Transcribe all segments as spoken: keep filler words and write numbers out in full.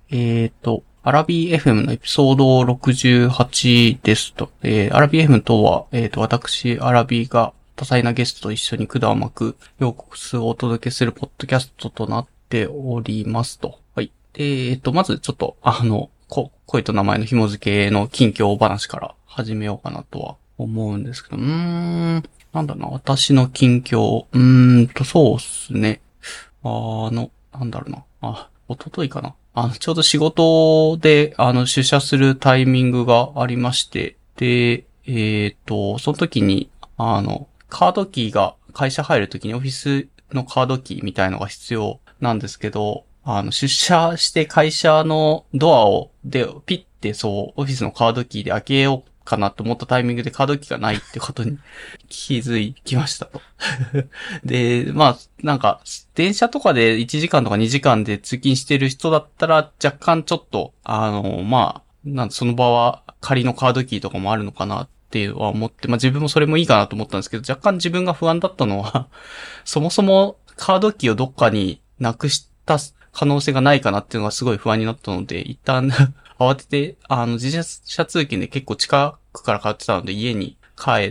えっと、アラビー エフエム のエピソードろくじゅうはちですと、えー、アラビー エフエム とは、えっと、私、アラビーが多彩なゲストと一緒に管を巻く洋国数をお届けするポッドキャストとなっておりますと。はい。で、えっと、まずちょっと、あの、こ声と名前の紐付けの近況話から始めようかなとは思うんですけど、うーん、なんだろうな、私の近況、うーんと、そうっすね。あの、なんだろうな、あ、一昨日かな。あの、ちょうど仕事で、あの、出社するタイミングがありまして、で、えっと、その時に、あの、カードキーが会社入る時にオフィスのカードキーみたいのが必要なんですけど、あの、出社して会社のドアを、で、ピッてそう、オフィスのカードキーで開けようかなと思ったタイミングでカードキーがないってことに気づきましたと。で、まあ、なんか、電車とかでいちじかんとかにじかんで通勤してる人だったら若干ちょっと、あの、まあ、なんその場は仮のカードキーとかもあるのかなっては思って、まあ自分もそれもいいかなと思ったんですけど、若干自分が不安だったのは、そもそもカードキーをどっかになくした可能性がないかなっていうのがすごい不安になったので、一旦慌てて、あの、自転車通勤で結構近くから通ってたので家に帰って、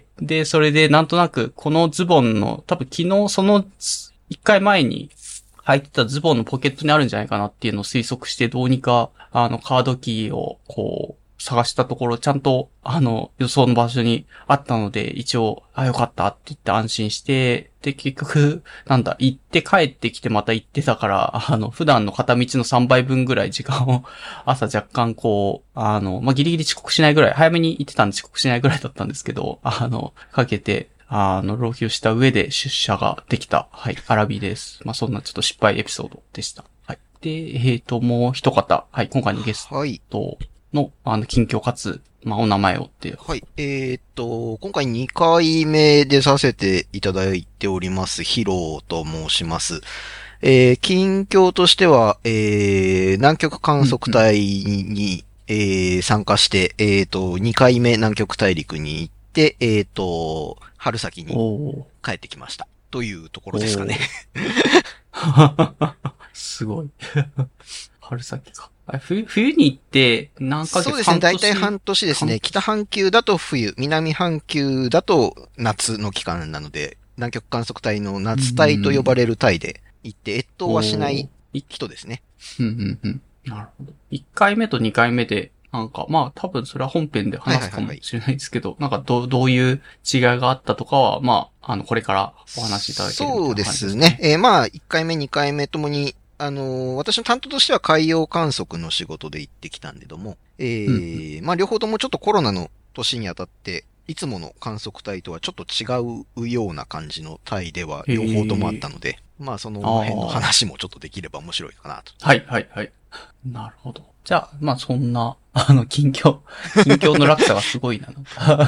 で、それでなんとなくこのズボンの、多分昨日その一回前に入ってたズボンのポケットにあるんじゃないかなっていうのを推測してどうにか、あの、カードキーをこう、探したところ、ちゃんと、あの、予想の場所にあったので、一応、あ、よかったって言って安心して、で、結局、なんだ、行って帰ってきてまた行ってたから、あの、普段の片道のさんばいぶんぐらい時間を、朝若干こう、あの、まあ、ギリギリ遅刻しないぐらい、早めに行ってたんで遅刻しないぐらいだったんですけど、あの、かけて、あの、浪費をした上で出社ができた、はい、アラビです。まあ、そんなちょっと失敗エピソードでした。はい。で、えっと、もう一方、はい、今回のゲスト、はいの、あの、近況かつ、まあ、お名前をって。 はい。えー、っと、今回にかいめ出させていただいております、ヒロと申します。えー、近況としては、えー、南極観測隊に、うんうん、えー、参加して、えー、っと、にかいめ南極大陸に行って、えー、っと、春先に帰ってきました。というところですかね。 すごい。春先か。冬、冬に行って、何ヶ月？ そうですね。大体半年ですね。北半球だと冬、南半球だと夏の期間なので、南極観測隊の夏隊と呼ばれる隊で行って、越冬はしない人ですね。 うんうんうん。なるほど。いっかいめとにかいめで、なんか、まあ多分それは本編で話すかもしれないですけど、はいはいはい、なんかどう、どういう違いがあったとかは、まあ、あの、これからお話しいただけるみたいな感じですね。 そうですね。えー、まあ、いっかいめ、にかいめともに、あのー、私の担当としては海洋観測の仕事で行ってきたんでども、えー、うん、まあ両方ともちょっとコロナの年にあたって、いつもの観測隊とはちょっと違うような感じの隊では両方ともあったので、まあその辺の話もちょっとできれば面白いかなと。 はいはいはい。なるほど。じゃあ、まあそんな、あの、近況、近況の落差がすごいな。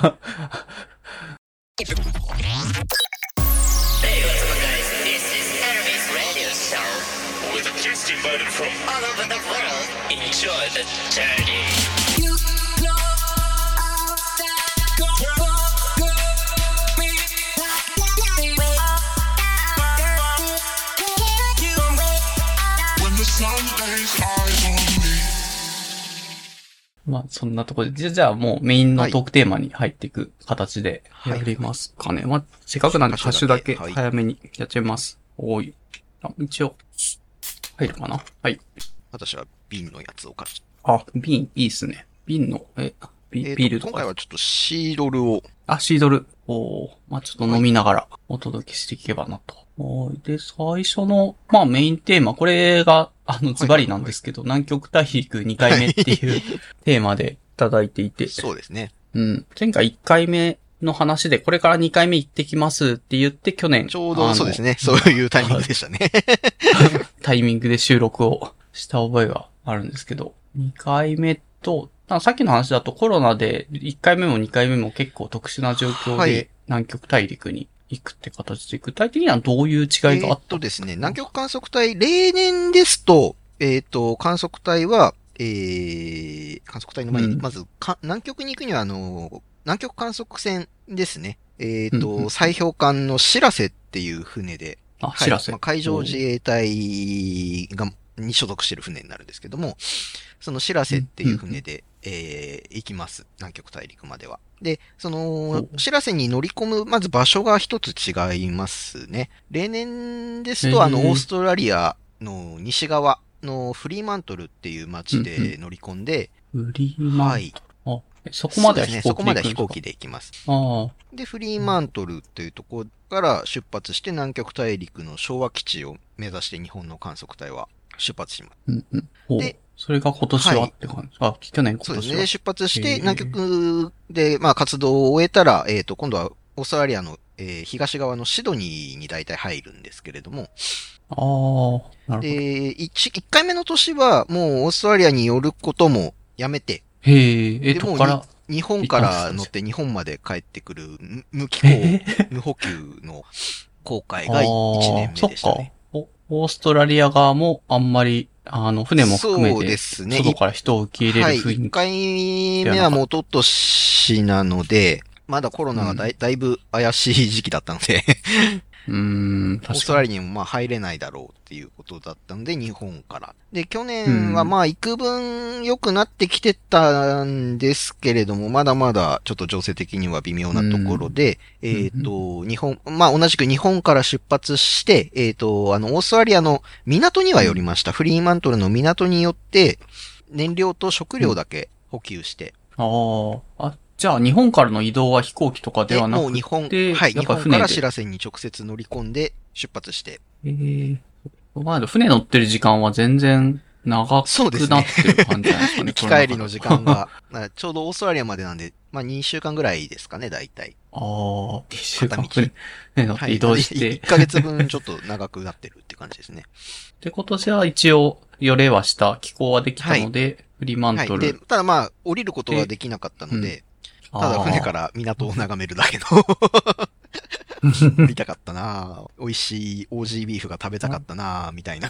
Invited from all over the world. Enjoy the journey. You know that go, go, go, me. You know when the sun lays eyes on me. まあそんなところで、じゃあ、じゃあもうメインのトークテーマに入っていく形でやりますかね。はい、まあせっかくなんで歌手だけ早めにやっちゃいます。はい、おい。あ、一応。入るかな？はい。 私は瓶のやつを買っちゃあ、瓶、いいっすね。瓶の、え、ビ, えー、 ビールとか。 今回はちょっとシードルを。 あ、シードル。おー。まあ、ちょっと飲みながらお届けしていけばなと。はい。で、最初の、まあメインテーマ、これが、あの、ズバリなんですけど、はいはいはい、南極大陸にかいめっていうテーマでいただいていて。 そうですね。 うん。前回いっかいめの話で、これからにかいめ行ってきますって言って、去年。 ちょうどそうですね。そういうタイミングでしたね。 タイミングで収録をした覚えがあるんですけど、にかいめと、さっきの話だとコロナでいっかいめもにかいめも結構特殊な状況で南極大陸に行くって形で、具体的にはどういう違いがあった？えっとですね、南極観測隊、例年ですと、えっと、観測隊は、えー、観測隊の前に、まず、うん、南極に行くには、あの、南極観測船ですね。えっと、うんうん、砕氷艦のしらせっていう船で、 あ、しらせ。 はい、まあ、海上自衛隊がに所属してる船になるんですけども、そのしらせっていう船で、えー、行きます。南極大陸までは。で、その、しらせに乗り込む、まず場所が一つ違いますね。例年ですと、あの、オーストラリアの西側のフリーマントルっていう街で乗り込んで、 フリーマントル。 はい。 あ、そこまでは飛行機で行くんですか？ そうですね。そこまでは飛行機で行きます。 ああ。 で、フリーマントルっていうところから出発して南極大陸の昭和基地を目指して日本の観測隊は出発します。 うんうん。ほう。 で、 それが今年はって感じ、はい、あ、去年今年は。 そうですね。出発して南極で、まあ活動を終えたら、えっと、今度はオーストラリアの、えー、東側のシドニーに大体入るんですけれども。 ああ、なるほど。 で、一、一回目の年はもうオーストラリアに寄ることもやめて。 へえ、え、どこから日本から乗って日本まで帰ってくる無機構、無補給の航海がいちねんめでしたね。 そっか。オーストラリア側もあんまり、あの、船も含めて、 そうですね。 外から人を受け入れる雰囲気。 はい。いっかいめはもうおととしなので、まだコロナがだい、うん、だいぶ怪しい時期だったので、 うーん、 オーストラリアにもまあ入れないだろうっていうことだったので、日本から。で、去年はまあ幾分良くなってきてたんですけれども、まだまだちょっと情勢的には微妙なところで、えっと、日本、まあ同じく日本から出発して、えっと、あの、オーストラリアの港には寄りました。フリーマントルの港によって、燃料と食料だけ補給して。 ああ、あ、じゃあ日本からの移動は飛行機とかではなくて、 もう日本、はい、日本からしらせに直接乗り込んで出発して。 ええー。まあ、船乗ってる時間は全然長くなってる感じなんですかね。 行き帰りの時間が、ちょうどオーストラリアまでなんで、まあにしゅうかんぐらいですかね、大体。 ああ、にしゅうかん船乗って移動して、はい。 いっかげつぶんちょっと長くなってるって感じですね。 で、今年は一応、寄れはした、寄港はできたので、はい、フリーマントル、 はい。で、ただまあ、降りることはできなかったので、うん、ただ船から港を眺めるだけの見たかったなぁ。美味しい オージー ビーフが食べたかったなぁ、みたいな。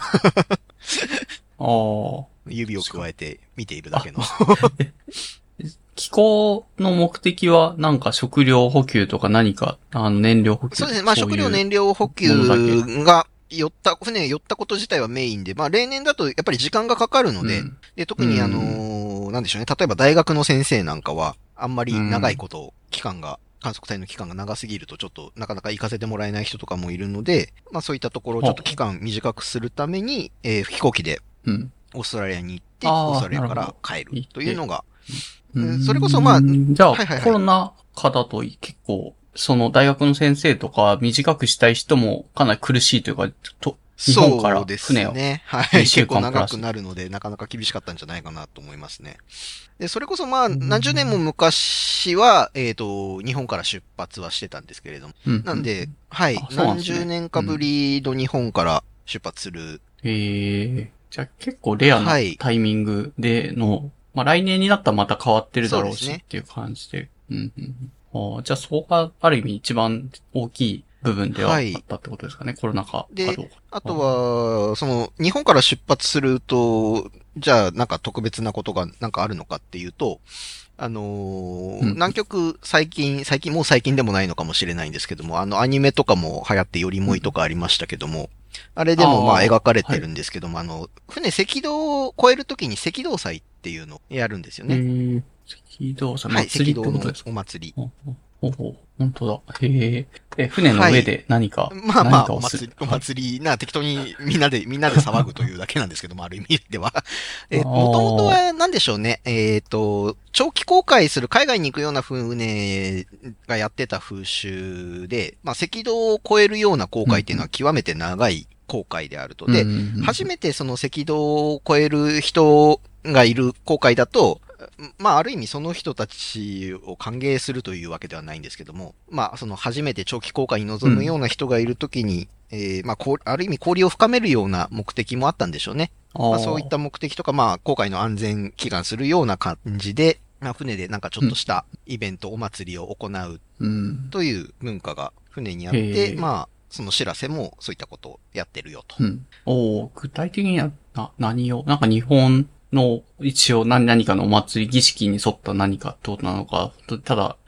あ指を加えて見ているだけの。 気候の目的はなんか食料補給とか何か、あの燃料補給。 そうですね。まあ食料燃料補給が寄った、船が寄ったこと自体はメインで、まあ例年だとやっぱり時間がかかるので、うん、で特にあのー、なんでしょうね。例えば大学の先生なんかは、あんまり長いこと、期間が、観測隊の期間が長すぎるとちょっとなかなか行かせてもらえない人とかもいるので、まあそういったところをちょっと期間短くするために、えー、飛行機でオーストラリアに行って、うん、オーストラリアから帰るというのが、それこそまあ、 じゃあ、はいはいはい、コロナ禍だと結構、その大学の先生とか短くしたい人もかなり苦しいというか、と日本から船を。 そうですね。はい。結構長くなるので、なかなか厳しかったんじゃないかなと思いますね。で、それこそまあ、何十年も昔は、えっと、日本から出発はしてたんですけれども。うん、なんで、はい。ね、何十年かぶりの日本から出発する。 へ、うん、えー。じゃあ結構レアなタイミングでの、はい、まあ来年になったらまた変わってるだろうしっていう感じで。うんうん、あじゃあそこがある意味一番大きい部分ではあったってことですかね、はい、コロナ禍かどうか。 で、あとは、その、日本から出発すると、じゃあなんか特別なことがなんかあるのかっていうと、あのーうん、南極最近、最近もう最近でもないのかもしれないんですけども、あのアニメとかも流行ってよりもいとかありましたけども、うん、あれでもまあ描かれてるんですけども、あ,、はい、あの、船赤道を越えるときに赤道祭っていうのをやるんですよね。 へー、赤道祭、祭りってことですか？ はい、赤道のお祭り。 ほうほう、本当だ。へえ。え、船の上で何か、はい、 まあまあ、お祭り、お祭りな、適当にみんなで、みんなで騒ぐというだけなんですけども、ある意味では。え、もともとは何でしょうね。えっと、長期航海する海外に行くような船がやってた風習で、まあ赤道を越えるような航海っていうのは極めて長い航海であると。で、初めてその赤道を越える人がいる航海だと、まあ、ある意味その人たちを歓迎するというわけではないんですけども、まあ、その初めて長期航海に臨むような人がいるときに、うん、えー、まあ、こう、ある意味交流を深めるような目的もあったんでしょうね。まあ、そういった目的とか、まあ、航海の安全祈願するような感じで、まあ、船でなんかちょっとしたイベント、うん、お祭りを行うという文化が船にあって、うん、まあ、その知らせもそういったことをやってるよと。 うん、お具体的にはな何を、なんか日本の一応何、何かのお祭り儀式に沿った何かってことなのか、ただ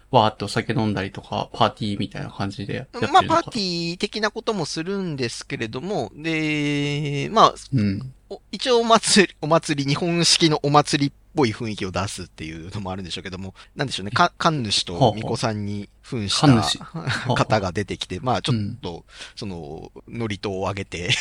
わーってお酒飲んだりとか、パーティーみたいな感じでやってるのかまあ、パーティー的なこともするんですけれども、で、まあ、 うん。 お一応お祭り、お祭り、日本式のお祭りっぽい雰囲気を出すっていうのもあるんでしょうけども、なんでしょうね、か神主と巫女さんに扮し神主た方が出てきて、まあちょっと、その、祝詞を上げて、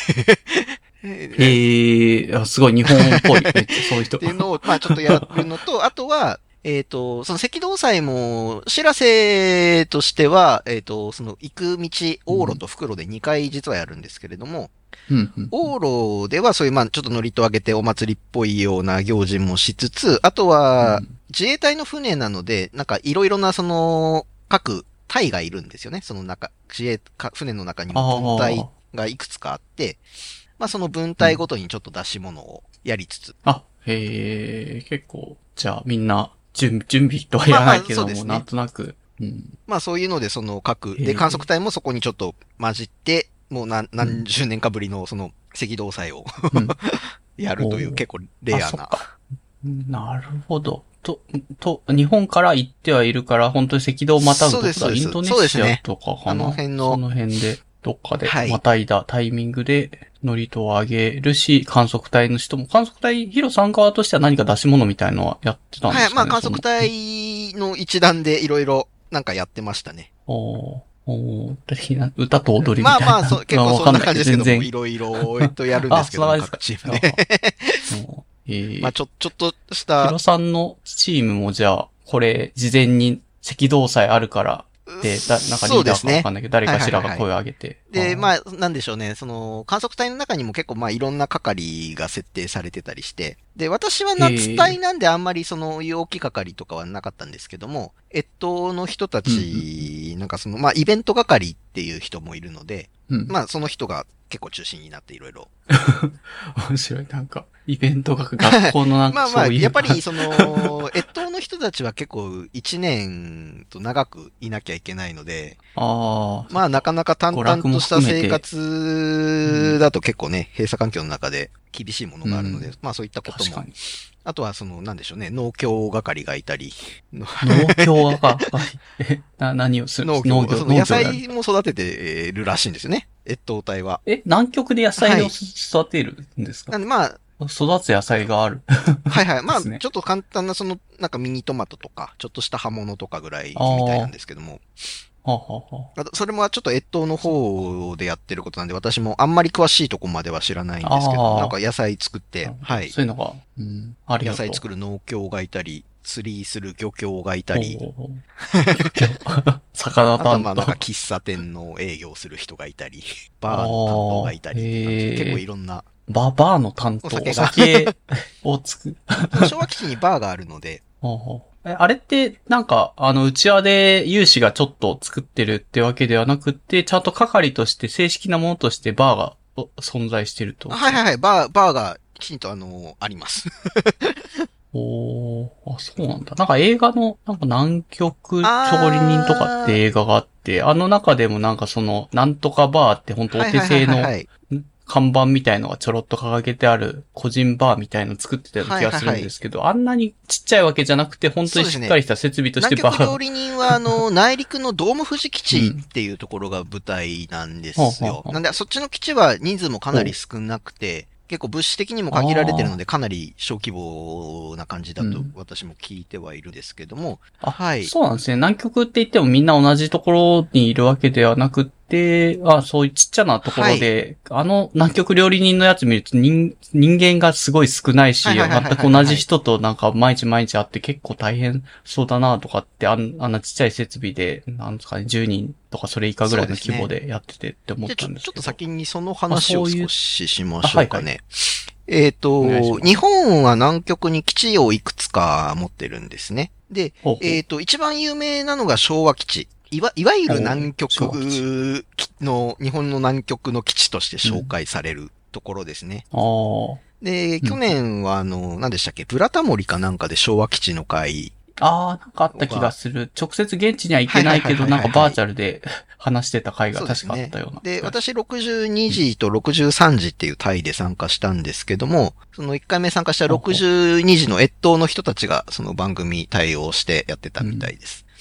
へえ、あすごい日本っぽい。めっちゃそういう人。 っていうのを、まあちょっとやるのと、あとは、えっ、と、その赤道祭も、知らせとしては、えっ、と、その行く道、往路と復路でにかい実はやるんですけれども、 うんうん、 往路ではそういう、まあちょっと祝詞を上げてお祭りっぽいような行事もしつつ、あとはうん、 自衛隊の船なので、なんかいろいろなその、各隊がいるんですよね。その中、自衛、か船の中にも分隊がいくつかあって、まあその分隊ごとにちょっと出し物をやりつつ。 あ、へえ、結構、じゃあみんな、準準備とは言わないけども、 まあまあそうですねなんとなく、うん。 まあそういうのでその各、でへー観測隊もそこにちょっと混じって、もう何何十年かぶりのその赤道祭をうんやるというおー結構レアな。 あそっかなるほど。と、と、日本から行ってはいるから、本当に赤道をまたぐとか、 そうですそうですインドネそうですねシアとかかな。 あの辺のその辺で、どっかではいまたいだタイミングで、祝詞を上げるし、観測隊の人も、観測隊、ヒロさん側としては何か出し物みたいのはやってたんですかね。 はい、まあ観測その隊の一団でいろいろなんかやってましたね。 おーおー的な歌と踊りみたいな。 まあまあ、そう結構そんな感じですけども、 全然いろいろ、えっと、やるんですけども、 あそんな各チ感じですかームで。 もうえーまあちょ、ちょっとしヒたロ、さんのチームもじゃあ、これ、事前に赤道祭あるから、で、だ、なんかリーダーかわかんないけど、誰かしらが声を上げて。 で、 あまあ、なんでしょうね、その、観測隊の中にも結構まあいろんな係が設定されてたりして、で、私は夏隊なんであんまりその、陽気係とかはなかったんですけども、越冬の人たち、なんかその、まあイベント係っていう人もいるので、 うん。 まあその人が結構中心になっていろいろ。 面白い。なんか、イベントが学校のなんまあまあ、 かそういう。 やっぱりその、越冬の人たちは結構一年と長くいなきゃいけないので、 ああ。 まあなかなか淡々とした生娯楽活だと結構ね、閉鎖環境の中で厳しいものがあるので、 うんまあそういったことも。 確かに。 あとはその、なんでしょうね、農協係がいたり、の農協が、え、な、何をする農業、その野農業やる菜も育ててるらしいんですよね、越冬隊は。 え、南極で野菜をはい育てるんですか、 なんでまあ、 育つ野菜がある。 はいはい。まあ、 ですねちょっと簡単なその、なんかミニトマトとか、ちょっとした葉物とかぐらいみたいなんですけども。 はあ、はあはあ、 あとそれもちょっと越冬の方でやってることなんで、私もあんまり詳しいとこまでは知らないんですけあど、 ーなんか野菜作って、はい。 そういうのが、うん、ありがとう。 野菜作る農協がいたり、釣りする漁協がいたり、 おー魚あとは担当まあなんか。喫茶店の営業する人がいたり、バーの担当がいたり、 あーへー結構いろんな、 バ、バーの担当。おお酒が酒を作る。 昭和基地にバーがあるので、 ほうほうえあれって、なんか、あの、内輪で有志がちょっと作ってるってわけではなくって、ちゃんと係として正式なものとしてバーがお存在してると。 はいはいはい、バー、バーがきちんとあの、あります。 おー、あ、そうなんだ。なんか映画の、なんか南極調理人とかって映画があって、あの中でもなんかその、なんとかバーって本当お手製のはいはいはいはい看板みたいのがちょろっと掲げてある個人バーみたいの作ってたような気がするんですけど、あんなにちっちゃいわけじゃなくて、本当にしっかりした設備としてバー南極料理人は、あの、内陸のドーム富士基地っていうところが舞台なんですよ。 ほうほうほうなんで、そっちの基地は人数もかなり少なくて、結構物資的にも限られてるので、かなり小規模な感じだとうん私も聞いてはいるんですけども、 あはい。 そうなんですね。南極って言ってもみんな同じところにいるわけではなくって、あそういうちっちゃなところで、あの南極料理人のやつ見ると人人間がすごい少ないし、 はいはいはいはいはい全く同じ人となんか毎日毎日会って結構大変そうだなとかってあん、あんなちっちゃい設備で、なんですかね、じゅうにんとかそれ以下ぐらいの規模でやっててって思っじゃあちょたんですけど。 ちょっと先にその話をあそういう少ししましょうかあはいね。えっとお願いしま、す日本は南極に基地をいくつか持ってるんですね。で、 ほうほうえっと、一番有名なのが昭和基地。いわ、いわゆる南極昭和基の、日本の南極の基地として紹介されるところですね。 ああ。 で、 うん去年はあの、何でしたっけ、ブラタモリかなんかで昭和基地の会、 ああ、なんかあった気がする。直接現地には行けないけど、 はいはいはいはいなんかバーチャルで話してた回がそうですね確かあったような。 で、私ろくじゅうにじとろくじゅうさんじっていう隊で参加したんですけども、そのいっかいめ参加したろくじゅうにじの越冬の人たちがその番組対応してやってたみたいです。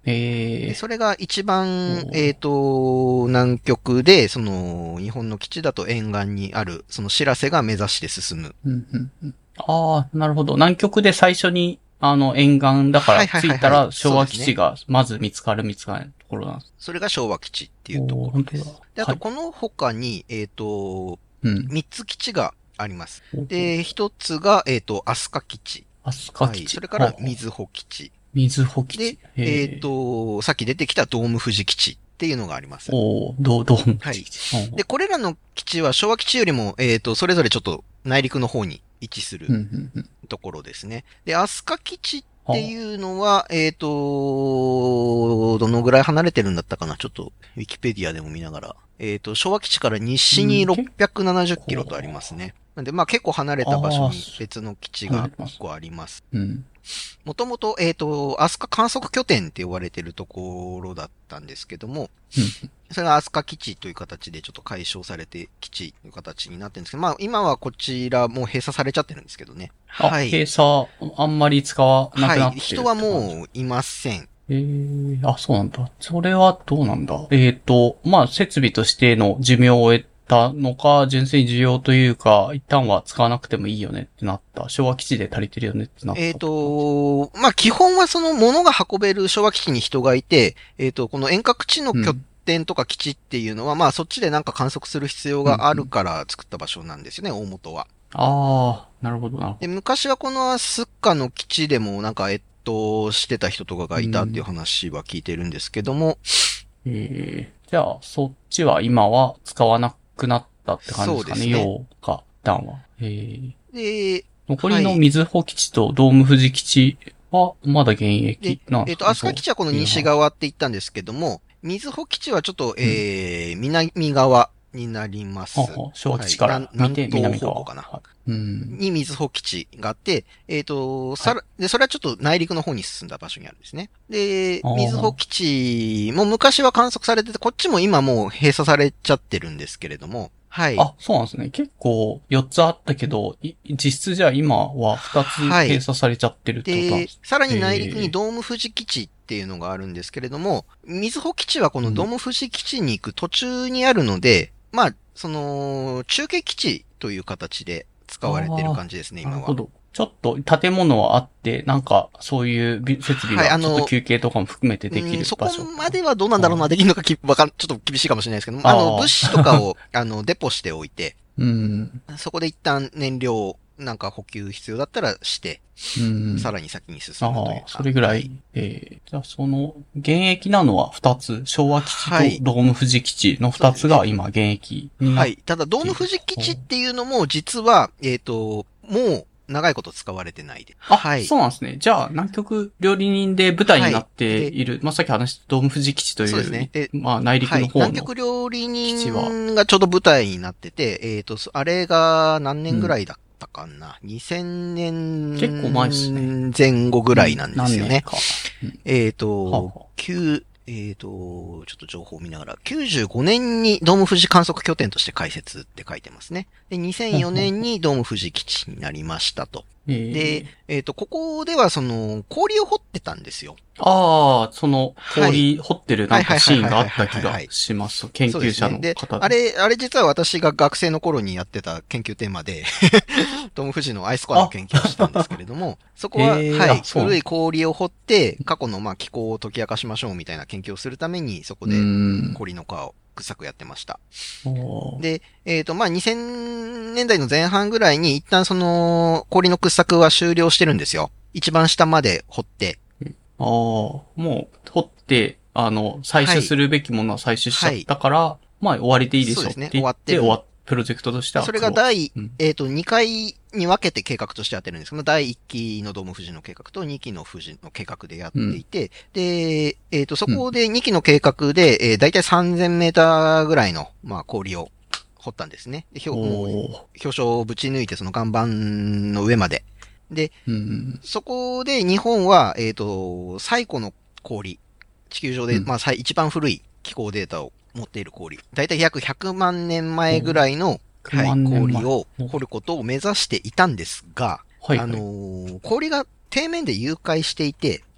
ええでそれが一番お、ーえっ、と、南極で、その、日本の基地だと沿岸にある、その知らせが目指して進む。 うんうんうん。ああ、なるほど。南極で最初に、あの、沿岸だからはいはいはいはい着いたら昭和そうですね基地がまず見つかる見つからないところなんです。 それが昭和基地っていうところですおー本当だ。 で、あと、 はいこの他に、えっ、と、 うん。 三つ基地があります。 で、 で、一つが、えっ、と、飛鳥基地。 飛鳥基地。 はい。それから、 はあ水穂基地。 水穂基で地。、 えっ、と、さっき出てきたドーム富士基地っていうのがあります。 おーどう、どうもはい基地。 で、これらの基地は昭和基地よりも、えっ、と、それぞれちょっと内陸の方に位置するうんうんうん。 ところですね。で、飛鳥基地っていうのは、えっ、と、どのぐらい離れてるんだったかなちょっと、ウィキペディアでも見ながら。えっ、と、昭和基地から西にろっぴゃくななじゅっキロとありますね。なんで、まあ結構離れた場所に別の基地がいっこあります。 うん。 もともと、えっ、と、飛鳥観測拠点って呼ばれてるところだったんですけども、 うんそれが飛鳥基地という形でちょっと解消されて基地という形になってるんですけど、まあ今はこちらもう閉鎖されちゃってるんですけどね。 あ、 はい。 閉鎖、あんまり使わなくなはい。 ってる。 人はもういません。 ええあ、そうなんだ。それはどうなんだ。えっ、と、まあ、設備としての寿命を終えたのか、純粋に需要というか、一旦は使わなくてもいいよねってなった。昭和基地で足りてるよねってなった。 えっ、と、まあ基本はその物が運べる昭和基地に人がいて、えっ、と、この遠隔地の拠点とか基地っていうのは、まあそっちでなんか観測する必要があるから作った場所なんですよね、大元は。 ああ、なるほどなるほで、昔はこのスッカの基地でもなんか、えっと、してた人とかがいたっていう話は聞いてるんですけども、 ど。ええじゃあ、そっちは今は使わなくなったって感じですかね。 そうですね要か、一旦は。ええで、 残りのはい水穂基地とドーム富士基地はまだ現役で、 なんですか。 えっと、飛鳥基地はこの西側って言ったんですけども、水穂基地はちょっと、えー、南側になります。 はあはあ昭和基地からはい見て南南側東方向かな。 はいうん。 に水穂基地があって、えっ、と、さら、で、それはちょっと内陸の方に進んだ場所にあるんですね。であー、 水穂基地も昔は観測されてて、こっちも今もう閉鎖されちゃってるんですけれども、はい。 あ、そうなんですね。結構よっつあったけど、い実質じゃあ今はふたつはい閉鎖されちゃってるってことなんでで、す。 さらに内陸にドーム富士基地っていうのがあるんですけれども、水穂基地はこのドーム富士基地に行く途中にあるので、まあ、その、中継基地という形で使われてる感じですね、今は。 なるほど。ちょっと建物はあって、なんかそういうび設備はいあのがちょっと休憩とかも含めてできうんそこる場所。 まではどうなんだろうな、できるのかきわかん、ちょっと厳しいかもしれないですけど、ああの、 ー物資とかを、あの、デポしておいて、 うん。 そこで一旦燃料、なんか補給必要だったらして、 うん。 さらに先に進むというか。 ああ、それぐらい。えー、じゃあその、現役なのは二つ、昭和基はい地とドーム富士基地の二つが今現役になっはい。ただ、ドーム富士基地っていうのも、実は、えっ、と、もう、長いこと使われてないで。 あ、 はい。 そうなんですね。じゃあ、南極料理人で舞台になってはいいる、まあ、さっき話したドーム富士基地という、 そうですねでまあ、内陸はい。 の方の、 南極料理基地は人がちょうど舞台になってて、えっ、と、あれが何年ぐらいだったかな、にせんねん結構前ですね前後ぐらいなんですよね。 何年か。うんえっ、 はあとはあ、 旧、えっ、と、ちょっと情報を見ながら、きゅうじゅうごねんにドーム富士観測拠点として開設って書いてますね。で、にせんよねんにドーム富士基地になりましたと。 えーで、えっ、と、ここではその、氷を掘ってたんですよ。 ああ、その、氷掘ってるなんかシーンがあった気がはいはいはいはいはいします。研究者ので方あれ、あれ実は私が学生の頃にやってた研究テーマで、ドーム富士のアイスコアの研究をしたんですけれども、そこは、 へーはい、 あそう古い氷を掘って、過去のまあ気候を解き明かしましょうみたいな研究をするために、そこうでん。 氷の川を掘削やってました。 おーで、えっ、と、まあ、にせんねんだいの前半ぐらいに一旦その、氷の掘削は終了してるんですよ。一番下まで掘って。 ああ、もう、掘って、あの、採取するべきものは採取しちゃったから、まあ終わりでいいでしょそうですねって言って、 終わってる終わっプロジェクトとしては。 それが第、 うんえっ、と、にかいに分けて計画としてやってるんですけど、だいいっきのドーム富士の計画とにきの富士の計画でやっていて、で、えっ、と、そこでにきの計画で、えー、だいたいさんぜんメーターぐらいの、まあ、氷を掘ったんですね。で、表もうおー表彰をぶち抜いて、その岩盤の上まで。で、 うん。 そこで日本は、えっ、と、最古の氷、地球上で、 うんまあ、最一番古い気候データを持っている氷。だいたい約ひゃくまんねんまえぐらいの、 ひゃくはい、 まんねんまえ氷を掘ることを目指していたんですが、 はい。 あのー氷が底面で融解していて、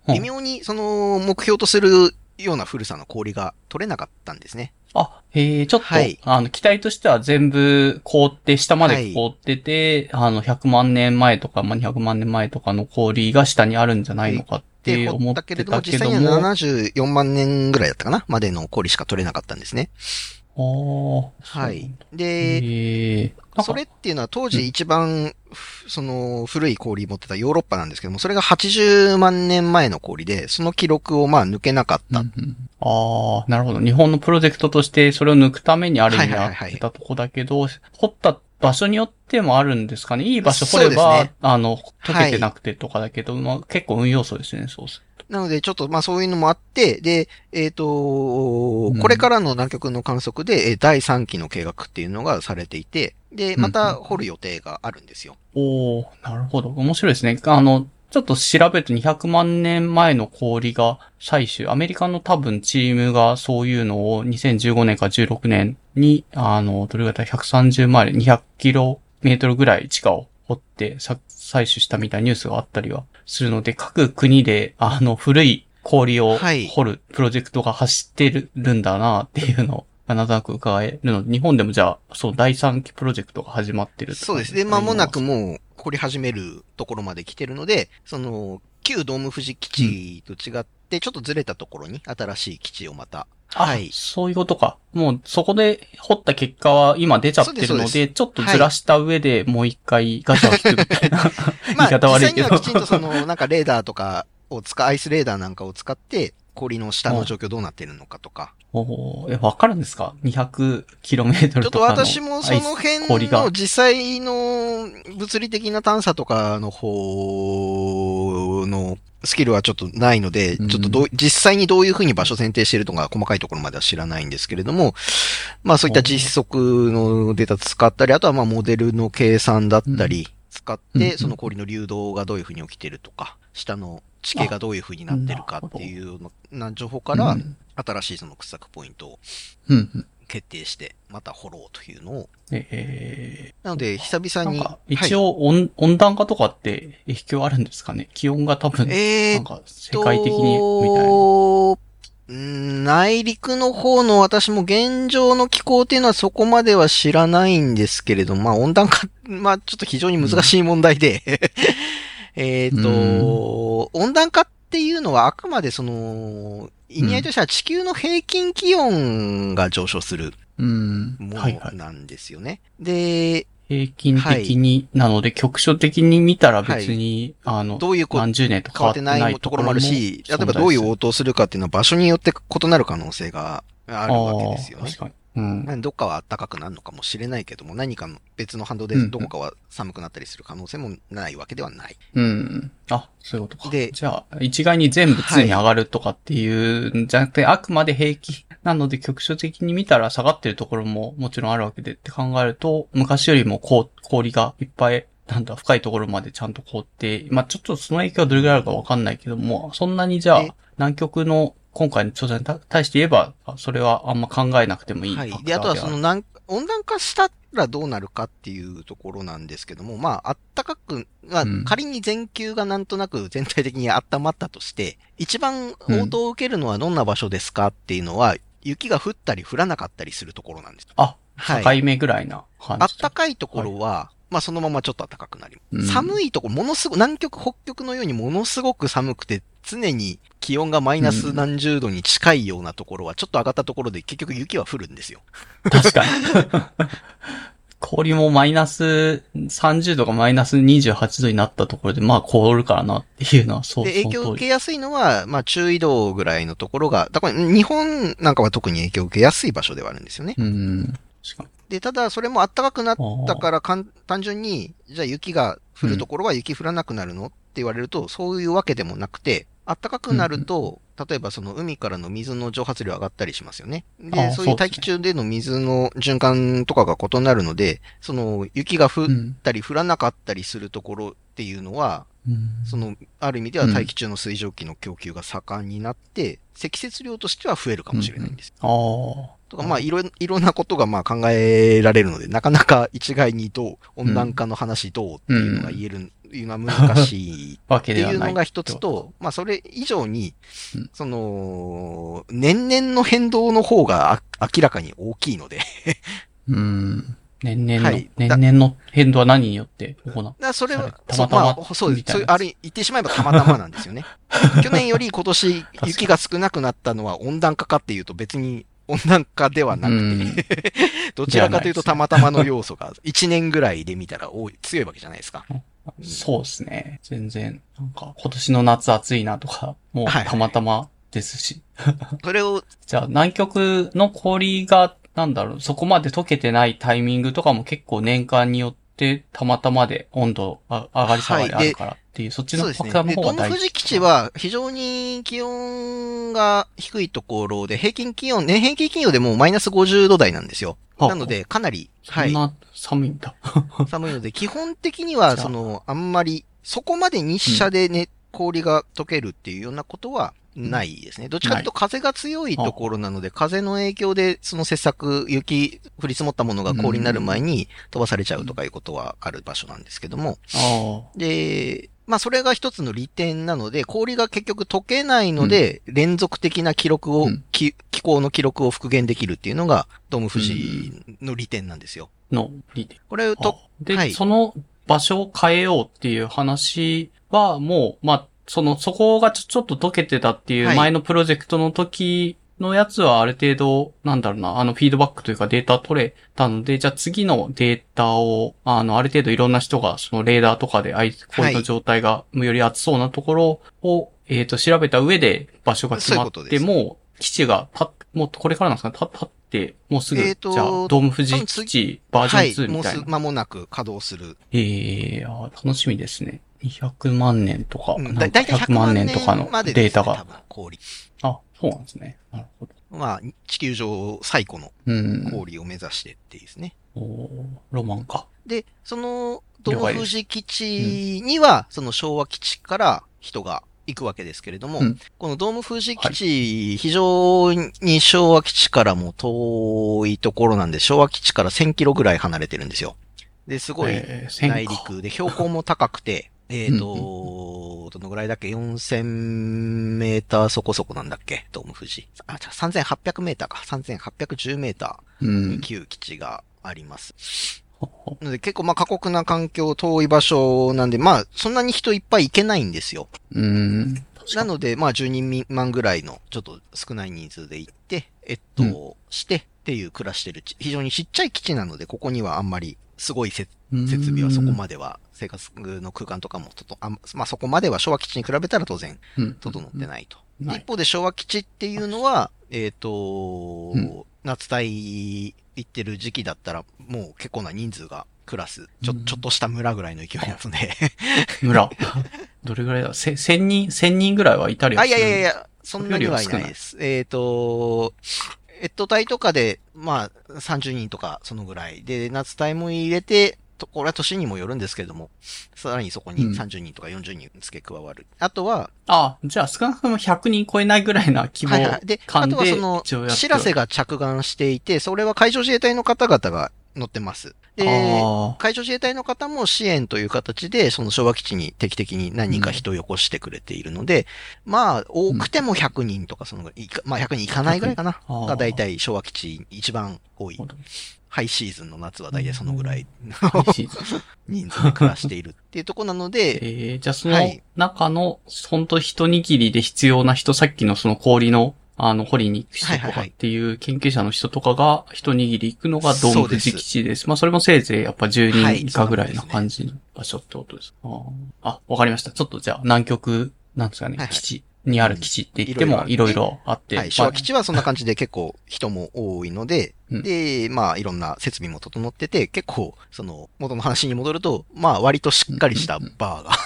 微妙にその目標とするような古さの氷が取れなかったんですね。 あ、へえ、ちょっと、 はい、 あの、機体としては全部凍って、下まで凍ってて、はい、あの、ひゃくまんねんまえとか、まあ、にひゃくまんねんまえとかの氷が下にあるんじゃないのかって思ってたけども。 だけれども、実際にはななじゅうよんまんねんぐらいだったかなまでの氷しか取れなかったんですね。 ああ。 はい。で、それっていうのは当時一番、うん、その古い氷持ってたヨーロッパなんですけども、それがはちじゅうまんねんまえの氷で、その記録をまあ抜けなかった。うんうん、 ああ、なるほど。日本のプロジェクトとしてそれを抜くためにある意味やってたとこだけど、掘った場所によってもあるんですかね。いい場所掘れば、ね、あの、溶けてなくてとかだけど、はい、まあ結構運要素ですね、そうすると。 なので、ちょっと、まあそういうのもあって、で、えっ、ー、と、これからの南極の観測で、だいさんきの計画っていうのがされていて、で、また掘る予定があるんですよ。 うんうん、おー、なるほど。面白いですね。あの、ちょっと調べるとにひゃくまんねんまえの氷が採取、アメリカの多分チームがそういうのをにせんじゅうごねんかじゅうろくねんに、あの、どれぐらいだ、ひゃくさんじゅうマイル、にひゃくキロメートルぐらい地下を掘って採取したみたいなニュースがあったりはするので、各国で、あの、古い氷を掘るプロジェクトが走ってるんだなっていうのを、なんとなく伺えるので、日本でもじゃあ、そう、だいさんきプロジェクトが始まってるってそうですね。間もなくもう掘り始めるところまで来てるので、その、旧ドーム富士基地と違って、ちょっとずれたところに新しい基地をまた、 はい。そういうことか。もうそこで掘った結果は今出ちゃってるので、ちょっとずらした上でもう一回ガチャを引くみたいな、はい、言い方悪いけど。 まあ、実際にはきちんとその、なんかレーダーとかを使う、アイスレーダーなんかを使って、氷の下の状況どうなってるのかとか。 おお、え、わかるんですか ?にひゃくキロメートル とかの。 ちょっと私もその辺の実際の物理的な探査とかの方のスキルはちょっとないので、うん、ちょっとどう実際にどういうふうに場所選定しているとか細かいところまでは知らないんですけれども、まあそういった実測のデータ使ったり、あとはまあモデルの計算だったり使って、その氷の流動がどういうふうに起きているとか、下の地形がどういう風になってるかっていうような情報から、新しいその掘削ポイントを決定して、また掘ろうというのを。 えー、なので、久々に。 一応温、はい、温暖化とかって影響あるんですかね？気温が多分、 えー、 なんか世界的にみたいな。内陸の方の私も現状の気候っていうのはそこまでは知らないんですけれども、まあ温暖化、まあちょっと非常に難しい問題で、うんえっと、温暖化っていうのはあくまでその、意味合いとしては地球の平均気温が上昇するものなんですよね。で、 平均的に、はい、なので局所的に見たら別に、はい、あの、 どういう何十年と変わってないところもあるし、例えばどういう応答するかっていうのは場所によって異なる可能性があるわけですよね。 確かに。うん、 どっかは暖かくなるのかもしれないけども、何かの別の反動でどこかは寒くなったりする可能性もないわけではない。 うん。あ、そういうことか。で、じゃあ、一概に全部常に上がるとかっていうんじゃなくて、はい、あくまで平均なので局所的に見たら下がってるところももちろんあるわけでって考えると、昔よりもこう氷がいっぱい、なんだ、深いところまでちゃんと凍って、まあちょっとその影響はどれぐらいあるかわかんないけども、そんなにじゃあ、南極の今回の調査に対して言えば、それはあんま考えなくてもいい。 はい。で、あとはその南、温暖化したらどうなるかっていうところなんですけども、まあ、暖かく、まあ、仮に全球がなんとなく全体的に温まったとして、一番応答を受けるのはどんな場所ですかっていうのは、雪が降ったり降らなかったりするところなんです。 あ、境目ぐらいな感じ。 暖かいところは、はいまあそのままちょっと暖かくなります。うん、寒いところ、ものすごく、南極、北極のようにものすごく寒くて、常に気温がマイナス何十度に近いようなところは、ちょっと上がったところで結局雪は降るんですよ。 確かに。氷もマイナスさんじゅうどがマイナスにじゅうはちどになったところで、まあ凍るからなっていうのはそうで、影響を受けやすいのは、まあ中緯度ぐらいのところが、だから日本なんかは特に影響を受けやすい場所ではあるんですよね。 うん。確かに。 で、ただ、それも暖かくなったからかん、単純に、じゃあ雪が降るところは雪降らなくなるの、うん、って言われると、そういうわけでもなくて、暖かくなると、うん、例えばその海からの水の蒸発量上がったりしますよね。で、そういう大気中での水の循環とかが異なるので、その雪が降ったり降らなかったりするところっていうのは、うん、その、ある意味では大気中の水蒸気の供給が盛んになって、積雪量としては増えるかもしれないんです。 うん、ああ。 とか、まあ、いろ、いろんなことがまあ考えられるので、なかなか一概にどう、温暖化の話どうっていうのが言える、いうのは難しいわっていけではない。 うのが一つと、まあ、それ以上にうん、 その、年々の変動の方があ明らかに大きいので、 うん。年々の、 はい年々の変動は何によって行うだからそれは、 たまたまそう、まあ、そうです。そういう、 みたいなあれ、言ってしまえばたまたまなんですよね。去年より今年雪が少なくなったのは温暖化かっていうと別に温暖化ではなくて、どちらかというとたまたまの要素がいちねんぐらいで見たら多い、強いわけじゃないですか。 そうですね。全然、なんか、今年の夏暑いなとか、もうはいたまたまですし。 それを、 じゃあ、南極の氷が、なんだろう、そこまで溶けてないタイミングとかも結構年間によってたまたまで温度あ上がり下がりあるからっていう、そっちのファクターので、 方が大事。 ドーム富士基地は非常に気温が低いところで、平均気温、年平均気温でもうマイナスごじゅうど台なんですよ。なので、かなり、はい。 そんな寒いんだ。 寒いので、基本的には、 じゃあその、あんまり、そこまで日射でね、氷が溶けるっていうようなことはないですね。どっちかというと風が強いところなので、風の影響でその切削、雪、降り積もったものが氷になる前に飛ばされちゃうとかいうことはある場所なんですけども。 ああ。 で、まあそれが一つの利点なので、氷が結局溶けないので、連続的な記録を、 うん気気候の記録を復元できるっていうのが、ドーム富士の利点なんですよ。 の利点。 これと、 で、 はいその場所を変えようっていう話はもう、まあ、その、そこがちょちょっと溶けてたっていうはい前のプロジェクトの時のやつはある程度、なんだろうな、あのフィードバックというかデータ取れたので、じゃあ次のデータを、あの、ある程度いろんな人がそのレーダーとかで、あい、氷の状態がより暑そうなところを、えっと、調べた上で場所が決まって、 そういうことですもう基地がた、もうこれからなんですかね、た、立って、もうすぐ、 えーとじゃあ、ドーム富士基地バージョンツーみたいな。 はい、もうす、間もなく稼働する。 ええー、あー楽しみですね。にひゃくまんねんとか、 うんなんかだいたいひゃくまんねんとかのまでデータですね多分が。 氷。 あ、そうなんですね。なるほど。 まあ、地球上最古のうん。 氷を目指してっていうですね。 おーロマンか。 で、その、ドーム了解です富士基地には、その昭和基地から人が行くわけですけれども、 うんこのドーム富士基地、非常に昭和基地からも遠いところなんで、昭和基地からせんキロぐらい離れてるんですよ。で、すごいえー、せんか内陸で標高も高くて、えっうんと、どのぐらいだっけ ?よんせんメーターそこそこなんだっけドーム富士。あ、じゃあさんぜんはっぴゃくメーターか。さんぜんはっぴゃくじゅうメータうーにん。 旧基地があります。 ほほなので結構まあ過酷な環境、遠い場所なんで、まあそんなに人いっぱい行けないんですよ。 うん。 なのでまあじゅうにまんぐらいのちょっと少ない人数で行って、えっと、 うんしてっていう暮らしてる、非常にちっちゃい基地なので、ここにはあんまりすごい設うん設備はそこまでは、生活の空間とかもととあん、まあそこまでは昭和基地に比べたら当然うん。 整ってないと。 ない一方で昭和基地っていうのは、えっ、と、 ん夏隊行ってる時期だったら、もう結構な人数が暮らす、ちょ、 うんちょっとした村ぐらいの勢いなので。 村。どれぐらいだせ、千人、千人ぐらいはいたりはあ、いするやいやいや、そんなにはいないです。えっ、と、越冬隊とかで、まあ、さんじゅうにんとか、そのぐらい。で、夏隊も入れて、とこれは年にもよるんですけれども、さらにそこにさんじゅうにんとかよんじゅうにん付け加わる。あとは、 あ、じゃあ少なくともひゃくにん超えないぐらいな規模はいはい。で、あ感でとはその一応やっ、て知らせが着岸していて、それは海上自衛隊の方々が乗ってます。で、 あ海上自衛隊の方も支援という形で、その昭和基地に定期的に何人か人をよこしてくれているので、まあ、多くてもひゃくにんとかそのぐらい、いかまあひゃくにんいかないぐらいかな。 あーが大体昭和基地一番多いー。 ハイシーズンの夏は大体そのぐらいハイシーズン人数で暮らしているっていうところなので、 えー、じゃあそのはい中の、ほんと一握りで必要な人、さっきのその氷の、あの、掘りに行く人とかっていう研究者の人とかが一握り行くのがドーム富士基地です。まあそれもせいぜいやっぱじゅうにん以下ぐらいな感じの場所ってことですか。あーあ、わかりました。ちょっとじゃあ南極、なんですかね、 はいはい基地にある基地って言ってもうんいろいろあって。 はい、昭和基地はそんな感じで結構人も多いので、 うんで、まあいろんな設備も整ってて、結構、その、元の話に戻ると、まあ割としっかりしたバーが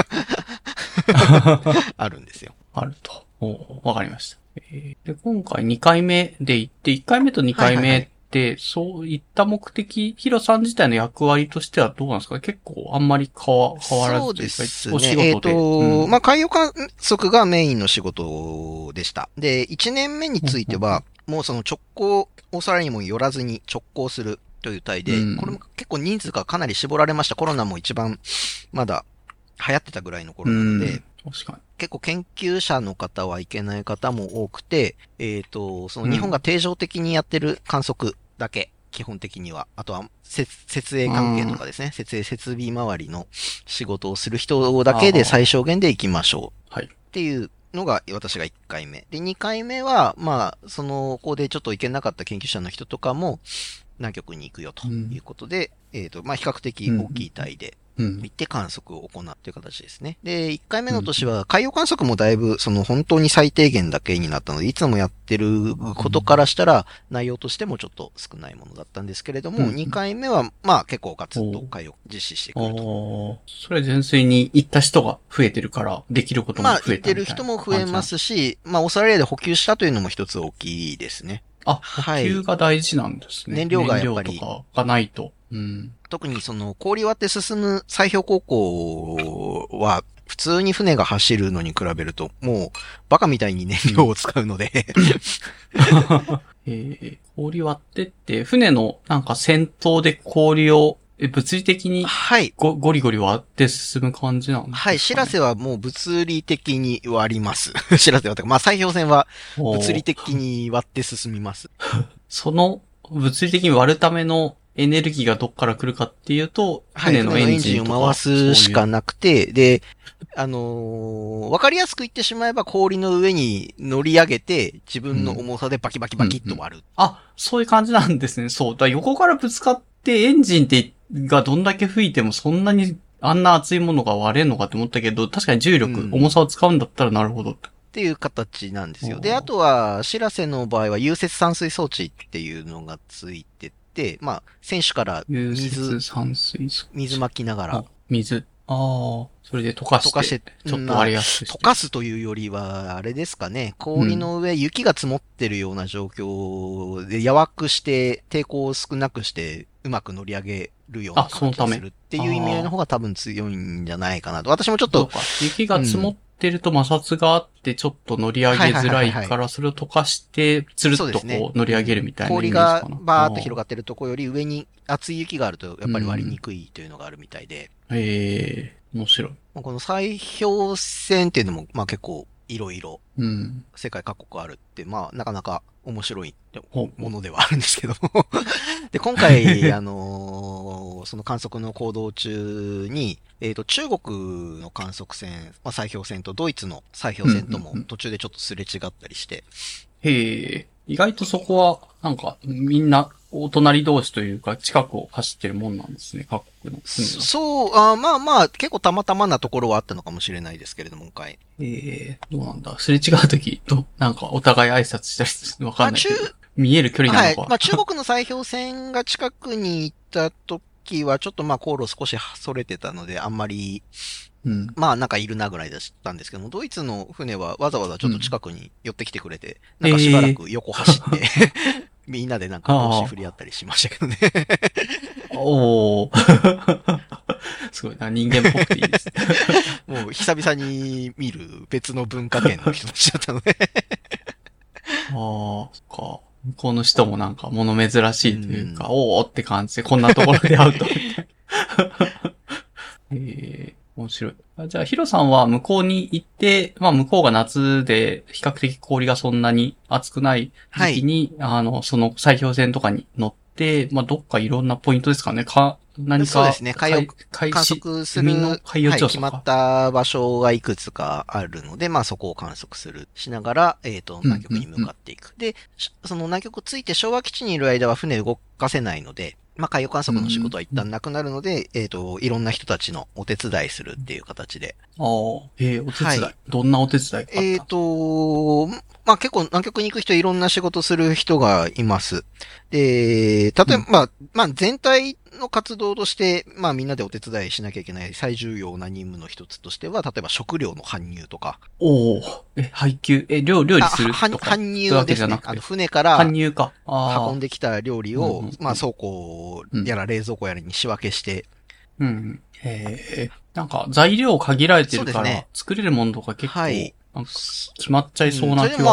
あるんですよ。 あると。おわかりました。えーで、今回にかいめで行って、いっかいめとにかいめって、そういった目的、ヒロさん自体の役割としてはどうなんですか？結構あんまり変わ変わらそうずというか、 ですね。 お仕事で。 えっ、と、 うんまあ海洋観測がメインの仕事でした。で、いちねんめについては、 もうその直行、オーストラリアにも寄らずに直行するという隊で、 うんこれも結構人数がかなり絞られました。コロナも一番まだ流行ってたぐらいの頃なので、 うん確かに。 結構研究者の方は行けない方も多くて、えっ、と、その日本が定常的にやってる観測だけ、基本的には。あとは、設設営関係とかですね。設営設備周りの仕事をする人だけで最小限で行きましょう。 はい。 っていうのが私がいっかいめ。で、にかいめは、まあ、その、ここでちょっと行けなかった研究者の人とかも、南極に行くよということで、えっ、と、まあ、比較的大きい隊で、 うん行って観測を行うという形ですね。で、いっかいめの年は海洋観測もだいぶその本当に最低限だけになったので、いつもやってることからしたら内容としてもちょっと少ないものだったんですけれども、 うんにかいめはまあ結構ガツッと海洋実施してくると。 おーそれ純粋に行った人が増えてるから、できることもまあ増えたみたいな行ってる人も増えますし、まあオーストラリアで補給したというのも一つ大きいですね。 あ、補給が大事なんですね。 燃料がやっぱり燃料とかがないと。うん。 特にその氷割って進む砕氷航行は普通に船が走るのに比べるともうバカみたいに燃料を使うのでえー、氷割ってって、船のなんか先頭で氷をえ物理的にはい。 ゴゴリゴリ割って進む感じなんですかね。 はい。しらせはもう物理的に割ります。しらせは、まあ、砕氷船は物理的に割って進みます。 その物理的に割るためのエネルギーがどっから来るかっていうと、 はい。 船のエンジンとかを回すしかなくて、で、あのー、わかりやすく言ってしまえば氷の上に乗り上げて、自分の重さでバキバキバキっと割る。 あ、そういう感じなんですね。そう。だから横からぶつかってエンジンってがどんだけ吹いてもそんなにあんな熱いものが割れるのかって思ったけど、確かに重力、 うん重さを使うんだったらなるほど。 っていう形なんですよ。 おーで、あとは、しらせの場合は融雪散水装置っていうのがついてて、まあ、選手から融水雪、散水素水巻きながらあ、水。ああ、それで溶かして、 溶かしてちょっと割りやすくして。 溶かすというよりは、あれですかね、氷の上、雪が積もってるような状況で、やわくして、抵抗を少なくして、うまく乗り上げるようなあそのため感じにするっていう意味合いの方が多分強いんじゃないかなと。私もちょっと、 そうか。雪が積もってると摩擦があって、ちょっと乗り上げづらいはいはいはいはから、それを溶かして、つるっとそうですねこう乗り上げるみたいなイメ氷ージかな。 がバーっと広ががってるところより上に厚い雪があると、やっぱり割りにくいというのがあるみたいで、 へえ、面白い。 この砕氷船っていうのも、まあ結構、いろいろ、 うん。 世界各国あるって、まあなかなか面白いほうものではあるんですけども。で、今回、あのーその観測の行動中に、えっ、と、中国の観測船、まあ、砕氷船とドイツの砕氷船ともうんうんうん途中でちょっとすれ違ったりして、 へえ、意外とそこは、なんか、みんな、お隣同士というか、近くを走ってるもんなんですね、各国の船は。 そう、あーまあまあ、結構たまたまなところはあったのかもしれないですけれども、今回。 ええどうなんだ。すれ違うとき、と、なんか、お互い挨拶したりするわかんないけどあ中、 見える距離なはい。 のか。 まあ中国の砕氷船が近くに行った時は、ちょっとまあ航路少しそれてたので、あんまり、 うん。 まあなんかいるなぐらいだったんですけども、ドイツの船はわざわざちょっと近くに寄ってきてくれて、 うんなんかしばらく横走って、みんなでなんか帽子振り合ったりしましたけどね。 おー。すごいな、人間っぽくていいですね。 もう久々に見る別の文化圏の人たちだったので。 ああ、そっか。向こうの人もなんか物珍しいというか、 うんおーって感じで、こんなところで会うと。みたいなえー、面白い。あじゃあ、ヒロさんは向こうに行って、まあ向こうが夏で比較的氷がそんなに暑くない時期に、あの、その砕氷船とかに乗って、まあどっかいろんなポイントですかね。か、何か。 そうですね海洋海観測する、 海の海洋はい、 調査か。 決まった場所がいくつかあるので、まあそこを観測する、しながら、えっ、と、南極に向かっていく。で、しその南極着いて昭和基地にいる間は船動かせないので、まあ海洋観測の仕事は一旦なくなるので、えっ、と、いろんな人たちのお手伝いするっていう形で。 ああ、えー、お手伝い,、 はいどんなお手伝いがあったえっ、と、まあ結構南極に行く人いろんな仕事する人がいます。で、例えば、 うんまあ、まあ全体の活動として、まあみんなでお手伝いしなきゃいけない最重要な任務の一つとしては、例えば食料の搬入とか。 おお、え、配給、え、料料理あする搬とか。 搬入そういうわけですねじゃなく。てあの、船から搬入か。ああ。 運んできた料理をうんうんうん、 まあ倉庫やら冷蔵庫やらに仕分けして、 うん。ええなんか材料限られてるから、 そうですね作れるものとか結構、 はいなんか決まっちゃいそうな気んそれでまは。 あ、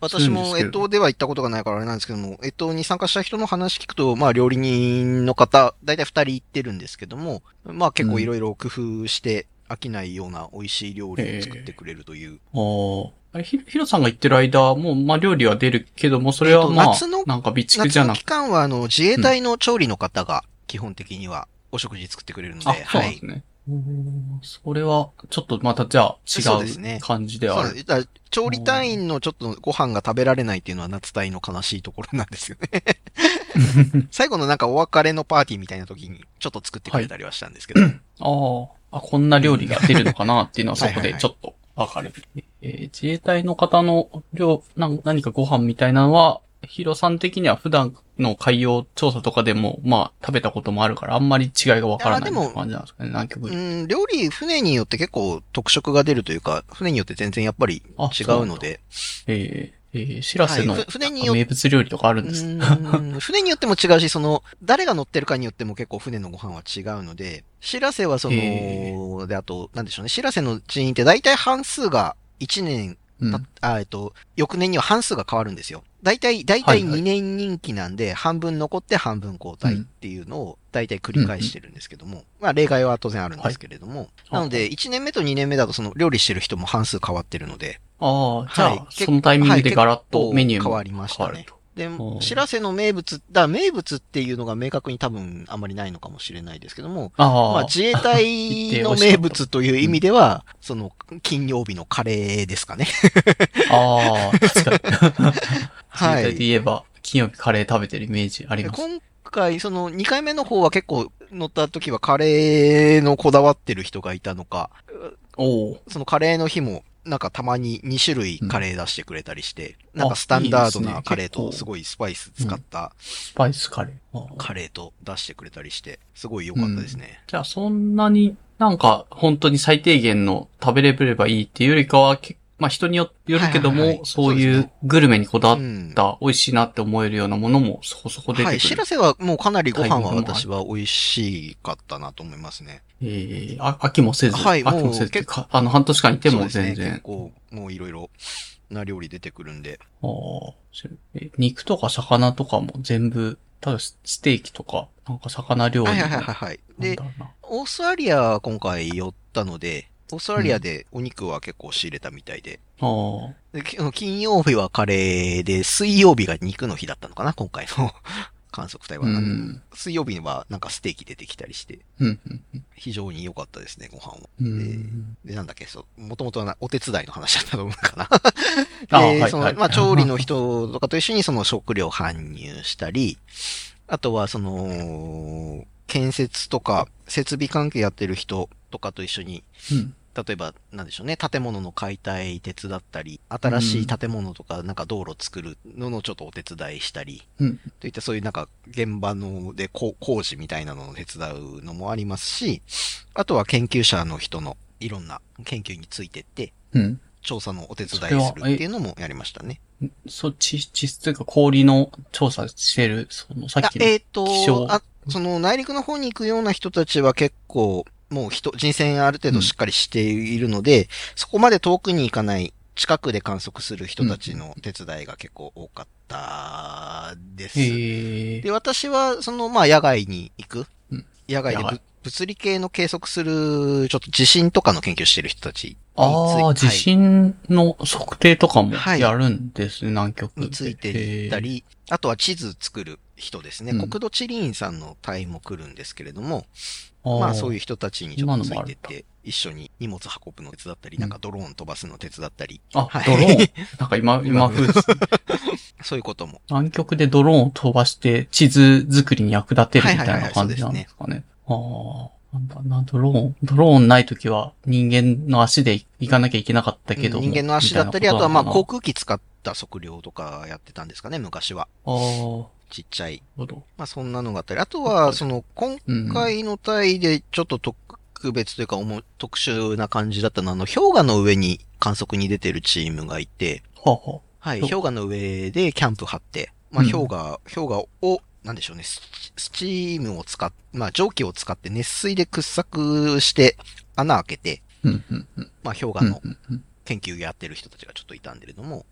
私も越冬では行ったことがないからあれなんですけども、越冬に参加した人の話聞くと、まあ料理人の方、だいたい二人行ってるんですけども、まあ結構いろいろ工夫して飽きないような美味しい料理を作ってくれるという。 ああ。あれ、ひ、ひろさんが言ってる間、もう、まあ、料理は出るけども、それはまあ、 えっと夏のなんか備蓄じゃなくて。 夏の期間は、あの、自衛隊の調理の方が基本的にはお食事作ってくれるので、 あ、そうなんですね。おーそれは、ちょっとまたじゃあそうですね違う感じではある。 そうだから調理隊員のちょっとご飯が食べられないっていうのは夏隊の悲しいところなんですよね。最後のなんかお別れのパーティーみたいな時にちょっと作ってくれたりはしたんですけど。 ああ、あ、こんな料理が出るのかなっていうのはそこはいはいはいでちょっとわかる。えー自衛隊の方の料、な何かご飯みたいなのは、ヒロさん的には普段の海洋調査とかでも、まあ、食べたこともあるから、あんまり違いがわからないあでも感じなんですかね、南極。 うん、料理、船によって結構特色が出るというか、船によって全然やっぱり違うので。 えー、えー、しらせの、 はいふ船によっ名物料理とかあるんうですね。 ーん船によっても違うし、その、誰が乗ってるかによっても結構船のご飯は違うので、しらせはそへの、で、あと、なんでしょうね、しらせの人員って大体半数がいちねん、 うん。 あ、えっと、翌年には半数が変わるんですよ。大体、大体はいはいにねん任期なんで、半分残って半分交代っていうのを大体繰り返してるんですけども、まあ例外は当然あるんですけれども、なので、いちねんめとにねんめだとその料理してる人も半数変わってるので、 ああ、じゃあ、 はい結そのタイミングでガラッとメニューも変わりましたね変わると。 でお、ーしらせの名物、だ名物っていうのが明確に多分あんまりないのかもしれないですけども、 ああ、 まあ自衛隊の名物という意味では、その金曜日のカレーですかね。 ああ、確かに。自衛は隊でい。 言えば、金曜日カレー食べてるイメージあります。 今回、そのにかいめの方は結構乗った時はカレーのこだわってる人がいたのか、 おお。 そのカレーの日もなんかたまにに種類カレー出してくれたりして、 うんなんかスタンダードあいいですねなカレーと結構すごいスパイス使ったスパイスカレー。ああカレーと出してくれたりして、すごい良かったですね。 じゃあ、そんなになんか、本当に最低限の食べれればいいっていうよりかは、けまあ人によよるけども、 はいはいはいそういそうですねうグルメにこだわっうん。 た、美味しいなって思えるようなものもそこそこ出てくる。 はい。しらせはもうかなりご飯はタイミングもある私は美味しかったなと思いますね。 ええあ飽きもせず、 はい飽きもせずっていうか、あの、半年間いてもそうですね全然。 結構もういろいろな料理出てくるんで。 ああえ肉とか魚とかも全部、ただスステーキとか、なんか魚料理の。 はいはいはいはいはい。でなんだ、ろうなオーストラリア今回寄ったので、オーストラリアでお肉は結構仕入れたみたいで。 ああ。 でき金曜日はカレーで、水曜日が肉の日だったのかな今回の観測隊は、 うん。 水曜日はなんかステーキ出てきたりして、 うん。うん非常に良かったですね、ご飯は。 うん。 で、なんだっけ、そう、もともとはお手伝いの話だったと思うかな。 あで、その、 はいはいまあ、調理の人とかと一緒にその食料搬入したり、あとはその、建設とか設備関係やってる人とかと一緒に、 うん。 例えば、なんでしょうね、建物の解体手伝ったり、新しい建物とかなんか道路作るののちょっとお手伝いしたり、 うん。 といったそういうなんか現場のでこう工事みたいなのを手伝うのもありますし、あとは研究者の人のいろんな研究についてって、 うん。 調査のお手伝いするっていうのもやりましたね。 そう、地、地質というか氷の調査してる、その、さっきのあえっ、 気象と、あ、その内陸の方に行くような人たちは結構、もう人、人選ある程度しっかりしているので、そこまで遠くに行かない、近くで観測する人たちの手伝いが結構多かったです。 へえ。 で、私は、その、まあ、野外に行く。 うん野外でぶ野外物理系の計測する、ちょっと地震とかの研究してる人たちについああ、地震の測定とかもはいやるんですね、南極で。 についていったり、あとは地図作る人ですね。 うん国土地理院さんの隊も来るんですけれども、 へー、 まあそういう。 いう人たちにちょっとついてっ今のもあて、一緒に荷物運ぶの手伝ったり、 うんなんかドローン飛ばすの手伝ったり、 あ、 はいドローン。なんか今、今風です。 そういうことも。 南極でドローンを飛ばして地図作りに役立てるみたいな感じなんですかね。ああ、なんだな、ドローン。ドローンないときは人間の足で行かなきゃいけなかったけども。 人間の足だったり、あとはまあ航こ空機使った測量とかやってたんですかね、昔は。 ああ、なるちっちゃい。 ほど。 まあそんなのがあったり、あとは、その、今回の隊でちょっと特別というか、おも特殊な感じだったのは、あの、氷河の上に観測に出てるチームがいて、 はあ、ははい、 そう氷河の上でキャンプ張って、まあうん氷河、氷河を、なんでしょうね、ススチームを使っ、まあ蒸気を使って熱水で掘削して穴開けて、 うん、うん、うん。 まあ氷河のうんうん研究やってる人たちがちょっといたんだけれども、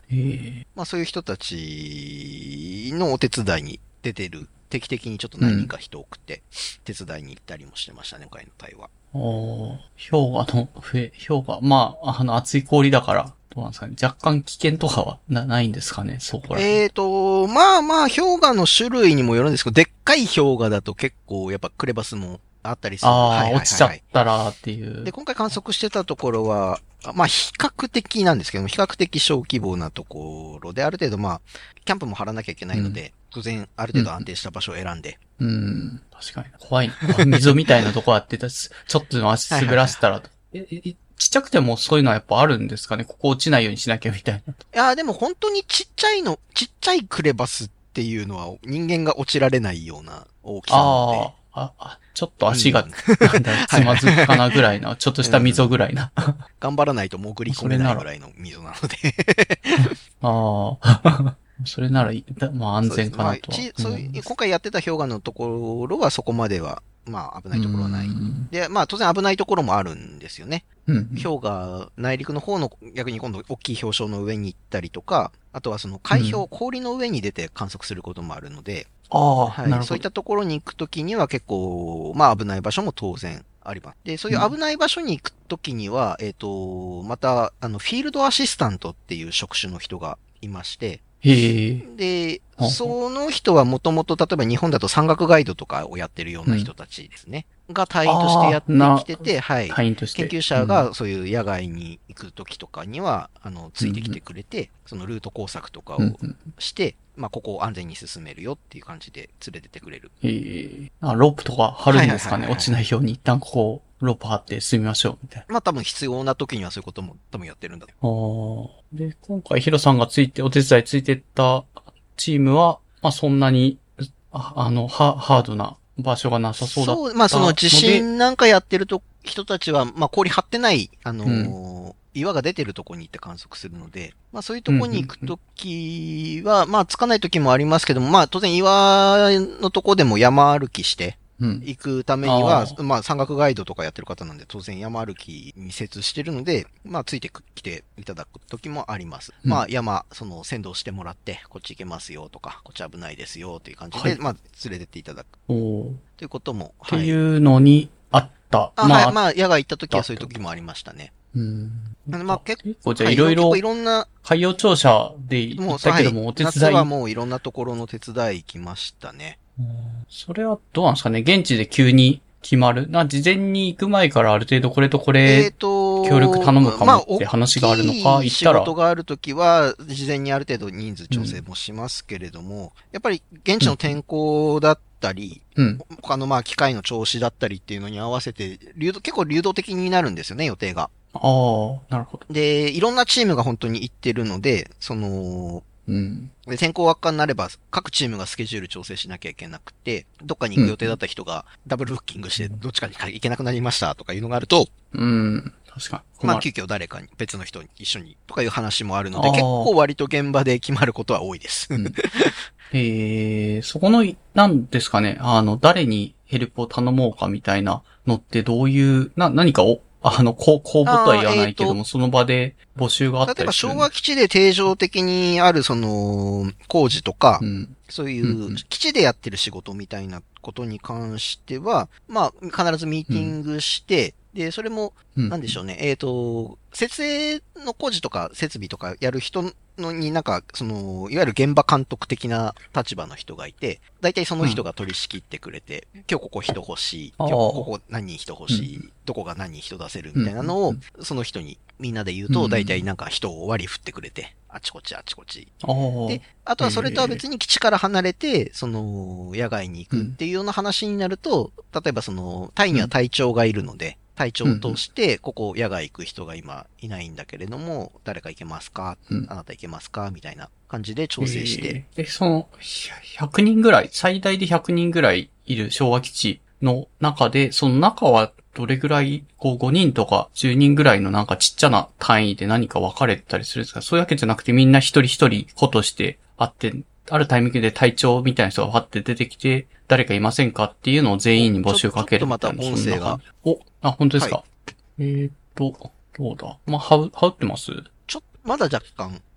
ええ。 まあそういう人たちのお手伝いに出てる、定期的にちょっと何人か人を送って、手伝いに行ったりもしてましたね、今回の隊は。 おー、氷河の増え、氷河、まあ、あの、厚い氷だから、どうなんですかね。若干危険とかはな、ないんですかね、そこら。 えーと、まあまあ、氷河の種類にもよるんですけど、でっかい氷河だと結構やっぱクレバスもあったりする。 ああ、 はいはいはいはい落ちちゃったらっていう。 で、今回観測してたところは、まあ比較的なんですけども、比較的小規模なところで、ある程度まあ、キャンプも張らなきゃいけないので、うん、当然ある程度安定した場所を選んで。 うん、うん、確かに。怖い。溝みたいなとこあってたし、ちょっとでも足滑らせたら、はいはいはい、え、え、ちっちゃくてもそういうのはやっぱあるんですかね。ここ落ちないようにしなきゃみたいな。いや、でも本当にちっちゃいの、ちっちゃいクレバスっていうのは人間が落ちられないような大きさなので。 ああ、あ、ちょっと足が、うん、なんだ、つまずくかなぐらいな、ちょっとした溝ぐらいな。 頑張らないと潜り込めないぐらいの溝なので。 ああ。それなら、まあ安全かなとは。 そうです、まあそういう、今回やってた氷河のところはそこまでは、まあ危ないところはない。で、まあ当然危ないところもあるんですよね。うん、氷河、内陸の方の逆に今度大きい氷床の上に行ったりとか、あとはその海氷、うん、氷の上に出て観測することもあるので、 ああ、 はい、なるほど。そういったところに行くときには結構、まあ危ない場所も当然あります。で、そういう危ない場所に行くときには、うん、えっと、また、あの、フィールドアシスタントっていう職種の人がいまして、 へで、その人はもともと、例えば日本だと山岳ガイドとかをやってるような人たちですね。うん、が隊員としてやってきてて、はい。 隊員として。 研究者がそういう野外に行くときとかには、あの、ついてきてくれて、うん、そのルート工作とかをして、うん、まあ、ここを安全に進めるよっていう感じで連れてってくれる。 へえ。あ、ロープとか張るんですかね。落ちないように一旦ここ、ロープ張って進みましょうみたいな。 まあ多分必要な時にはそういうことも多分やってるんだ。 ああ。で、今回ヒロさんがついて、お手伝いついてったチームは、まあそんなに、あ, あの、ハードな場所がなさそうだったので。そう、 まあその地震なんかやってると人たちは、まあ氷張ってない、あのーうん、岩が出てるとこに行って観測するので、まあそういうとこに行くときは、うんうんうん、まあつかないときもありますけども、まあ当然岩のとこでも山歩きして、うん、行くためには、あまあ山岳ガイドとかやってる方なんで当然山歩きに精通してるので、まあついてきていただく時もあります。うん、まあ山、その先導してもらって、こっち行けますよとか、こっち危ないですよという感じで、はい、まあ連れてっていただく。 おということも。 っていうのにあった。 あ、まあ、はい、まあ野外行った時はそういう時もありましたね。 うん。 まあ結構じゃあいろいろ、 いろんな、 海洋調査で行ったけどもお手伝い。 夏はもういろんなところの手伝い行きましたね。 それはどうなんですかね。現地で急に決まるな、事前に行く前からある程度これとこれ、協力頼むかもって話があるのか、 まあ、行ったら。仕事があるときは、事前にある程度人数調整もしますけれども、うん、やっぱり現地の天候だったり、うん、他のまあ機械の調子だったりっていうのに合わせて、流動、結構流動的になるんですよね、予定が。 ああ、なるほど。 で、いろんなチームが本当に行ってるので、その、 うん。 で、天候悪化になれば、各チームがスケジュール調整しなきゃいけなくて、どっかに行く予定だった人がダブルブッキングして、どっちかに行けなくなりましたとかいうのがあると、 うん、確かに。まあ、急遽誰かに、別の人に一緒にとかいう話もあるので、結構割と現場で決まることは多いです。うん、 えー、そこの、なんですかね、あの、誰にヘルプを頼もうかみたいなのってどういう、な、何かを、あの、公募とは言わないけども、えー、その場で募集があったりする。例えば、 昭和基地で定常的にある、その、工事とか、うん、そういう基地でやってる仕事みたいなことに関しては、まあ、必ずミーティングして、うん、で、それも、なんでしょうね、うん、えっと、設営の工事とか設備とかやる人のになんか、その、いわゆる現場監督的な立場の人がいて、大体その人が取り仕切ってくれて、うん、今日ここ人欲しい、今日ここ何人人欲しい、うん、どこが何人人出せるみたいなのを、その人にみんなで言うと、大体なんか人を割り振ってくれて、あっちこっちあっちこっち。で、あとはそれとは別に基地から離れて、その、野外に行くっていうような話になると、例えばその、隊には隊長がいるので、隊長を通して、ここ野外行く人が今いないんだけれども、誰か行けますか、うん、あなた行けますかみたいな感じで調整して。 えー、で、その、ひゃくにんぐらい、最大でひゃくにんぐらいいる昭和基地の中で、その中はどれぐらい、こうごにんとかじゅうにんぐらいのなんかちっちゃな単位で何か分かれてたりするんですか？そういうわけじゃなくてみんな一人一人子としてあって、あるタイミングで隊長みたいな人がパッて出てきて、誰かいませんかっていうのを全員に募集かけるみたいな。 ちょっとまた音声が。 お、あ、本当ですか？はい、えーっと、どうだまあ、はう、はうってます？ ちょっと、まだ若干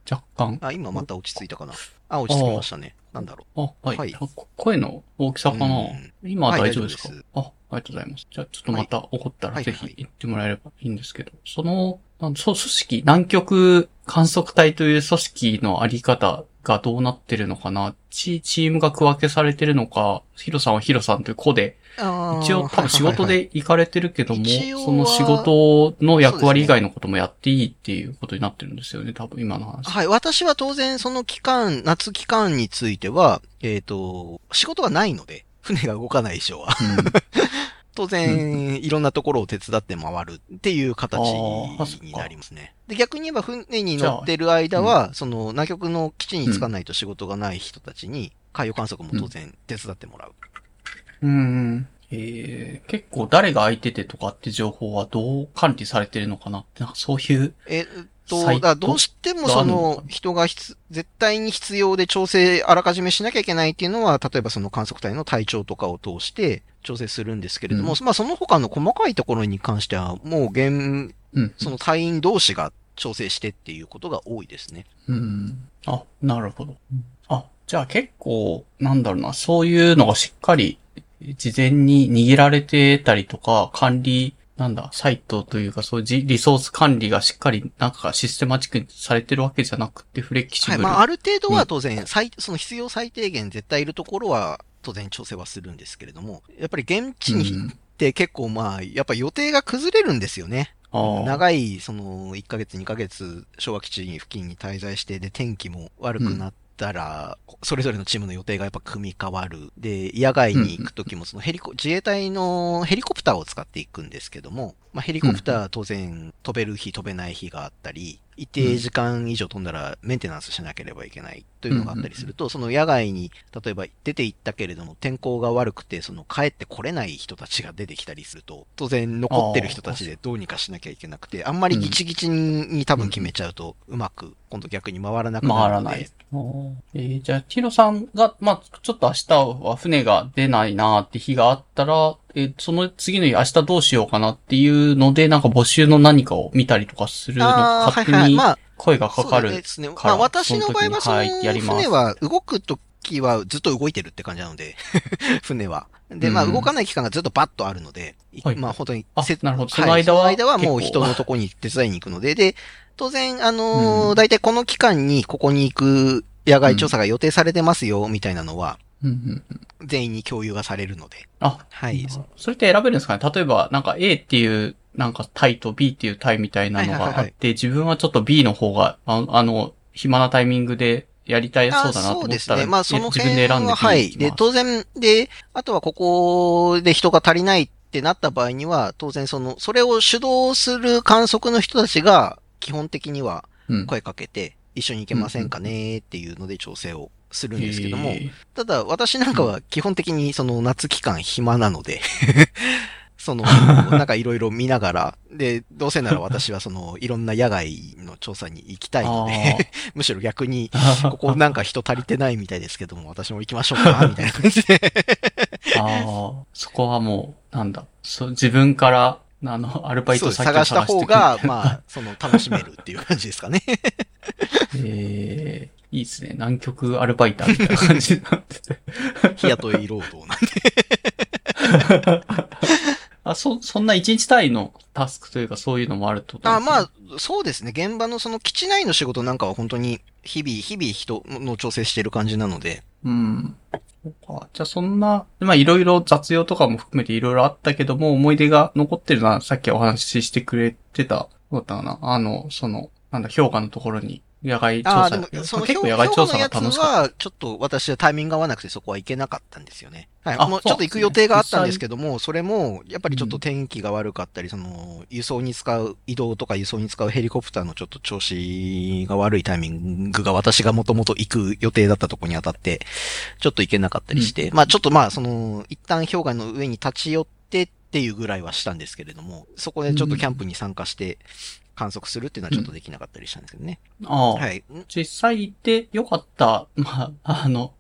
若干。 あ、今また落ち着いたかな。あ、落ち着きましたね。なんだろあ、はい。 はいこ声の大きさかな、 うん今は大丈夫ですか、 はい大丈夫ですあ、ありがとうございます。じゃあちょっとまた起こったはいらぜひ言ってもらえればいいんですけど、その、なんそう、組織、南極観測隊という組織のあり方がどうなってるのかなチ、チームが区分けされてるのか、ヒロさんはヒロさんという子で、 う。あー一応多分仕事はいはいはいで行かれてるけども、 一応はその仕事の役割以外のこともやっていいっていうことになってるんですよね、多分今の話。 はい。私は当然その期間、夏期間については、えっ、と、仕事がないので、船が動かない以上は。当然、いろんなところを手伝って回るっていう形になりますね。で、逆に言えば船に乗ってる間は、その南極の基地に着かないと仕事がない人たちに、海洋観測も当然手伝ってもらう。 うん。うんえー、結構誰が空いててとかって情報はどう管理されてるのかななんかそういうえっと、 サイトだからどうしてもその人が必絶対に必要で調整あらかじめしなきゃいけないっていうのは、例えばその観測隊の隊長とかを通して調整するんですけれども、 うんまあその他の細かいところに関しては、もう現、 うん。 その隊員同士が調整してっていうことが多いですね。 うん。あ、なるほど。あ、じゃあ結構、なんだろうな、そういうのがしっかり事前に握られてたりとか、管理、なんだ、サイトというか、そういうじリソース管理がしっかり、なんかシステマチックにされてるわけじゃなくて、フレキシブはい。 ル。 まあある程度は当然、最その必要最低限絶対いるところは当然調整はするんですけれども、やっぱり現地に行って結構まあ、やっぱ予定が崩れるんですよね。 ああ長い、その、いっかげつ、にかげつ、昭和基地付近に滞在して、で、天気も悪くなったら、それぞれのチームの予定がやっぱ組み替わる。で、野外に行くときも、そのヘリコ、自衛隊のヘリコプターを使っていくんですけども、まあ、ヘリコプターは当然、飛べる日、飛べない日があったり、一定時間以上飛んだらメンテナンスしなければいけないというのがあったりすると、その野外に、例えば出て行ったけれども天候が悪くて、その帰ってこれない人たちが出てきたりすると、当然残ってる人たちでどうにかしなきゃいけなくて、あんまりギチギチに多分決めちゃうと、うまく今度逆に回らなくなるので。 回らない。えー、じゃあ、ティロさんが、まあ、ちょっと明日は船が出ないなーって日があったら、えーその次の日明日どうしようかなっていうので、なんか募集の何かを見たりとかするのあー勝手はいはい。 にまあ、 声がかかるそうですね。 から。 まあ私の場合はそのの時にはいやります船は動くときはずっと動いてるって感じなので、船は。で、まあうん動かない期間がずっとバッとあるので、いはいまあ本当にあせなるほどはいその間はその間はもう結構人のとこに手伝いに行くので、で、当然、あのーうん大体この期間にここに行く野外調査が予定されてますよ、みたいなのは、 うんうんうん全員に共有がされるので。 あ、 はい。 それって選べるんですかね例えば、なんか A っていう、なんかタイと B っていうタイみたいなのはいはいはいがあって、自分はちょっと B の方が、ああの、暇なタイミングでやりたいそうだなと思そうですったら、 ね。まあその自辺分で選んでは、はい。で、当然、で、あとはここで人が足りないってなった場合には、当然その、それを主導する観測の人たちが、基本的にはうん声かけて、一緒に行けませんかねっていうので調整をするんですけども、 えーただ私なんかは基本的にその夏期間暇なので、その、なんかいろいろ見ながら、で、どうせなら私はその、いろんな野外の調査に行きたいので、むしろ逆に、ここなんか人足りてないみたいですけども、私も行きましょうか、みたいな感じで。 ああ、そこはもう、なんだ、そう、自分から、あの、アルバイそうト先を探した探していく方が、まあ、その、楽しめるっていう感じですかね。 ええいいですね。南極アルバイターみたいな感じになってて。 日雇い労働なんで。 あ、そ、そんな一日単位のタスクというかそういうのもあるってことあまなんですねあ、そうですね。現場のその基地内の仕事なんかは本当に、日々、日々人の調整してる感じなので。 うん。そうかじゃあそんな、まあいろいろ雑用とかも含めていろいろあったけども、思い出が残ってるのはさっきお話ししてくれてた、どうだったかなあの、その、なんだ、評価のところに野外調ああ、 査。 でも、その結構評野外調査が評価のやつ楽しかった。 は、ちょっと私はタイミングが合わなくてそこは行けなかったんですよね。はい。 あもうちょっと行く予定があったんですけども、それも、やっぱりちょっと天気が悪かったり、その、輸送に使う、移動とか輸送に使うヘリコプターのちょっと調子が悪いタイミングが私がもともと行く予定だったところに当たって、ちょっと行けなかったりして、まあちょっとまあその、一旦氷河の上に立ち寄ってっていうぐらいはしたんですけれども、そこでちょっとキャンプに参加して観測するっていうのはちょっとできなかったりしたんですけどね。 ああ、 はい。 実際行ってよかった、まあ、あの、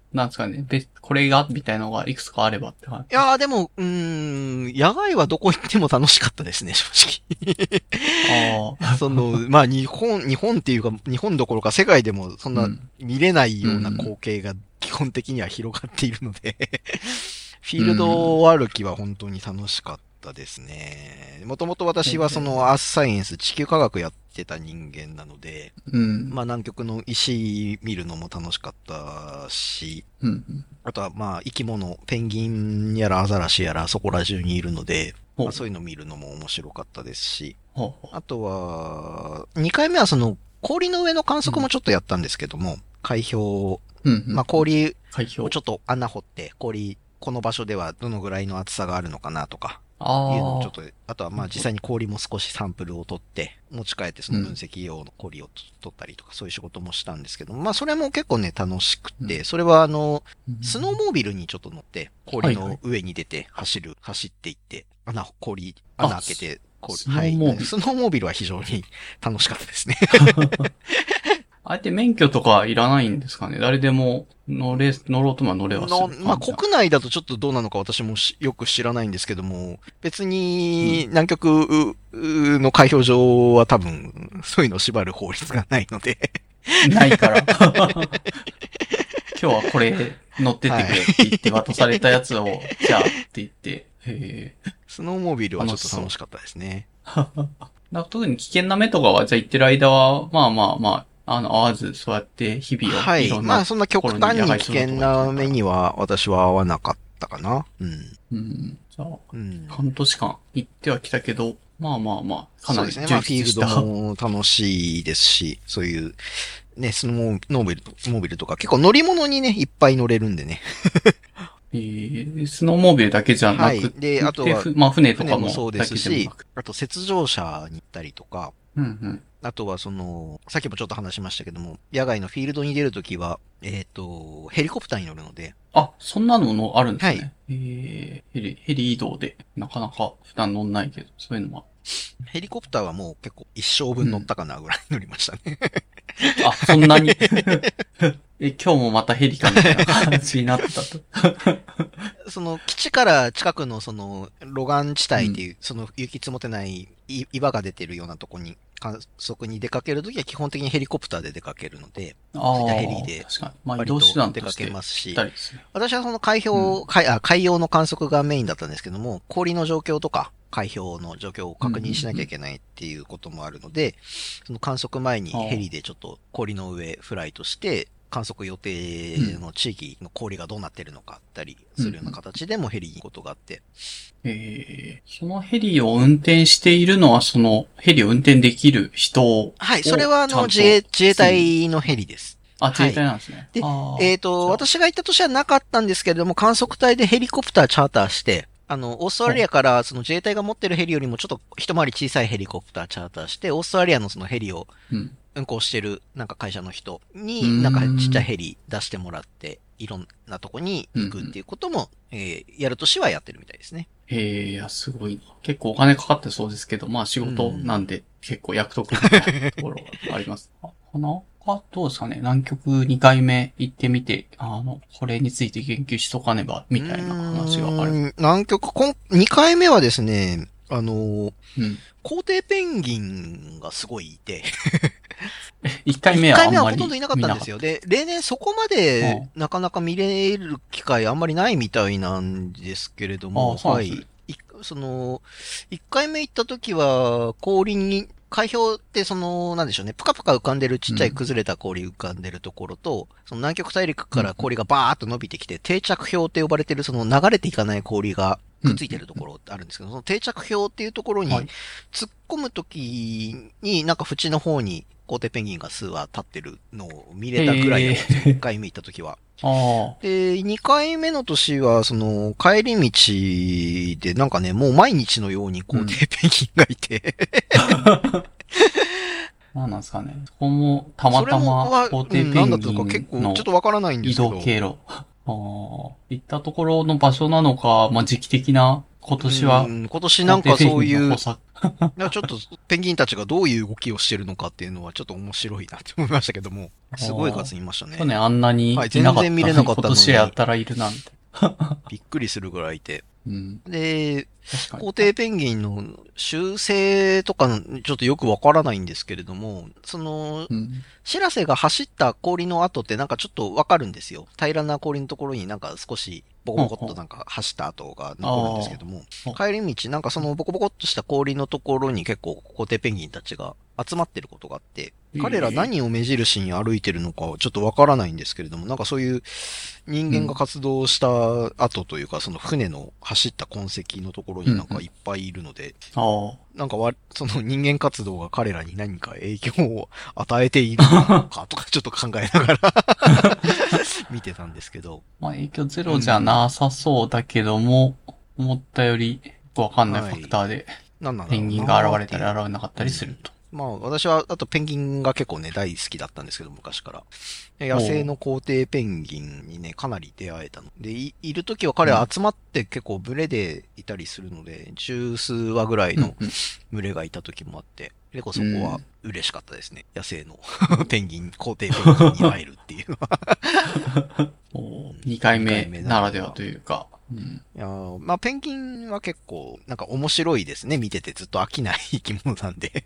なんですかね、別、これが、みたいなのがいくつかあればって感じ。 いやーでも、うーん、野外はどこ行っても楽しかったですね、正直。 ああ。 その、まあ日本、日本っていうか、日本どころか世界でもそんうなん見れないような光景が基本的には広がっているので、フィールド歩きは本当に楽しかったですね。もともと私はそのアースサイエンス、地球科学やってた人間なので、 うん。 まあ南極の石見るのも楽しかったし、 うん。 あとはまあ生き物、ペンギンやらアザラシやらそこら中にいるので、 ほうまあ、そういうの見るのも面白かったですし、 ほうほう。 あとは、にかいめはその氷の上の観測もちょっとやったんですけども、海氷、 うんうん。 まあ氷海氷。 をちょっと穴掘って氷、この場所ではどのぐらいの厚さがあるのかなとか、 ああ。 いうのをちょっと、あとはまあ実際に氷も少しサンプルを取って、持ち帰ってその分析用の氷を取ったりとか、そういう仕事もしたんですけども、まあそれも結構ね、楽しくて、 うんそれはあの、 うんスノーモービルにちょっと乗って、氷のはいはい上に出て走る、走っていって、穴、氷、穴開けて、氷スノーモービルはい。スノーモービルは非常に楽しかったですね。 あえて免許とかいらないんですかね？誰でも乗れ、乗ろうとも乗れはするの感じ。 まあ、国内だとちょっとどうなのか私もしよく知らないんですけども、別に南極の海氷上は多分、そういうのを縛る法律がないので、 ないから。今日はこれ乗ってってくれって言って渡されたやつを、じゃあって言って、へスノーモービルはちょっと楽しかったですね。 え。特に危険な目とかは、じゃあ行ってる間は、まあまあまあ、あの、合わず、そうやって日々を、 はいい。 ろんな、 まあ、そんな極端に危険な目には私は合わなかったかな。うん。 うん。じゃあ、 うん。 半年間行ってはきたけど、まあまあまあ、かなりそうですね。まあ、フィール充実した。 ドも楽しいですし、そういう、ね、スノーモービル、モービルとか結構乗り物にね、いっぱい乗れるんでね。 えー、スノーモービルだけじゃなくはいであとはふまあ船とかも船もそうですだけでしもなく、 あと雪上車に行ったりとか、 うんうん。 あとはその、さっきもちょっと話しましたけども、野外のフィールドに出るときは、えっ、と、ヘリコプターに乗るので、 あ、そんなののあるんですね。 はいえー、ヘリ、ヘリ移動で、なかなか普段乗んないけど、そういうのは。 ヘリコプターはもう結構一生分乗ったかなぐらい乗りましたね。 あ、そんなに。え、今日もまたヘリかみたいな感じになったと。 その基地から近くのその路岸地帯っていう、その雪積もってないい岩が出てるようなとこに観測に出かけるときは基本的にヘリコプターで出かけるので、 ああ、 ヘリで確かに。まあ移割と動手段出かとしてけますしぴったりですね。 私はその海氷、海あ海洋の観測がメインだったんですけども、氷の状況とか海氷の状況を確認しなきゃいけないっていうこともあるので、その観測前にヘリでちょっと氷の上フライトして、観測予定の地域の氷がどうなってるのかあったりするような形でもヘリに行くことがあって。 えー、そのヘリを運転しているのは、そのヘリを運転できる人をはい、それはあのちゃんと自衛、自衛隊のヘリです。 あ、自衛隊なんですね。 であーえっ、と、 じゃあ私が行った年はなかったんですけれども、観測隊でヘリコプターチャーターして、あの、オーストラリアからその自衛隊が持ってるヘリよりもちょっと一回り小さいヘリコプターチャーターして、オーストラリアのそのヘリをうん。 運航してるなんか会社の人うーに、 んなんかちっちゃいヘリ出してもらって、いろんなとこに行くっていうことも、えーやる年はやってるみたいですね。 へえ、いや、すごい。結構お金かかってそうですけど、まあ仕事なんで結構役得みたいなところがあります。あ、かなあ、どうですかね。南極にかいめ行ってみて、あの、これについて研究しとかねば、みたいな話がある。 うーん南極、こんにかいめはですね、あのー、 うん。 皇帝ペンギンがすごいいて、 いっかいめ 1 はあ回目はんまりほとんどいなかったんですよ。 よ。で、例年そこまでなかなか見れる機会あんまりないみたいなんですけれども、 あそうなんはですねい。いその、いっかいめ行った時は、氷に、海氷ってその、なんでしょうね、ぷかぷか浮かんでるちっちゃい崩れた氷浮かんでるところと、その南極大陸から氷がバーっと伸びてきて、定着氷って呼ばれてるその流れていかない氷がくっついてるところってあるんですけど、その定着氷っていうところにはい突っ込む時になんか縁の方に皇帝ペンギンが数羽立ってるのを見れたぐらいなんですよ、 へーいっかいめ行った時は。 ああ。 で、にかいめの年は、その、帰り道で、なんかね、もう毎日のように皇帝ペンギンがいて、 なんなんですかね。そこもたまそれたもはま皇帝うんペンギなんだったのか結構、 ンのちょっとわからないんで移すけど。 動経路。ああ。行ったところの場所なのか、まあ、時期的な今年はう、ん今年なんかそういう、 ちょいやちょっとペンギンたちがどういう動きをしてるのかっていうのはちょっと面白いなって思いましたけども、すごい数いましたね。 去年あんなにいなかったのに、 はい全然見れなかったのに今年やったらいるなんて。 びっくりするぐらいいて。 うん、 で、 確かに。 皇帝ペンギンの習性とかちょっとよくわからないんですけれども、その、 うんしらせが走った氷の跡ってなんかちょっとわかるんですよ。平らな氷のところになんか少しボコボコっとなんか走った跡が残るんですけども、帰り道なんかそのボコボコっとした氷のところに結構皇帝ペンギンたちが集まってることがあって、彼ら何を目印に歩いてるのかはちょっとわからないんですけれども、なんかそういう人間が活動した跡というか、その船の走った痕跡のところになんかいっぱいいるので、 ああ。 なんかわ、その人間活動が彼らに何か影響を与えているのかとかちょっと考えながら見てたんですけど。 まあ影響ゼロじゃなさそうだけども、思ったよりよくわかんないファクターで、 なんなんだろうなペンギンが現れたり現れなかったりすると。 まあ私はあとペンギンが結構ね大好きだったんですけど昔から。野生の皇帝ペンギンにねかなり出会えたの。で、い、いるときは彼は集まって結構群れでいたりするので、十数羽ぐらいの群れがいたときもあって、結構そこは嬉しかったですね。野生のペンギン、皇帝ペンギンに会えるっていうのは。 にかいめならではというか。うん、 いやまあペンギンは結構なんか面白いですね。見ててずっと飽きない生き物なんで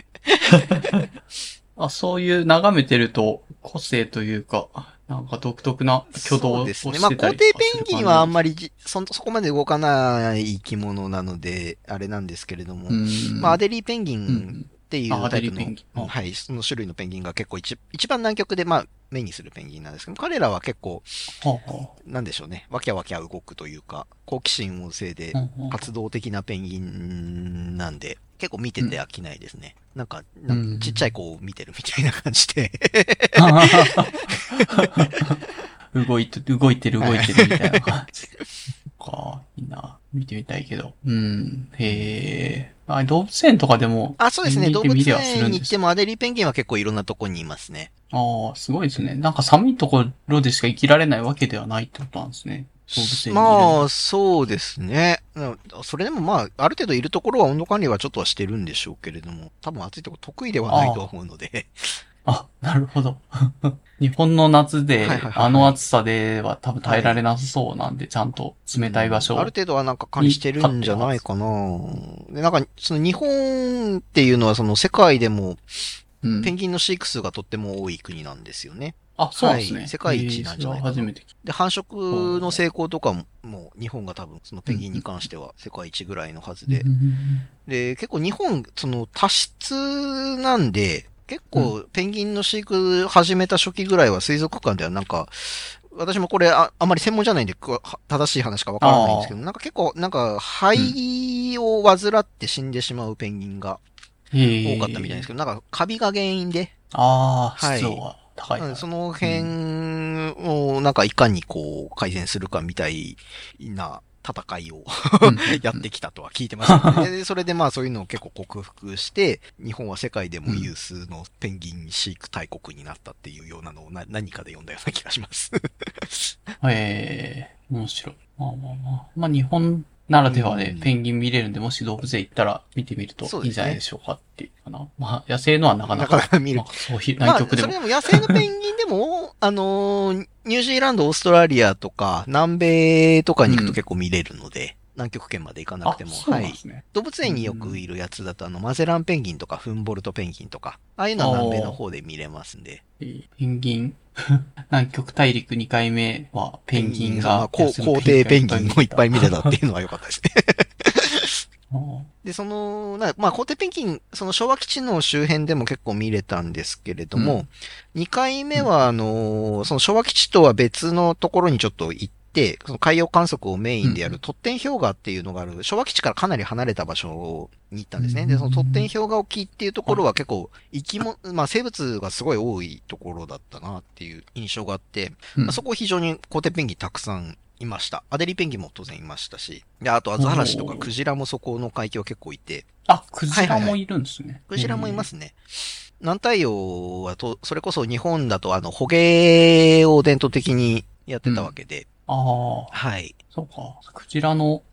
あ。そういう眺めてると個性というか、なんか独特な挙動をしてたりとかする感じ。 そうですね。まあ皇帝ペンギンはあんまりじそ、そこまで動かない生き物なので、あれなんですけれども、まあアデリーペンギンっていうタイプの、はい、その種類のペンギンが結構一一番南極でまあ目にするペンギンなんですけど、彼らは結構、はあはあ、なんでしょうね、わきゃわきゃ動くというか、好奇心旺盛で活動的なペンギンなんで、結構見てて飽きないですね。うん、なんか、なんかちっちゃい子を見てるみたいな感じで動いて、動いてる動いてるみたいな感じ。か、いいな。見てみたいけど。うん。へえ。あ、動物園とかでも。 あ、そうですね。動物園に行ってもアデリーペンギンは結構いろんなとこにいますね。 ああ、すごいですね。なんか寒いところでしか生きられないわけではないってことなんですね。動物園に。 まあ、そうですね。それでもまあ、ある程度いるところは温度管理はちょっとはしてるんでしょうけれども、多分暑いとこ得意ではないと思うので。 あ、なるほど。日本の夏で、あの暑さでは多分耐えられなさそうなんで、はい、ちゃんと冷たい場所を、 うん。ある程度はなんか管理してるんじゃないかな。で、なんか、その日本っていうのはその世界でも、ペンギンの飼育数がとっても多い国なんですよね。 うん、あ、そうなんですね。 はい、世界一なんじゃないかな。初めてで、繁殖の成功とかも、もう日本が多分そのペンギンに関しては世界一ぐらいのはずで。うん、で、結構日本、その多質なんで、結構、ペンギンの飼育始めた初期ぐらいは水族館ではなんか、私もこれああんまり専門じゃないんで正しい話かわからないんですけど、なんか結構、なんか肺を患って死んでしまうペンギンが多かったみたいですけど、なんかカビが原因で。 ああ、湿度が高い。 その辺をなんかいかにこう改善するかみたいな戦いをやってきたとは聞いてます、ね、でそれでまあそういうのを結構克服して、日本は世界でも有数のペンギン飼育大国になったっていうようなのをな何かで読んだような気がしますええー、面白い。まあまあまあ。まあ日本ならではでペンギン見れるんで、もし動物園行ったら見てみるといいんじゃないでしょうかっていうかな。まあ野生のはなかなか。 なかなか見る。 まあ、そういう南極でも。 まあそれでも野生のペンギンでも、あのー、ニュージーランド、オーストラリアとか、南米とかに行くと結構見れるので、うん、南極圏まで行かなくても、 そうなんですね、 はい。動物園によくいるやつだと、あの、マゼランペンギンとか、フンボルトペンギンとか、ああいうのは南米の方で見れますんで。 ペンギン南極大陸にかいめはペンギンが、 皇帝ペンギンをいっぱい見れたっていうのは良かったですねで、その、なまあ、皇帝ペンギン、その昭和基地の周辺でも結構見れたんですけれども、うん、にかいめは、あの、その昭和基地とは別のところにちょっと行って、その海洋観測をメインでやるトッテン氷河っていうのがある、昭和基地からかなり離れた場所に行ったんですね。で、そのトッテン氷河沖っていうところは結構生き物、まあ生物がすごい多いところだったなっていう印象があって、まあ、そこ非常に皇帝ペンギンたくさんいました。アデリーペンギンも当然いましたし、で、あとアザラシとかクジラもそこの海峡結構いて。 あ、クジラもいるんですね。はいはいはい、 クジラもいますね。南太陽はと、それこそ日本だとあの、捕鯨を伝統的にやってたわけで。 うん、ああ。 はい。 そうか。クジラの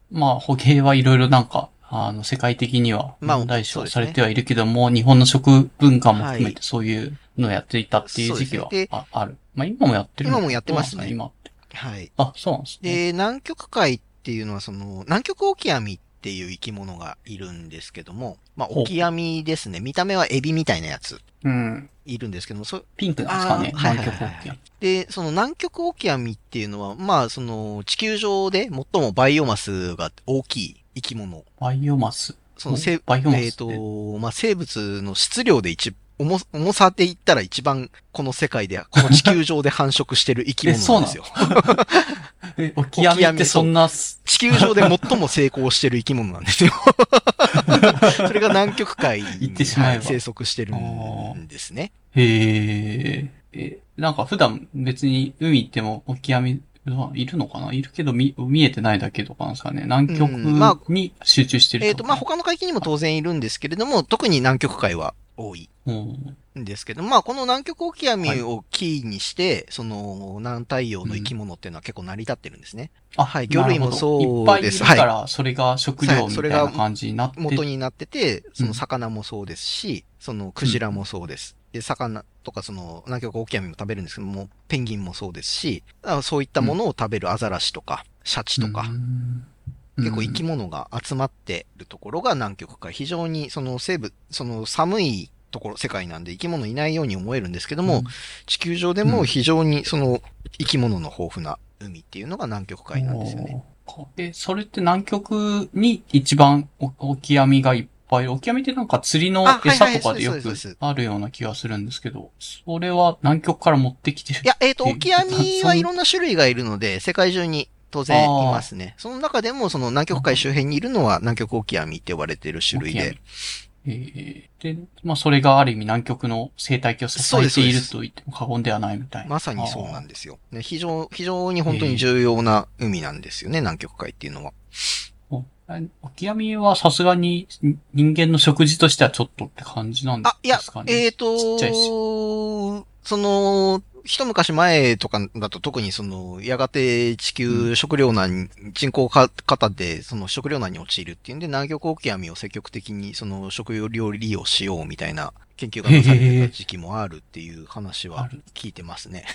まあ捕鯨はいろいろなんか、あの、世界的にはまあ問題視そうですねされてはいるけども、日本の食文化も含めてそういうのをやっていたっていう時期はそうですねであある。まあ今もやってるのか今もやってますねどうなんですか今って。 はい。 あ、そうなんですね。 で、南極海っていうのはその、南極オキアミっていう生き物がいるんですけども、まあ、 ほうオキアミですね。見た目はエビみたいなやつうん。 いるんですけども、そピンクなんですかねあーはい南極はいはいはいオキアミ。 で、その南極オキアミっていうのは、まあ、その、地球上で最もバイオマスが大きい生き物。 バイオマス。 その生、 バイオマスって。 えっ、と、まあ、生物の質量で一、重重さで言ったら一番この世界で、この地球上で繁殖してる生き物なんですよ。 え、オキアミってそんなす、 地球上で最も成功してる生き物なんですよ。それが南極海言にってしまえばはい生息してるんですね。 へえ。え、なんか普段別に海行ってもオキアミいるのかないるけど見、見えてないだけとかなんですかね。南極うんまあに集中してるえっ、と、まあ、他の海域にも当然いるんですけれども、特に南極海は多いうん。 んですけど、まあ、この南極オキアミをキーにして、その、南太陽の生き物っていうのは結構成り立ってるんですね。 あ、 はい魚類もそうですなるほどいっぱいいるから、それが食料みたいな感じになって。 元になってて、その魚もそうですし、そのクジラもそうです。で、魚とかその南極オキアミも食べるんですけども、ペンギンもそうですし、あそういったものを食べるアザラシとか、シャチとか、 うん結構生き物が集まってるところが南極海。非常にその生物、その寒いところ、世界なんで生き物いないように思えるんですけども、 うん地球上でも非常にその生き物の豊富な海っていうのが南極海なんですよね。 おーえ、それって南極に一番おオキアミがいっぱい、オキアミってなんか釣りのあはいはい餌とかでよくそうですそうですあるような気がするんですけど、それは南極から持ってきてるいや、えっ、と、 っていうオキアミはいろんな種類がいるので、世界中に当然いますね。その中でも、その南極海周辺にいるのは南極オキアミって呼ばれている種類で。 えー、で、まあそれがある意味南極の生態系を支えていると言っても過言ではないみたいな。 まさにそうなんでですよ。ね、非常、非常に本当に重要な海なんですよね、南極海っていうのは。 す。オキアミはさすがに人間の食事としてはちょっとって感じなんであ、いやすか、ね。 えっ、 ちっちゃいしと、その、一昔前とかだと特にその、やがて地球食糧難、人口過多でその食糧難に陥るっていうんで、南極オキアミを積極的にその食料利用しようみたいな研究がなされてた時期もあるっていう話は聞いてますね。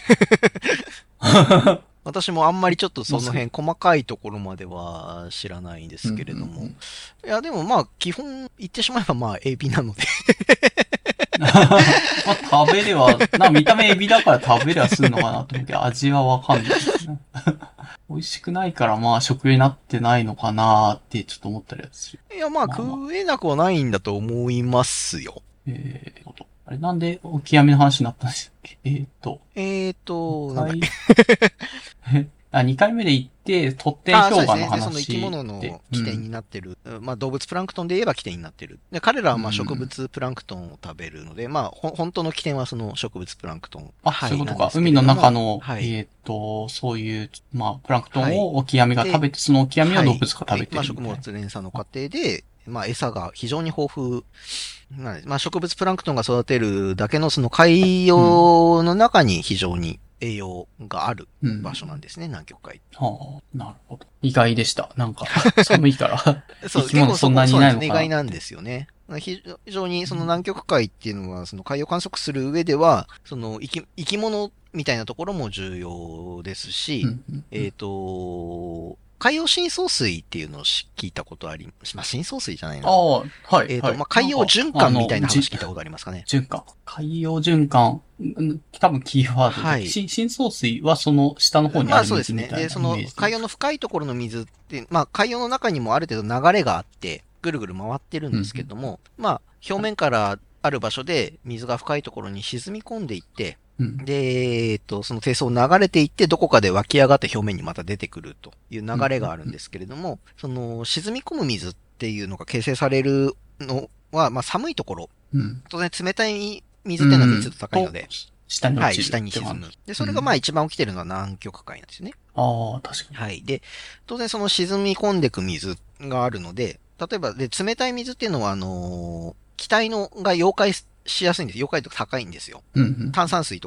私もあんまりちょっとその辺細かいところまでは知らないんですけれども。 うんうんうんいや、でもまあ、基本言ってしまえばまあ、エビなので。 まあ食べれは、な見た目エビだから食べれはするのかなと思うけど、味はわかんないですね。美味しくないからまあ食用になってないのかなってちょっと思ったりはする。 いや、まあ、 まあまあ食えなくはないんだと思いますよ。 えー、あれなんでオキアミの話になったんでしたっけえーっと。 えーと、なんだっえあ、にかいめで行って、トッテンあ、そうですね。 氷河の話で、その生き物の起点になってる。まあ、動物プランクトンで言えば起点になってる。で、彼らはまあうん植物プランクトンを食べるので、まあ、ほ、本当の起点はその植物プランクトン。 あ、 はいそういうことか。 なんですけれ海のども中の、 はい。 えーっと、そういう、まあ、プランクトンをオキアミが食べて、そのオキアミを動物が食べてるみたいな。 まあ、食物連鎖の過程で、まあ、餌が非常に豊富なんです。まあ、植物プランクトンが育てるだけのその海洋の中に非常に栄養があるうん場所なんですね、南極海。 はあ、なるほど。意外でした。なんか、寒いから。 そう、 生き物そんなにいないのかな結構そこそうですね意外なんですよね。非常にその南極海っていうのは、その海洋観測する上では、その生き、生き物みたいなところも重要ですし、 うんうんえっ、と、海洋深層水っていうのをし聞いたことあり、まあ、深層水じゃないな。 ああ、はい。 えっ、と、 はいまあ、海洋循環みたいな話あの聞いたことありますかね。 循環。海洋循環。うん多分キーワードで。 はいし深層水はその下の方にあるまあそうですね。 水みたいなイメで、そのージ。 海洋の深いところの水って、まあ海洋の中にもある程度流れがあって、ぐるぐる回ってるんですけども、まあ表面からある場所で水が深いところに沈み込んでいって、 うんで、えっと、その低層を流れていって、どこかで湧き上がって表面にまた出てくるという流れがあるんですけれども、その沈み込む水っていうのが形成されるのは、まあ寒いところ、 うん。 当然冷たい水っていうのは密度高いので、 と下にはい、 落ちる。 下に沈む。で、それがまあ一番起きてるのは南極海なんですよね。 ああ、確かに。 はい。で、当然その沈み込んでいく水があるので、例えば、で、冷たい水っていうのは、あのー気体のが溶解しやすいんです。溶解度高いんですよ。 うんうん。 炭酸水とか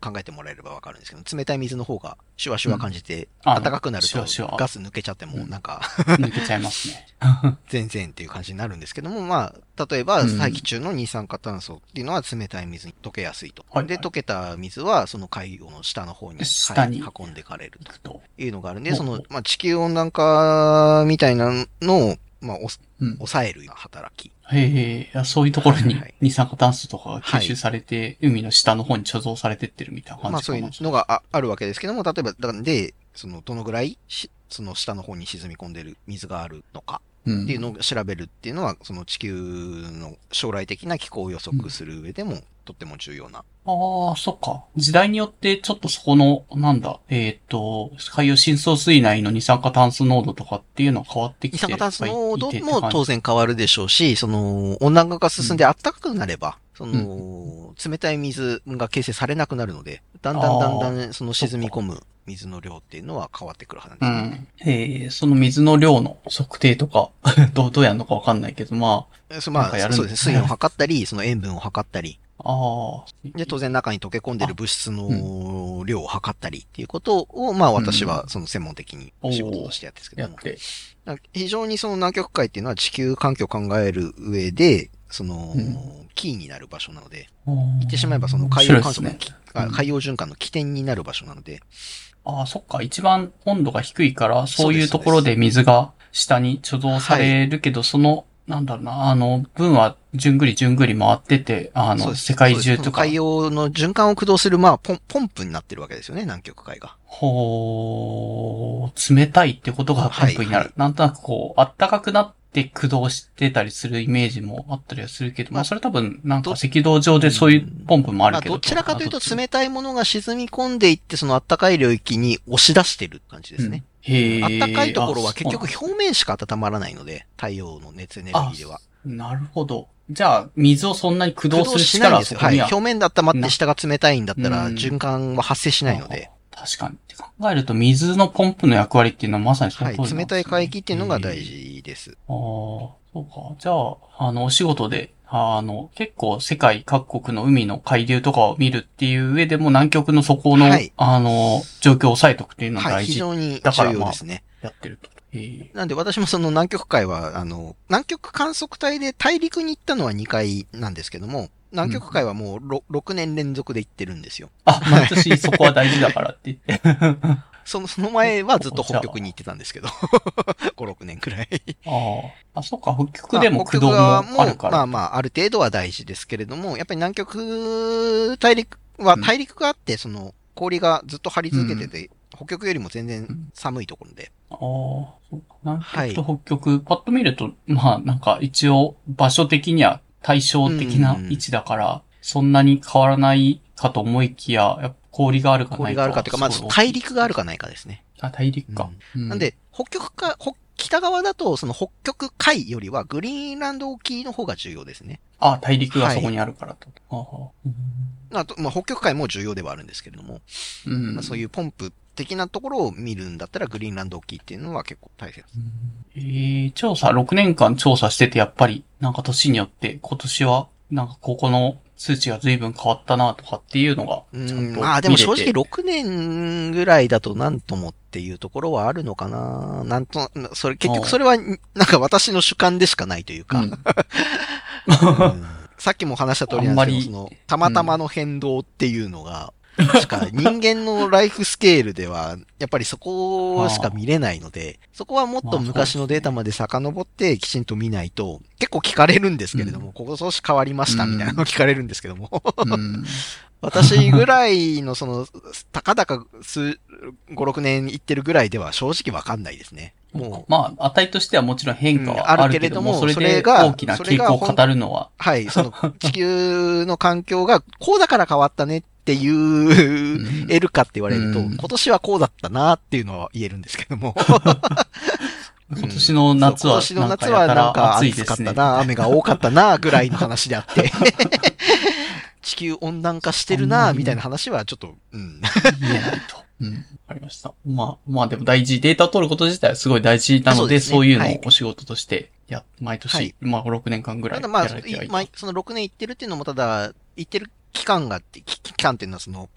考えてもらえればわかるんですけど、冷たい水の方がシュワシュワ感じて、 うんあ暖かくなるとシュワシュワガス抜けちゃっても、なんか、 抜けちゃいますね。 全然っていう感じになるんですけども、まあ、例えばうん大気中の二酸化炭素っていうのは冷たい水に溶けやすいと。 はいで、溶けた水はその海洋の下の方に、 下にはい運んでかれる行くと。 というのがあるんで、 ほうその、まあ、地球温暖化みたいなのを、まあ、おうん。 抑える働き。 へえ、そういうところにはいはい二酸化炭素とかが吸収されて、海の下の方に貯蔵されてってるみたいな感じかな。 まあそういうのがああるわけですけども、例えば、だからで、その、どのぐらいし、その下の方に沈み込んでる水があるのかうんっていうのを調べるっていうのは、その地球の将来的な気候を予測する上でも、とっても重要な。 ああ、そっか。時代によってちょっとそこの、なんだ、えっ、と、海洋深層水内の二酸化炭素濃度とかっていうのは変わってきて二酸化炭素濃度いてっても感じ当然変わるでしょうし、その、温暖化が進んで暖かくなれば、その、冷たい水が形成されなくなるので、だんだんだんだんその沈み込む水の量っていうのは変わってくるはずうなんですね。 ん。えー、その水の量の測定とか、どう、どうやるのかわかんないけど、まそまあ、 なんかやるんそうですね。水温を測ったり、その塩分を測ったり、 あ、ああ。 で、当然中に溶け込んでる物質の量を測ったりっていうことを、まあ私はその専門的に仕事としてやってるんですけども、 やって。 なんか非常にその南極海っていうのは地球環境を考える上で、その、 うんキーになる場所なので、 言言ってしまえばその海洋観測のき、 面白いですねうんあ海洋循環の起点になる場所なので、 ああ、そっか。一番温度が低いから、そういうところで水が下に貯蔵されるけど、その、なんだろうな、あの、分はじゅんぐりじゅんぐり回ってて、あの、 そうです世界中とか。 海洋の循環を駆動する、まあポン、ポンプになってるわけですよね、南極海が。 ほー、冷たいってことがポンプになる。 はいはいなんとなくこう、あったかくなって駆動してたりするイメージもあったりはするけど、まあそれ多分なんか赤道上でそういうポンプもあまあ、 るけど。 どちらかというとどっち冷たいものが沈み込んでいって、その暖かい領域に押し出してる感じですね。 へー。 暖かいところは結局あ表面しか温まらないので、太陽の熱エネルギーでは。 そうなるほど。じゃあ、水をそんなに駆動するしないん力はですよ。はい。 そこには。 表面で温まって下が冷たいんだったら、 うん循環は発生しないので、 確かに。って考えると、水のポンプの役割っていうのはまさにそのはい。 通りなんですね。 冷たい海域っていうのが大事です。 ああ、そうか。じゃあ、あの、お仕事で、あの、結構世界各国の海の海流とかを見るっていう上でも南極の底の、 はいあの、状況を抑えておくっていうのがはい。非大事常にだからまあ重要ですね。 やってると。えなんで私もその南極海は、あの、南極観測隊で大陸に行ったのはにかいなんですけども、南極海はもう ろくねん連続で行ってるんですよ。 あ、毎年そこは大事だからって言って。あその、その前はずっと北極に行ってたんですけど。ご、ろくねんくらい。 あ、あ、そうか。北極でも駆動もまああるから。 まあまあ、ある程度は大事ですけれども、やっぱり南極大陸は大陸があって、その氷がずっと張り続けてて、北極よりも全然寒いところで。 ああ、そうか。南極と北極、パッと見ると、まあなんか一応場所的には対照的な位置だから、そんなに変わらないかと思いきや、やっぱ氷があるかないか。 氷があるかというか、まあすごい大きい大陸があるかないかですね。 あ、大陸か。うなん、で、北極か、北北側だと、その北極海よりはグリーンランド沖の方が重要ですね。 あ、大陸がそこにあるからと。はあはああと、まあ、北極海も重要ではあるんですけれども、 うんまあ、そういうポンプ的なところを見るんだったら、グリーンランド沖っていうのは結構大切。 えー、調査、ろくねんかん調査してて、やっぱり、なんか年によって、今年は、なんかここの数値が随分変わったなとかっていうのが、ちゃんと見れて。 まあでも正直ろくねんぐらいだとなんともっていうところはあるのかな。なんと、それ、結局それは、なんか私の主観でしかないというか。 うんうんさっきも話した通りなんですけど、 あんまりその、たまたまの変動っていうのが、しか人間のライフスケールでは、やっぱりそこしか見れないので、そこはもっと昔のデータまで遡ってきちんと見ないと、結構聞かれるんですけれども、ここ少し変わりましたみたいなの聞かれるんですけども、 うん私ぐらいのその、たかだか数、ご、ろくねん行ってるぐらいでは正直わかんないですね。もう、 まあ、値としてはもちろん変化うんはあるけれども、 あるけれどもそれでそれが大きな傾向を語るのは、 はい、その地球の環境がこうだから変わったねっていう、得るかって言われると、 うん今年はこうだったなっていうのは言えるんですけども。 今年の夏は、 そう今年の夏はなんか暑いですね暑かった。な、雨が多かったな、ぐらいの話であって。地球温暖化してるな、みたいな話はちょっと、うん。 言えないと。うん。わかりました。まあ、まあでも大事、データを取ること自体はすごい大事なので、 そうですねそういうのはいをお仕事として、や、毎年、 はいまあろくねんかんぐらいやただまあ、 られてはいいまあそのろくねん行ってるっていうのもただ、行ってる期間があって、期期間っていうのはその、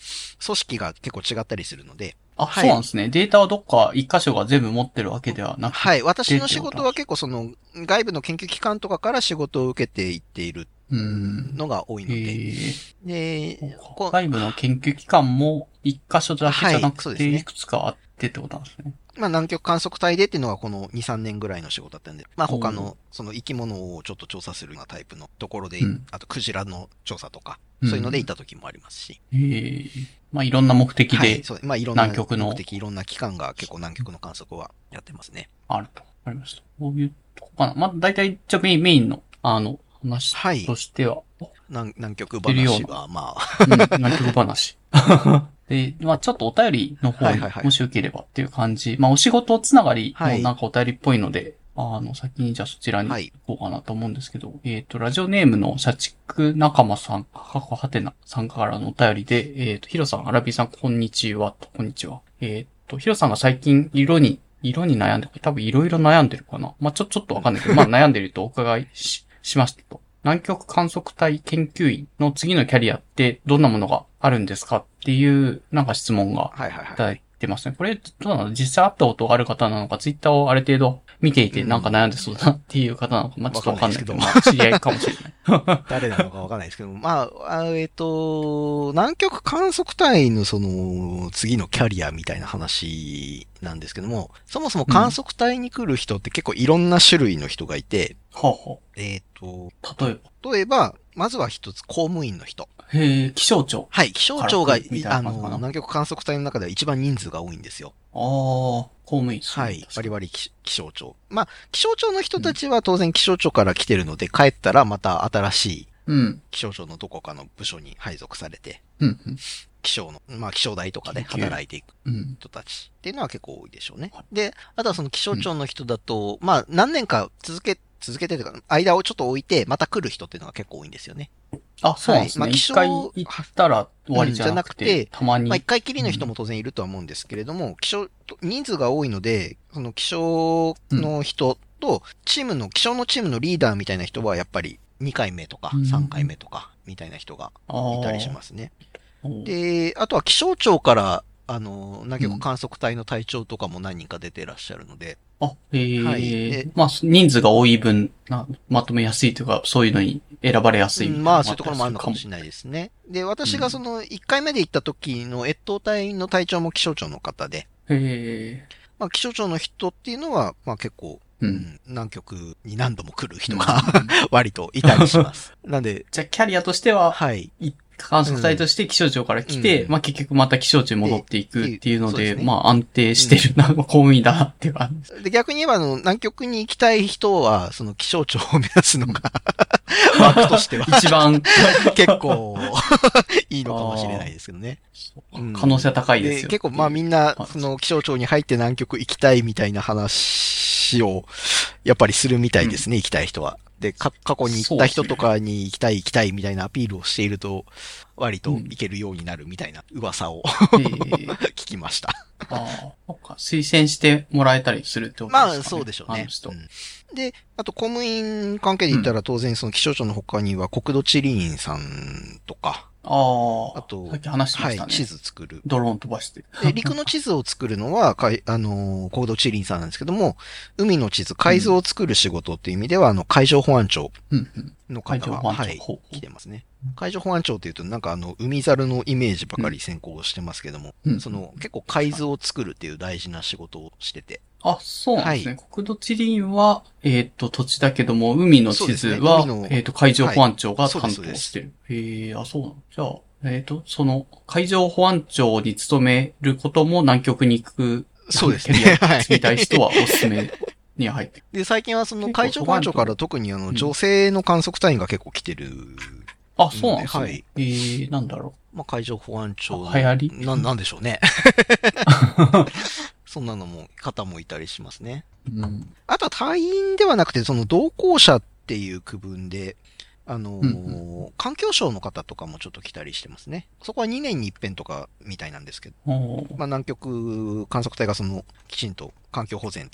組織が結構違ったりするので。 あ、 はいそうなんですね。データはどっか一箇所が全部持ってるわけではなくて。 はい。私の仕事は結構その、外部の研究機関とかから仕事を受けていっているうん。 のが多いのへで。 え。 で、 そうこか外部の研究機関も一箇所だけじゃなくて、 はいそうですねいくつかあってってことなんですね。 まあ南極観測隊でっていうのがこのに、さんねんぐらいの仕事だったんで、まあ他おーのその生き物をちょっと調査するようなタイプのところで、 うんあとクジラの調査とか、 うんそういうのでいた時もありますし。 へえ。まあいろんな目的ではい、そう、まあいろんな南極の目的、いろんな機関が結構南極の観測はやってますね。 あると。ありました。こういうとこかな。まあ大体、じゃあメインメインの、あの、話はいとしては、 南南極てるような話はまあ、 うん、南極話。で、まあちょっとお便りの方にはいはいはいもしよければっていう感じ。まあお仕事つながりはいのなんかお便りっぽいので、あの、先にじゃあそちらにはい行こうかなと思うんですけど、えっ、と、ラジオネームの社畜仲間さん、かこはてなさんからのお便りで、えっ、と、ヒロさん、アラビさん、こんにちは、と、こんにちは。えっ、と、ヒロさんが最近色に、色に悩んで、多分いろいろ悩んでるかな。まあちょ、ちょっとわかんないけど、まあ悩んでるとお伺いし、しましたと。南極観測隊研究員の次のキャリアってどんなものがあるんですかっていうなんか質問がはいはいはいいただいてますね。これ、どうなの実際会ったことがある方なのか、ツイッターをある程度見ていてなんか悩んでそうだなっていう方なのか、まあちょっとわかんないけど、 わかんないですけどまあ知り合いかもしれない。 誰なのかわかんないですけど、まあ、あえっ、と、南極観測隊のその、次のキャリアみたいな話なんですけども、そもそも観測隊に来る人って結構いろんな種類の人がいて、 はあはえっ、と、 あ、例えば。 例えば、まずは一つ公務員の人。 へえ、気象庁。 はい、気象庁が、 から来るみたいなあの、 感じかな南極観測隊の中では一番人数が多いんですよ。 ああ、公務員ですね。 はい、 確かにバリバリ気気象庁。まあ、気象庁の人たちは当然気象庁から来てるので、帰ったらまた新しいうん。 気象庁のどこかの部署に配属されて、 うん、うん。 気象の、まあ気象台とかで働いていくうん。 人たちっていうのは結構多いでしょうね。で、あとはその気象庁の人だと、まあ何年か続け、続けてというか、間をちょっと置いて、また来る人っていうのが結構多いんですよね。 あ、そうなんですね。 はいまあ一、回行ったら終わりじゃなくて、 うんじゃなくてたまに。 まあ一回きりの人も当然いるとは思うんですけれども、気象、人数が多いので、その気象の人と、チームの、気象のチームのリーダーみたいな人はやっぱりにかいめとかうんさんかいめとかみたいな人がいたりしますね。 あー。 で、あとは気象庁から、あの、南極観測隊の隊長とかも何人か出てらっしゃるので、 あ、へえ、 はいでまあ、人数が多い分な、まとめやすいというか、そういうのに選ばれやすいみたいなまあそういうところもあるのかもしれないですね。で、私がそのいっかいめで行った時の越冬隊の隊長も気象庁の方で、 れない。へえ、 まあ気象庁の人っていうのは、まあ結構、 う。 うんん、南極に何度も来る人が割といたりします。なんで、 じゃあ、キャリアとしては、 はい。 い観測隊として気象庁から来て、 うんまあ結局また気象庁に戻っていくっていうので、 そうですねまあ安定してるな、公務員だなっていう感じです。 で、逆に言えば、あの、南極に行きたい人は、その気象庁を目指すのが、枠としては一番、 結構いいのかもしれないですけどね。うん可能性は高いですよ。 結構まあみんなはい、 その気象庁に入って南極行きたいみたいな話を、やっぱりするみたいですね、行きたい人は。で、か、過去に行った人とかに行きたい行きたいみたいなアピールをしていると、割と行けるようになるみたいな噂をえー聞きました。 ああ、そうか。推薦してもらえたりするってことですかね。 まあそうでしょうねあの。人。 うんで、あと公務員関係で言ったら当然その気象庁の他には国土地理院さんとか、 ああ、 あとさっき話してましたね。 はい、地図作る。 ドローン飛ばして。 で、陸の地図を作るのは、かいあのー、国土地理院さんなんですけども、海の地図、海図を作る仕事っていう意味では、あの、海上保安庁うんうん。 の海方が、 上保安庁。 はい、 ほうほう来てますね。海上保安庁っていうと、なんかあの、海猿のイメージばかり先行してますけども、 うんその、結構海図を作るっていう大事な仕事をしてて。 あ、そうなんですね。国土地理院は、えっ、と、土地だけども、海の地図は、 そうですね海のえっ、と、海上保安庁がはいそう担ですそうです当してる。へえ、あ、そうなの。じゃあ、えっ、と、その、海上保安庁に勤めることも南極に行く、 そうですねキャリアを積みたい人はおすすめには入ってる。 で、最近はその結構海上保安庁から特にあの、 うん女性の観測隊員が結構来てる。 あ、そうなんですね。 はいえー、なんだろまあ、海上保安庁の。 あ流行りな、なんでしょうね。そんなのも、方もいたりしますね。 う。うん。 あとは隊員ではなくて、その同行者っていう区分で、あのーうん環境省の方とかもちょっと来たりしてますね。そこはにねんに一遍とかみたいなんですけど、 おーまあ南極観測隊がその、きちんと環境保全とか、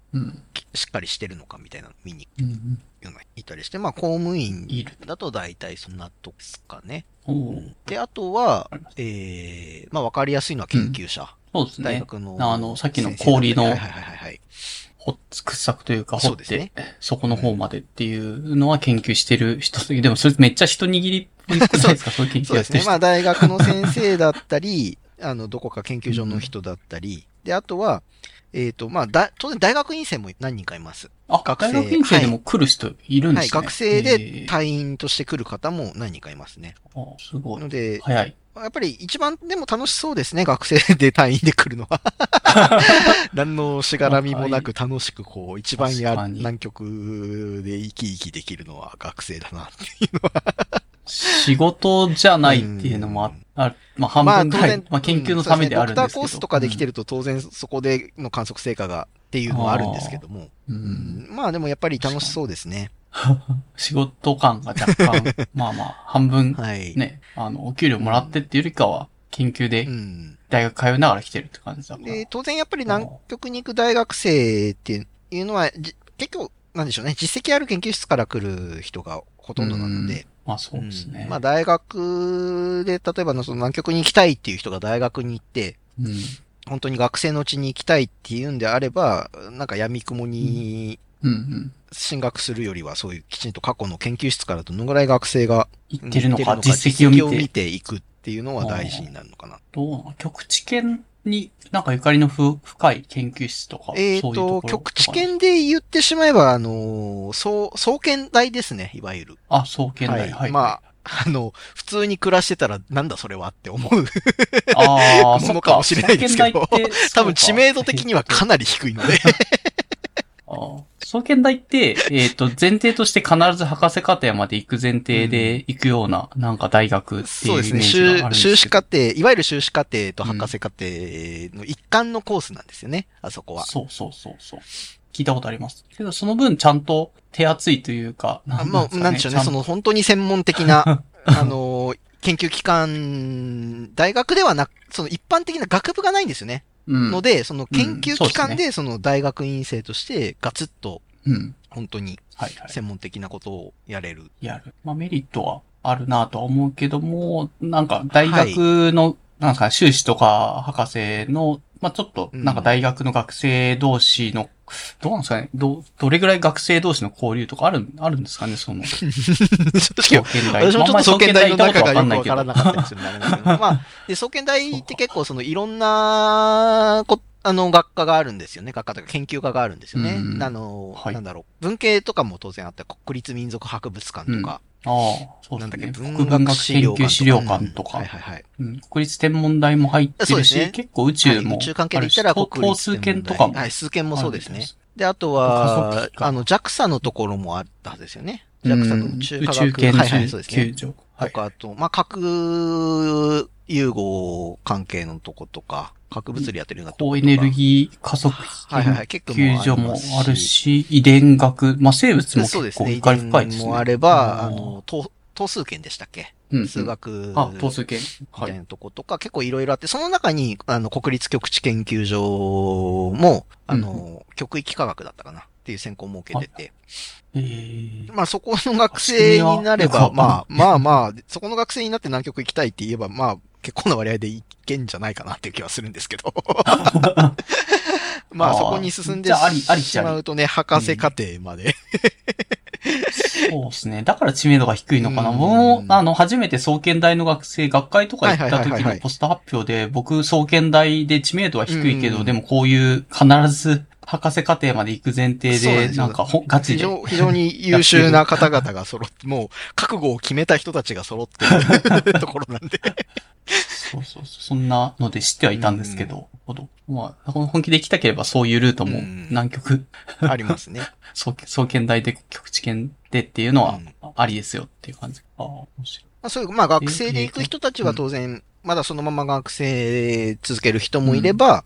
うん。 しっかりしてるのかみたいなの見にうんうん。 行くような、いたりして、まあ公務員いる。 だと大体そんなとこですかね。 おお。 で、あとはあります、 えー、まあわかりやすいのは研究者。 そうですね。 大学の。 あの、さっきの氷のはいはいはいはいはい。 掘掘削というか掘ってそうですね、 そこの方までっていうのは研究してる人、でもそれめっちゃ一握りっぽいくないですか？そういう研究やってる人。 そうですね。まあ大学の先生だったり、あの、どこか研究所の人だったり、で、あとは、えっ、と、まあ、だ、当然大学院生も何人かいます。 あ、 学生大学院生でも来る人いるんではい、 すね。 学生で退院として来る方も何人かいますね。 あ、すごい。 ので、 早い。 やっぱり一番でも楽しそうですね、学生で退院で来るのは。何のしがらみもなく楽しくこう、一番や、 確かに南極で生き生きできるのは学生だなっていうのは。 仕事じゃないっていうのもあある。まあ半分ぐらい、まあ、研究のためであるんですけど。 ドクターコースとかで来てると当然そこでの観測成果がっていうのはあるんですけども。 うんうん、まあでもやっぱり楽しそうですね。 仕事感が若干、まあまあ、半分、 はい。 ね、あの、お給料もらってっていうよりかは、研究でうん。 大学通いながら来てるって感じだから。 で、当然やっぱり南極に行く大学生っていうのは、じ結構、なんでしょうね、実績ある研究室から来る人がほとんどなので。 まあそうですね。 うんまあ大学で、例えばのその南極に行きたいっていう人が大学に行って、 うん。 本当に学生のうちに行きたいっていうんであれば、なんか闇雲にうんうん。 進学するよりは、そういうきちんと過去の研究室からどのぐらい学生が行ってるのか、 行ってる実績を見て。 実見ていくっていうのは大事になるのかな。 どうなの極地圏になんかゆかりのふ深い研究室とか、 えっ、 そういうとと、 ころ極地圏で言ってしまえば、あの、そう、総研大ですね、いわゆる。 あ、総研大。 はい。 はい。 まあ、あの、普通に暮らしてたら、なんだそれはって思うああ、 ものかもしれないですけど総研大って多分知名度的にはかなり低いので。 ああ総研大って、えっ、と、前提として必ず博士課程まで行く前提で行くような、なんか大学ってそうですね。 いうイメージがあるんですけど。 修士課程、いわゆる修士課程と博士課程の一環のコースなんですよね、あそこは。 そうそうそうそう。聞いたことあります。けど、その分ちゃんと手厚いというか、 あまあ、なんでしょうね。その、 の本当に専門的な、あの、研究機関、大学ではなく、その一般的な学部がないんですよね。 うん、 ので、その研究機関うんそうで、その大学院生としてガツッと、 うん。 本当にはいはい。 専門的なことをやれる。 やる。まあメリットはあるなとは思うけども、なんか大学の、なんですか、修士とか博士の、まあちょっと、なんか大学の学生同士の、どうなんですかね、ど、どれぐらい学生同士の交流とかある、あるんですかね、その。 正直総研大。 私もちょっと総研大の中がよくわまあからなかったりするんであれなんですけど。まあ、で、総研大って結構そのいろんなこ、あの、学科があるんですよね。学科とか研究科があるんですよね。 うんあの、 はいなんだろう。文系とかも当然あった国立民族博物館とか。 ああ、そうなんだっけ、 ですね。 文国文学学資料研究資料館とうんか、 はいはいはい。 うん国立天文台も入ってるし、 そうですね結構宇宙もはい宇宙関係で言ったらあるし国立交通圏とかも。 はい、数圏もそうですねあるみたいです。 で、あと加は速器、かあの、ジャクサ のところもあったはずですよね。 うんジャクサ の宇宙科学宇宙研はいはい、そうですね。 究所。はい。 とか、あと、まあ、核融合関係のとことか、核物理やってるようなとことか。 高エネルギー加速器はいはいはい、結構研究所もあるし、遺伝学、まあ、生物もそうですね。 結構ゆかり深いですね。 遺伝もあれば、あうんの、等等数圏でしたっけうんうん数学。 あ、等数圏。 みはい。 たいなとことか、結構いろいろあって、その中に、あの、国立極地研究所も、あの、極域科学だったかなっていう専攻を設けてて、 えー、 まあそこの学生になれば、 それはまあ、まあまあ、そこの学生になって南極行きたいって言えば、まあ、結構な割合でいけんじゃないかなっていう気はするんですけど。まあ、 あーそこに進んでじゃあありありっちしゃありまうとね、博士課程まで。 そうですね。だから知名度が低いのかな。 うん僕も、あの、初めて総研大の学生、学会とか行った時はいはいはいはいのポスター発表で、僕、総研大で知名度は低いけど、 うんでもこういう必ず博士課程まで行く前提で、 そうなんですよなんかほ、ガチで。 非常、非常に優秀な方々が揃って、もう、覚悟を決めた人たちが揃ってるところなんで。 そうそうそう。そんなので知ってはいたんですけど、ほど。まあ、本気で行きたければそういうルートもうん南極、 ありますね。 総総研大で極地研でっていうのはうんありですよっていう感じ。ああ、面白い。 まあ、そういう、まあ学生で行く人たちは当然、まだそのまま学生続ける人もいれば、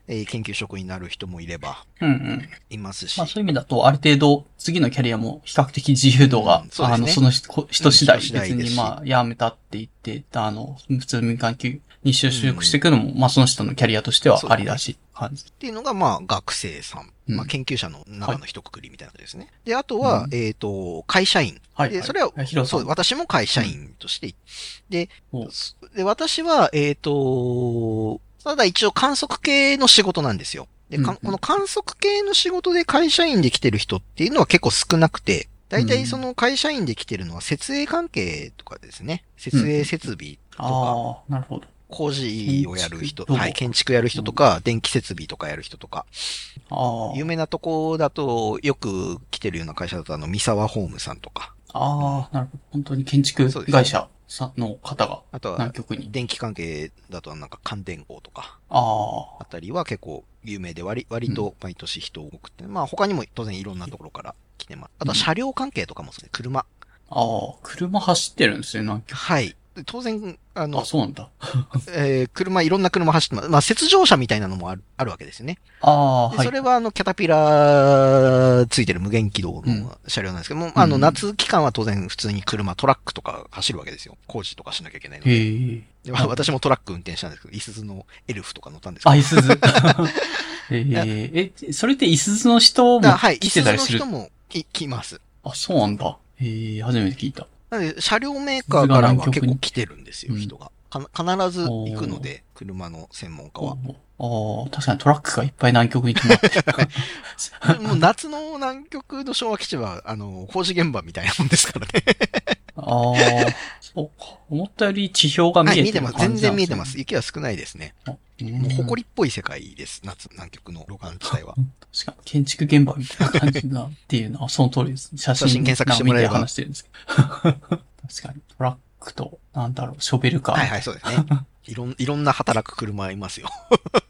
えー研究職になる人もいれば、 うんうん。 いますし。 まあそういう意味だと、ある程度、次のキャリアも比較的自由度が、 うんそうですねあの、その人人次第、 うん人次第別ですしにまあ、辞めたって言って、あの、普通の民間企業に就職していくのも、まあその人のキャリアとしてはありだし、感じ。 っていうのが、まあ、学生さん。 うんまあ、研究者の中の一括りみたいなことですね。で、あとは、 うんえっ、と、会社員。 はい。 で、それは、 ヒロさんそう、私も会社員として、でお、 で、私は、えっ、と、ただ一応観測系の仕事なんですよ。で、かうんうんこの観測系の仕事で会社員で来てる人っていうのは結構少なくて、大体その会社員で来てるのは設営関係とかですね。設営設備とか、 ああ、なるほど。 工事をやる人、 建築はい、建築やる人とか、電気設備とかやる人とか、 ああ。 有名なとこだと、よく来てるような会社だと、あの、三沢ホームさんとか、 ああ、なるほど。本当に建築会社さんの方があとは南、極に。 電気関係だと、なんか、関電工とか、 ああ。 あたりは結構有名で、割、割と毎年人多くて、まあ他にも当然いろんなところから来てます。あとは車両関係とかもそうですね、車。 ああ、車走ってるんですね、南極。 はい。で当然、あのあ、、そうなんだ。 えー車、いろんな車走ってます。まあ、雪上車みたいなのもある、あるわけですよね。 ああ、はい。 でそれは、あの、キャタピラーついてる無限軌道うんの車両なんですけども、あの、 うん夏期間は当然普通に車、トラックとか走るわけですよ。工事とかしなきゃいけないので。 へえ。 でまあ、私もトラック運転したんですけど、イスズのエルフとか乗ったんですけど。 あ、いすず。ええ、え、それっていすずの人もだはい、イ来スズのてたりする人。もき来ます。 あ、そうなんだ。へえ、初めて聞いた。 なので、車両メーカーからは結イスズが南極に構来てるんですよ、 うん人が。か必ず行くので、車の専門家は。 ああ、確かにトラックがいっぱい南極に止まってる。 もう夏の南極の昭和基地は、あの、工事現場みたいなもんですからね。 ああ、そうか。思ったより地表が見はい、 えてる見てます。全感じなんですね。 然見えてます。雪は少ないですね。 あ。 もう埃っぽい世界です。夏、南極のロガン地帯は。 確かに、建築現場みたいな感じだっていうのは、その通りです。写真写真検索してもらえれば見て話してるんですけど。確かに、トラックと、なんだろう、ショベルカー。 はいはい、そうですね。いろん、いろんな働く車いますよ。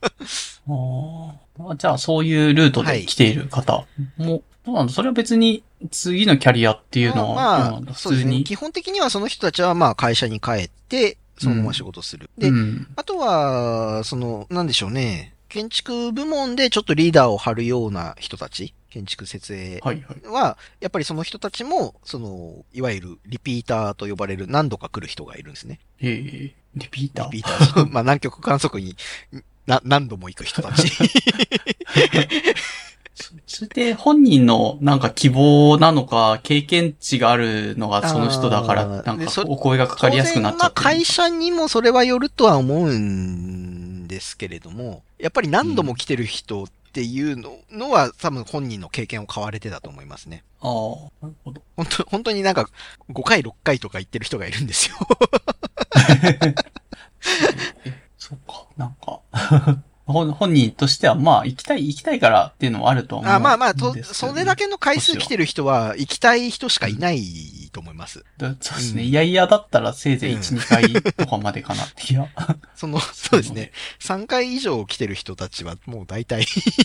ああ。じゃあ、そういうルートで来ている方も、どうなんだ、それは別に次のキャリアっていうのは、 まあ、 どうなんだ、 そうですね。 普通に。 基本的にはその人たちは、まあ、会社に帰って、そのまま仕事する。で、 うん。 あとは、その、なんでしょうね。建築部門でちょっとリーダーを張るような人たち、建築設営はいはい。 は、やっぱりその人たちも、その、いわゆるリピーターと呼ばれる何度か来る人がいるんですね。 ええリピーター。 リピーター。まあ、南極観測にな何度も行く人たち。 それで本人のなんか希望なのか、経験値があるのがその人だから、 あーなんかでそお声がかかりやすくなっちゃってるのか。 当然まあ会社にもそれはよるとは思うんですけれども、やっぱり何度も来てる人っていうの,、のは多分本人の経験を買われてだと思いますね。 ああ、なるほど。 本当本当になんかごかいろっかいとか言ってる人がいるんですよ。 え、そうか、なんか本、本人としてはまあ行きたい行きたいからっていうのもあるとは思うんですけど、ね。 あまあまあと、それだけの回数来てる人は行きたい人しかいないと思います。 だそうですね。 うんいやいやだったらせいぜいいち、 うんにかいとかまでかなって気が。 その、そうですね。さんかい以上来てる人たちはもう大体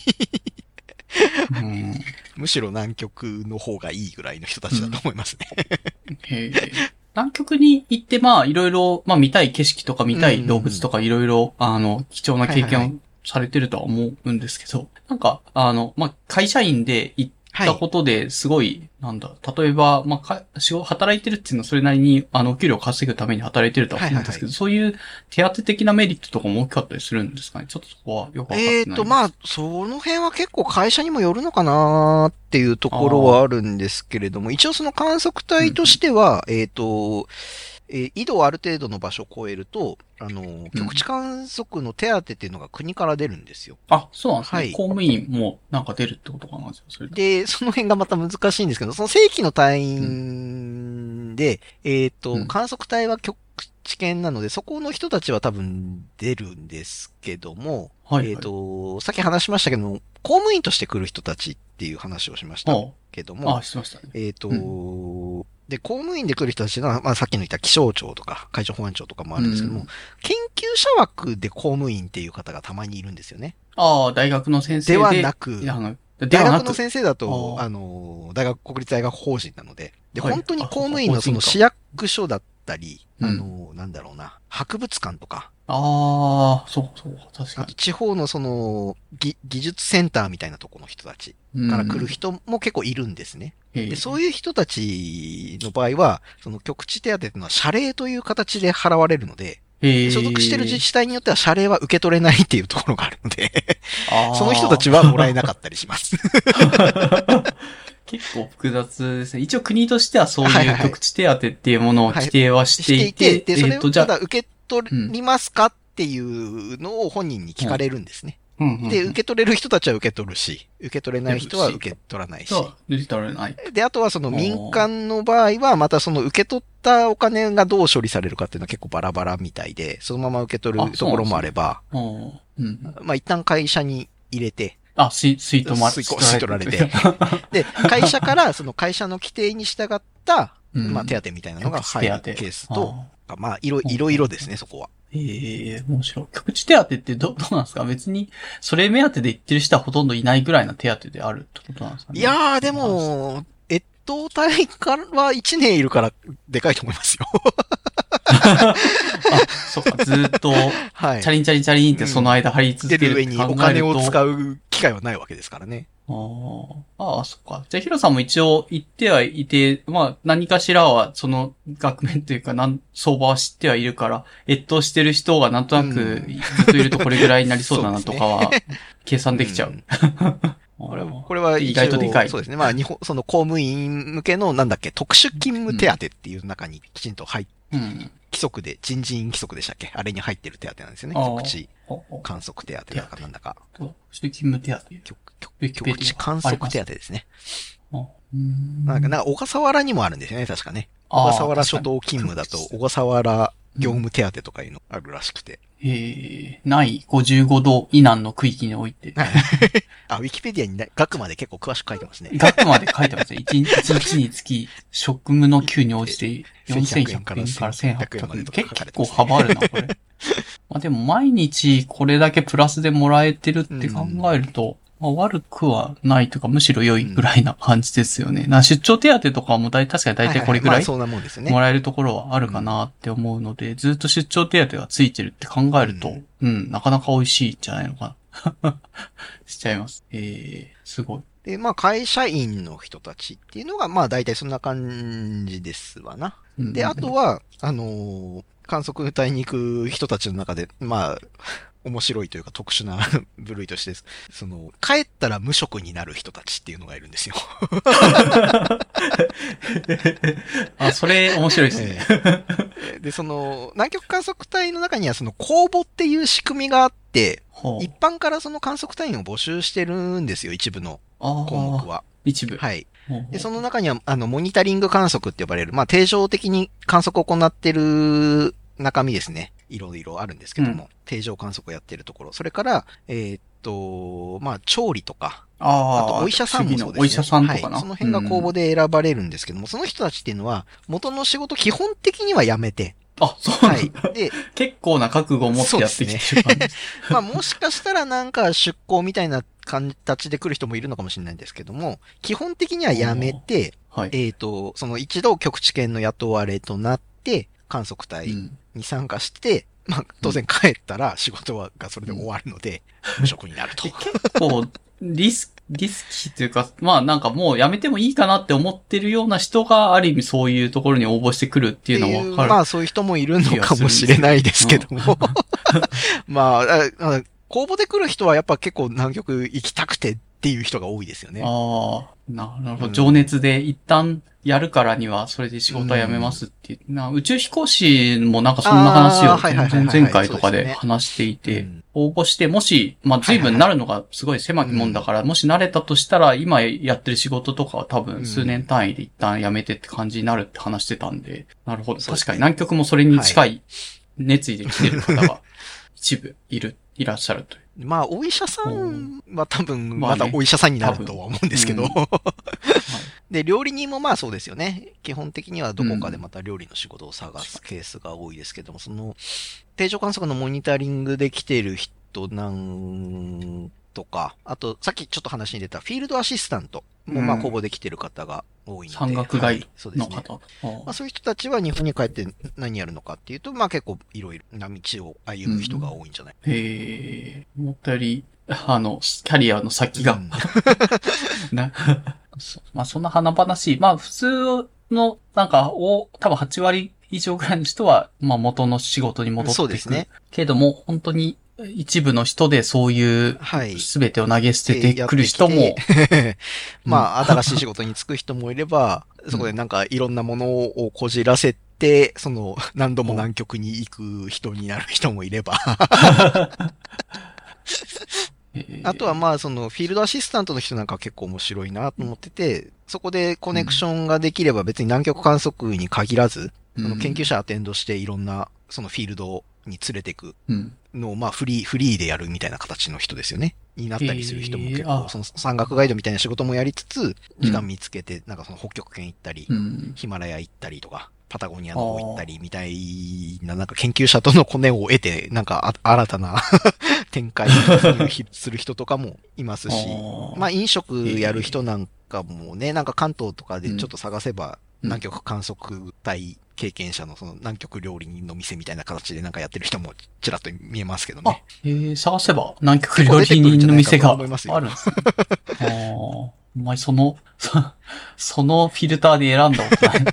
うんむしろ南極の方がいいぐらいの人たちだと思いますね。 へえ南極に行ってまあいろいろ、まあ見たい景色とか見たい動物とかいろいろ、あの、貴重な経はいはいは験をされてるとは思うんですけど、なんか、あの、まあ会社員で行ったことですごい、なんだ、例えば、まあか、仕事、働いてるっていうのはそれなりに、あの、お給料を稼ぐために働いてるとは思うんですけど、 はいはいはいそういう手当的なメリットとかも大きかったりするんですかね。ちょっとそこはよくわかってない。 えーと、まあ、その辺は結構会社にもよるのかなっていうところはあるんですけれども、一応その観測隊としては、えーと、えー緯度ある程度の場所を超えると、あの、極地観測の手当っていうのが国から出るんですよ。 あ、そうなんですね。 はい公務員もなんか出るってことかなんですよ、それで。 で、その辺がまた難しいんですけど、その正規の隊員で、えっ、と、 うん観測隊は極地研なので、そこの人たちは多分出るんですけども、 はい、はい。 えっ、と、さっき話しましたけども、公務員として来る人たちっていう話をしましたけどもああ、、しましたね。 えっ、と、 うで、公務員で来る人たちは、まあさっきの言った気象庁とか海上保安庁とかもあるんですけども、 うん研究者枠で公務員っていう方がたまにいるんですよね。 ああ、大学の先生で。 ではなくいやあので大はなく学の先生だと、 あーあの、大学、国立大学法人なので、で、 はい本当に公務員のあそうかその市役所だったり、 うんあの、なんだろうな、博物館とか、 ああ、そうそう、確かに。 あと地方のその、技技術センターみたいなところの人たちから来る人も結構いるんですね。 うん、 で、そういう人たちの場合は、その局地手当というのは謝礼という形で払われるので、所属している自治体によっては謝礼は受け取れないっていうところがあるので、その人たちはもらえなかったりします。 結構複雑ですね。一応国としてはそういう局地手当っていうものを規定はしていて、 はいはい、していて、で、それをただ受け取りますかっていうのを本人に聞かれるんですね。うんうんうん、で、受け取れる人たちは受け取るし、受け取れない人は受け取らないし。 受け取れない。 で、あとはその民間の場合は、またその受け取ったお金がどう処理されるかっていうのは結構バラバラみたいで、そのまま受け取るところもあれば、あうん、まあ一旦会社に入れて、 あ、吸い、吸い取ま、 吸い取られて。で、会社からその会社の規定に従った、うん、まあ手当みたいなのが入るケースと、あまあいろいろいろですね、そこは。 ええー、面白い。局地手当ってど、どうなんですか？別に、それ目当てで言ってる人はほとんどいないぐらいな手当であるってことなんですかね？ いやー、でも、越冬隊からはいちねんいるからでかいと思いますよ。 あ、そっか、ずーっと、はい、チャリンチャリンチャリンってその間張り続けるって考えると、 うん、上にお金を使う機会はないわけですからね。 ああ、ああ、そっか。じゃあ、ヒロさんも一応言ってはいて、まあ、何かしらは、その額面というか、なん、相場は知ってはいるから、越冬してる人がなんとなく、ずっといるとこれぐらいになりそうだなとかは、計算できちゃう。うんこれこれは意外とでかい。そうですね。まあ、日本、その公務員向けの、なんだっけ、特殊勤務手当っていう中にきちんと入って、うん、規則で、人事院規則でしたっけ？あれに入ってる手当なんですよね。局地観測手当だかなんだか。 特殊勤務手当局、局地観測手当ですね。なんか、なんか小笠原にもあるんですよね、確かね。小笠原諸島勤務だと、小笠原業務手当とかいうのあるらしくて。 ええー、ない、ごじゅうごど以南の区域において。 あ、ウィキペディアに額まで結構詳しく書いてますね。 額まで書いてますね。一日につき、職務の給に応じてよんせんひゃくえんからせんはっぴゃくえん。結構幅あるな、これ。まあでも毎日これだけプラスでもらえてるって考えると、まあ、悪くはないというか、むしろ良いぐらいな感じですよね。うん、な出張手当とかもだい確かに大体これぐらいもらえるところはあるかなって思うので、ずっと出張手当がついてるって考えると、うん、うん、なかなか美味しいんじゃないのかな。しちゃいます。えー、すごい。 で、まあ会社員の人たちっていうのが、まあ大体そんな感じですわな。うん、で、あとは、あのー、観測隊に行く人たちの中で、まあ、面白いというか特殊な部類としてです。その、帰ったら無職になる人たちっていうのがいるんですよ。 あ、それ面白いですね。 えー、で、その、南極観測隊の中にはその公募っていう仕組みがあって、一般からその観測隊員を募集してるんですよ、一部の項目は。 一部。 はい。で、その中には、あの、モニタリング観測って呼ばれる、まあ、定常的に観測を行ってる中身ですね。いろいろあるんですけども、うん、定常観測をやってるところ。それから、えー、っと、まあ、調理とか、あ, あとお医者さんもそうですね。 お医者さんとかな、 はい。その辺が公募で選ばれるんですけども、うん、その人たちっていうのは、元の仕事基本的にはやめて、 あ、そうなんだ。はい。で、結構な覚悟を持ってやってきてる感じです。 まあもしかしたらなんか出向みたいな形で来る人もいるのかもしれないんですけども、基本的にはやめて、はい、えっ、ー、と、その一度局地圏の雇われとなって、観測隊に参加して、うん、まあ当然帰ったら仕事がそれで終わるので、うん、無職になると。 結構、リスク、リスキーというか、まあなんかもうやめてもいいかなって思ってるような人がある意味そういうところに応募してくるっていうのはわかる。 まあそういう人もいるのかもしれないですけども。うん、まあ、公募で来る人はやっぱ結構南極行きたくてっていう人が多いですよね。 ああ、なるほど。うん、情熱で一旦やるからにはそれで仕事は辞めますっていう。うん、な宇宙飛行士もなんかそんな話を前回とかで話していて、応募して、もし、まあ、随分なるのがすごい狭きもんだから、もし慣れたとしたら、今やってる仕事とかは多分数年単位で一旦辞めてって感じになるって話してたんで、なるほど。確かに南極もそれに近い熱意で来てる方が一部いる、いらっしゃるという。 まあ、お医者さんは多分、またお医者さんになるとは思うんですけど。で、料理人もまあそうですよね。基本的にはどこかでまた料理の仕事を探すケースが多いですけども、その、定常観測のモニタリングで来ている人なんとか、あと、さっきちょっと話に出たフィールドアシスタントも、まあ、 うん公募できてる方が多いので。 山岳ガイはいそうですね。 ドの方。 まあ、そういう人たちは日本に帰って何やるのかっていうと、まあ結構いろいろな道を歩む人が多いんじゃない、 へえ、思ったより、あの、キャリアの先が、 うんなそまあそんな華々しい。まあ普通の、なんか、お、多分はち割以上ぐらいの人は、まあ元の仕事に戻っていく。 そうですね。 けれども、本当に一部の人でそういう、 はい。 すべてを投げ捨ててくる人も、 やってきてまあ、新しい仕事に就く人もいれば、そこでなんかいろんなものをこじらせて、その何度も南極に行く人になる人もいれば。あとはまあ、そのフィールドアシスタントの人なんか結構面白いなと思ってて、そこでコネクションができれば別に南極観測に限らず、その研究者アテンドしていろんなそのフィールドに連れていくのをまあフリー、フリーでやるみたいな形の人ですよね。になったりする人も結構、その山岳ガイドみたいな仕事もやりつつ、時間見つけて、なんかその北極圏行ったり、ヒマラヤ行ったりとか、パタゴニアの方行ったりみたいな、なんか研究者とのコネを得て、なんか新たな展開をする人とかもいますし、まあ飲食やる人なんかもね、なんか関東とかでちょっと探せば、南極観測隊経験者のその南極料理人の店みたいな形でなんかやってる人もちらっと見えますけどね。 あ、えー、探せば南極料理人の店があるんですね。ああ、お前その、そのフィルターで選んだことない。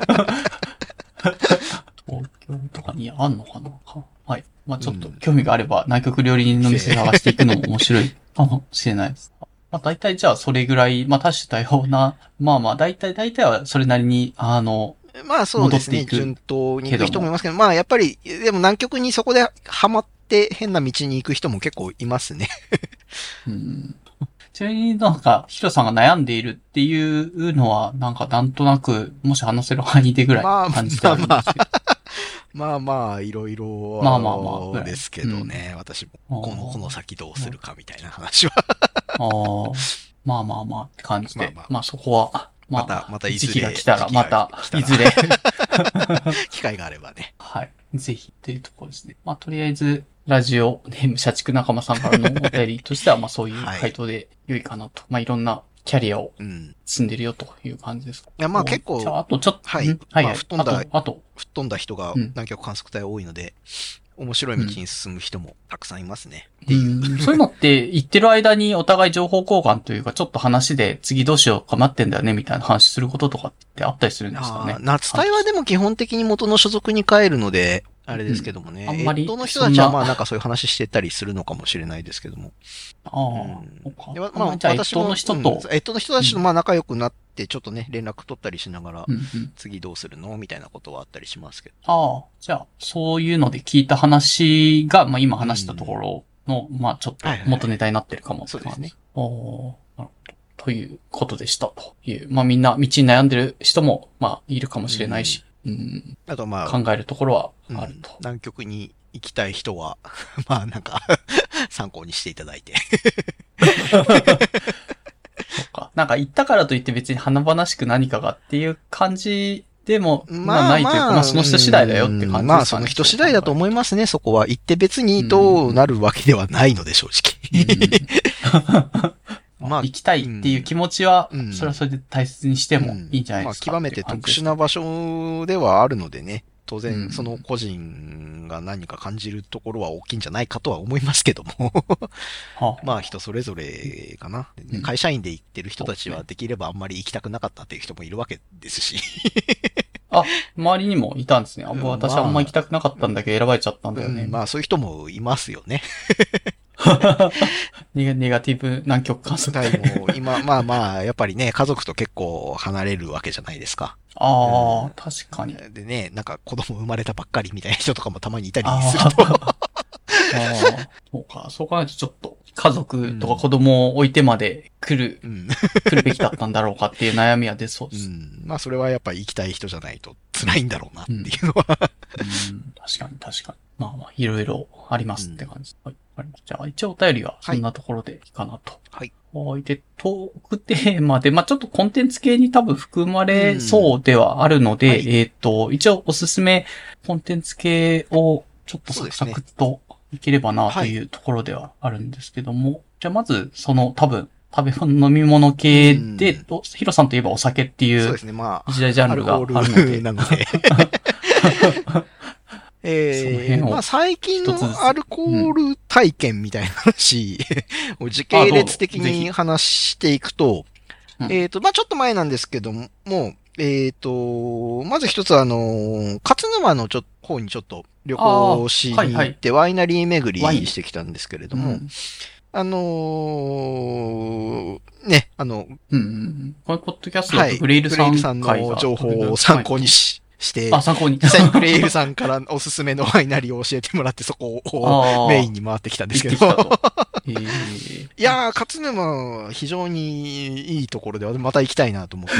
東京とかにあんのかな。はい。まあちょっと興味があれば、南極料理人の店探していくのも面白いかもしれないです。まあ大体じゃあそれぐらい、まあ多種多様な、まあまあ大体大体はそれなりに、あの、 まあそうですね、順当に行く人もいますけど、まあやっぱり、でも南極にそこでハマって変な道に行く人も結構いますね。 うんちなみになんか、ヒロさんが悩んでいるっていうのは、なんかなんとなく、もし話せる範囲でぐらい感じてあるんですけど。 まあまあ、いろいろ、 まあまあまあ、 ですけどね、うん、私も、この、この先どうするかみたいな話は。 あまあまあまあって感じで。まあ、まあ、まあそこは、まあ、 また、またいずれ。 時期が来たら、また、いずれ。 機会があればね。 はい。ぜひ、というところですね。まあ、とりあえず、ラジオネーム社畜仲間さんからのお便りとしては、まあそういう回答で良いかなと。はい、まあいろんなキャリアを積んでるよという感じですか。 いや、まあ結構。 じゃあ、あとちょっと。 はい。 はい、はい。 まあ、吹っ飛んだ、 あと、 吹っ飛んだ人が南極観測隊多いので、うん、面白い道に進む人もたくさんいますね。 うん、っていう。そういうのって言ってる間にお互い情報交換というか、ちょっと話で次どうしようか待ってんだよねみたいな話することとかってあったりするんですかね。 夏隊はでも基本的に元の所属に帰るので、あれですけどもね。うん、あんまり。エットの人たちはまあなんかそういう話してたりするのかもしれないですけども。 ああ、うん。 まあ、 じゃあ、エットの人と、うん。 エットの人たちとまあ仲良くなって、ちょっとね、連絡取ったりしながら、うんうん、次どうするのみたいなことはあったりしますけど。 ああ、じゃあ、そういうので聞いた話が、まあ今話したところの、うん、まあちょっと元ネタになってるかも、 そうですね。 ああ、なるほど。ということでしたという。まあみんな道に悩んでる人も、まあいるかもしれないし。うんうん、 あとまあ。 考えるところはあると。 うん、南極に行きたい人は、まあなんか、参考にしていただいて。 そっか。なんか行ったからといって別に華々しく何かがっていう感じでも、まあないというか、まあ、まあその人次第だよって感じですかね。 まあその人次第だと思いますね、そこは。行って別にどうなるわけではないので、正直。 まあ、行きたいっていう気持ちは、うん、それはそれで大切にしてもいいんじゃないですか、 うん。まあ、極めて特殊な場所ではあるのでね、当然、その個人が何か感じるところは大きいんじゃないかとは思いますけども。まあ、人それぞれかな、うん。会社員で行ってる人たちはできればあんまり行きたくなかったっていう人もいるわけですし。 あ、周りにもいたんですね。あ、私あんま行きたくなかったんだけど選ばれちゃったんだよね。 うん、まあ、そういう人もいますよね。 ネガティブ南極観測隊も今、まあまあ、やっぱりね、家族と結構離れるわけじゃないですか。 ああ、うん、確かに。 でね、なんか子供生まれたばっかりみたいな人とかもたまにいたりすると。ああ、そうか。そう考えるとちょっと家族とか子供を置いてまで来る、うん、来るべきだったんだろうかっていう悩みは出そうです。 うん、まあそれはやっぱり行きたい人じゃないと辛いんだろうなっていうのは、 うんうん。確かに確かに。まあまあ、いろいろありますって感じ。うん、はい。じゃあ、一応お便りはそんなところでいいかなと。 はい。 はい。で、トークテーマで、まあちょっとコンテンツ系に多分含まれそうではあるので、うんはい、えっと、一応おすすめコンテンツ系をちょっとサクサクといければなというところではあるんですけども、はい、じゃあまず、その多分、食べ物、飲み物系で、ヒロさんといえばお酒っていう、そうですね、まあ、時代ジャンルがあるので。なのでえー、まあ最近のアルコール体験みたいな話を時系列的に話していくと、えっと、まあちょっと前なんですけども、えっと、まず一つあの、勝沼のちょ方にちょっと旅行しに行って、はいはい、ワイナリー巡りしてきたんですけれども、うん、あのー、ね、あの、 うんうん、このポッドキャストだとグレイルさん、 はい、グレイルさんの情報を参考にし、して、 あ、参考に。 実際にグレイルさんからおすすめのワイナリーを教えてもらって、そこをメインに回ってきたんですけど。えー、いやー、勝沼、非常にいいところでは、また行きたいなと思って。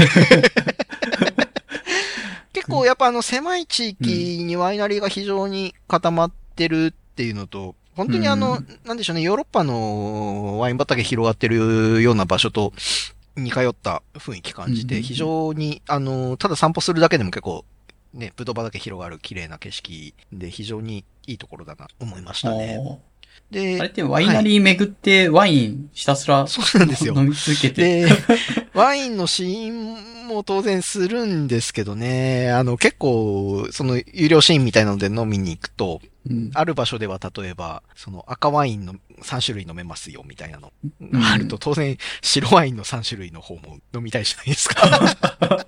結構やっぱあの狭い地域にワイナリーが非常に固まってるっていうのと、本当にあの、うん、なんでしょうね、ヨーロッパのワイン畑広がってるような場所と似通った雰囲気感じて、非常に、あの、ただ散歩するだけでも結構、ね、ぶどう畑広がる綺麗な景色で非常にいいところだなと思いましたね。 で、あれってワイナリー巡ってワインひたすら、はい、 そうなんですよ。 飲み続けて。 で、ワインの試飲も当然するんですけどね、あの結構、その有料試飲みたいなので飲みに行くと、うん、ある場所では例えば、その赤ワインのさん種類飲めますよみたいなのがあると、うん、当然白ワインのさん種類の方も飲みたいじゃないですか。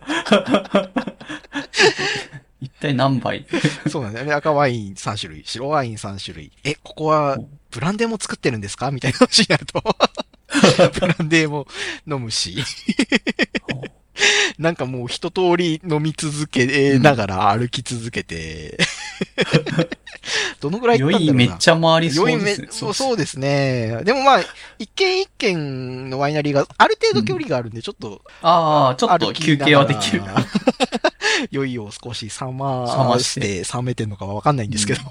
一体何杯そうなんだよね。赤ワインさん種類、白ワインさん種類。え、ここはブランデーも作ってるんですかみたいな話になると。ブランデーも飲むし。なんかもう一通り飲み続けながら歩き続けて。どのぐらい行ったんだろうな。 酔いめっちゃ回りそうですね。 そう、そうですね。でもまあ、一軒一軒のワイナリーがある程度距離があるんで、ちょっと、うん、 ああ、ちょっと休憩はできる。 酔いを少し冷まして冷めてんのかはわかんないんですけど。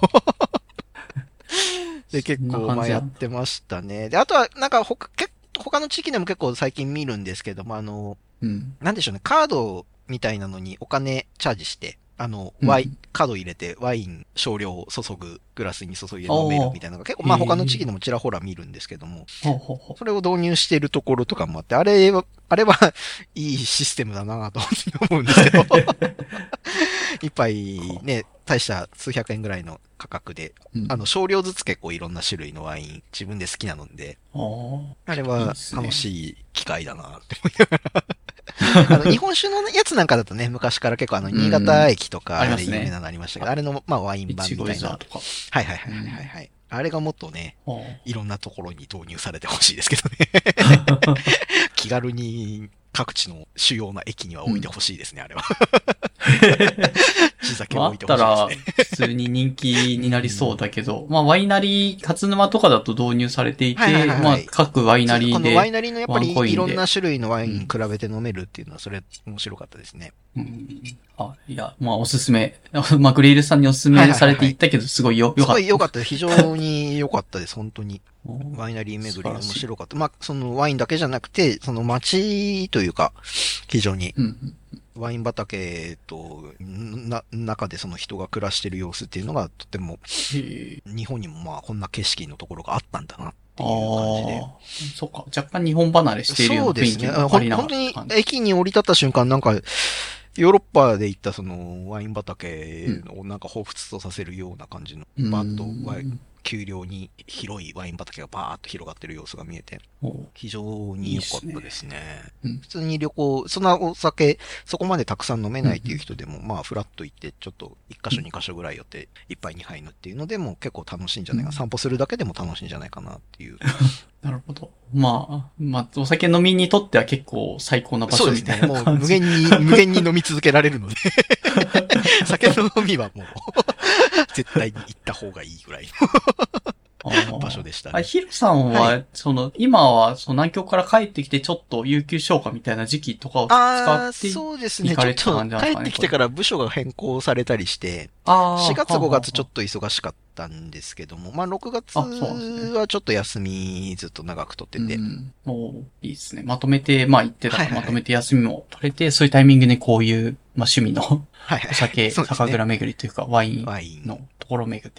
うん、で、結構、まあやってましたね。で、あとは、なんか他、他の地域でも結構最近見るんですけども、あの、うん、なんでしょうね、カードみたいなのにお金チャージして、あの、ワイン、うん、カード入れてワイン少量を注ぐグラスに注いで飲めるみたいなのが結構、まあ他の地域でもちらほら見るんですけども、それを導入しているところとかもあって、あれは、あれはいいシステムだなと思うんですけど、一杯ね、大した数百円ぐらいの価格で、うん、あの少量ずつ結構いろんな種類のワイン自分で好きなので、あれは楽しい機会だなって思いながら。あの日本酒のやつなんかだとね、昔から結構あの、新潟駅とかで有名なのありましたけど、あ, ね、あれの、まあ、ワイン版みたいな。はいはいはいはいはい。あれがもっとね、いろんなところに導入されてほしいですけどね。気軽に各地の主要な駅には置いてほしいですね、うん、あれは。地酒を置いてほしいですね。あったら、 普通に人気になりそうだけど、まあ、ワイナリー、勝沼とかだと導入されていて、はいはいはいはい、まあ、各ワイナリーで。このワイナリーのやっぱりいろんな種類のワインに比べて飲めるっていうのは、それ面白かったですね。 うん、あ、いや、まあ、おすすめ。まあ、グレイルさんにおすすめされていったけど、はいはいはい、すごいよ、よかった。 すごい良かった。非常に良かったです、本当に。ワイナリー巡り面白かった。まあ、そのワインだけじゃなくて、その街というか、非常に、ワイン畑と、な、中でその人が暮らしてる様子っていうのがとても、日本にもまあ、こんな景色のところがあったんだなっていう感じで。 そうか、若干日本離れしているような雰囲気もありながら。 そうですね。本当に駅に降り立った瞬間なんか、ヨーロッパで行ったそのワイン畑をなんか彷彿とさせるような感じの、うん、バッとワイン、丘陵に広いワイン畑がバーッと広がってる様子が見えて、非常に良かったですね。いいですね。普通に旅行、そんなお酒、そこまでたくさん飲めないっていう人でも、うん、まあ、フラッと行って、ちょっと一箇所二箇所ぐらい寄って、一杯二杯のっていうのでも結構楽しいんじゃないかな。うん、散歩するだけでも楽しいんじゃないかなっていう。 なるほど。まあ、まあ、お酒飲みにとっては結構最高な場所みたいな感じ。 そうですね。もう無限に、無限に飲み続けられるので。酒の飲みはもう、絶対に行った方がいいぐらいの場所でしたね。 あ、ヒロさんは、はい、その、今は、その南極から帰ってきてちょっと有給消化みたいな時期とかを使っていそうですね。ちょっと帰ってきてから部署が変更されたりして、しがつごがつちょっと忙しかったんですけども、まあろくがつはちょっと休みずっと長く取ってて。うん、 おいいですね。まとめて、まあ言ってたから、はいはいはい、まとめて休みも取れて、そういうタイミングでこういう、まあ趣味のお酒、はいはい、酒蔵巡りというかワインのところを巡っていたと。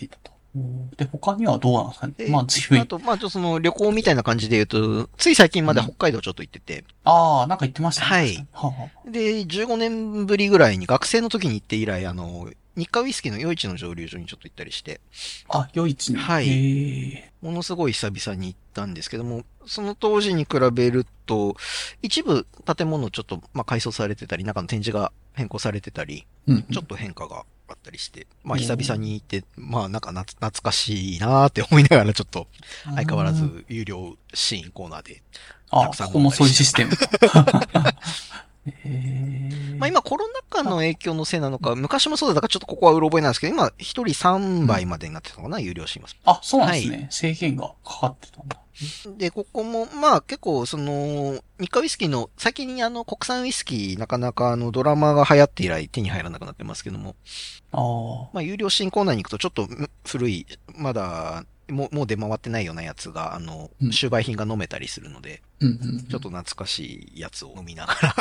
で、他にはどうなんですかね。 でまあ、随分。 あと、まあ、ちょっとその旅行みたいな感じで言うと、つい最近まで北海道ちょっと行ってて、 ああ、なんか言ってましたね。 はい確かに。はあはあで、じゅうごねんぶりぐらいに学生の時に行って以来、あの、日課ウイスキーの余市の蒸留所にちょっと行ったりして、 あ、夜市に。 はいへえ。 ものすごい久々に行ったんですけども、その当時に比べると、一部建物ちょっと、まあ、改装されてたり、中の展示が変更されてたり、 うん。 ちょっと変化があったりして、まあ、久々に行って、まあ、なんかなつ懐かしいなーって思いながら、ちょっと、相変わらず有料シーンコーナーで、 あ、 たくさんここもそういうシステム。へえ。 まあ今コロナ禍の影響のせいなのか、昔もそうだったからちょっとここはうろ覚えなんですけど、今一人さんばいまでになってたのかな、有料シーンは。 あ、そうなんですね。制限がかかってたんだ。 で、ここも、まあ結構その、日課ウイスキーの、先にあの国産ウイスキーなかなかあのドラマが流行って以来手に入らなくなってますけども、 ああ。 まあ有料シーンコーナーに行くとちょっとむ古い、まだ、もう、もう出回ってないようなやつが、あの、 うん終売品が飲めたりするので、 うんうんうん。 ちょっと懐かしいやつを飲みながら。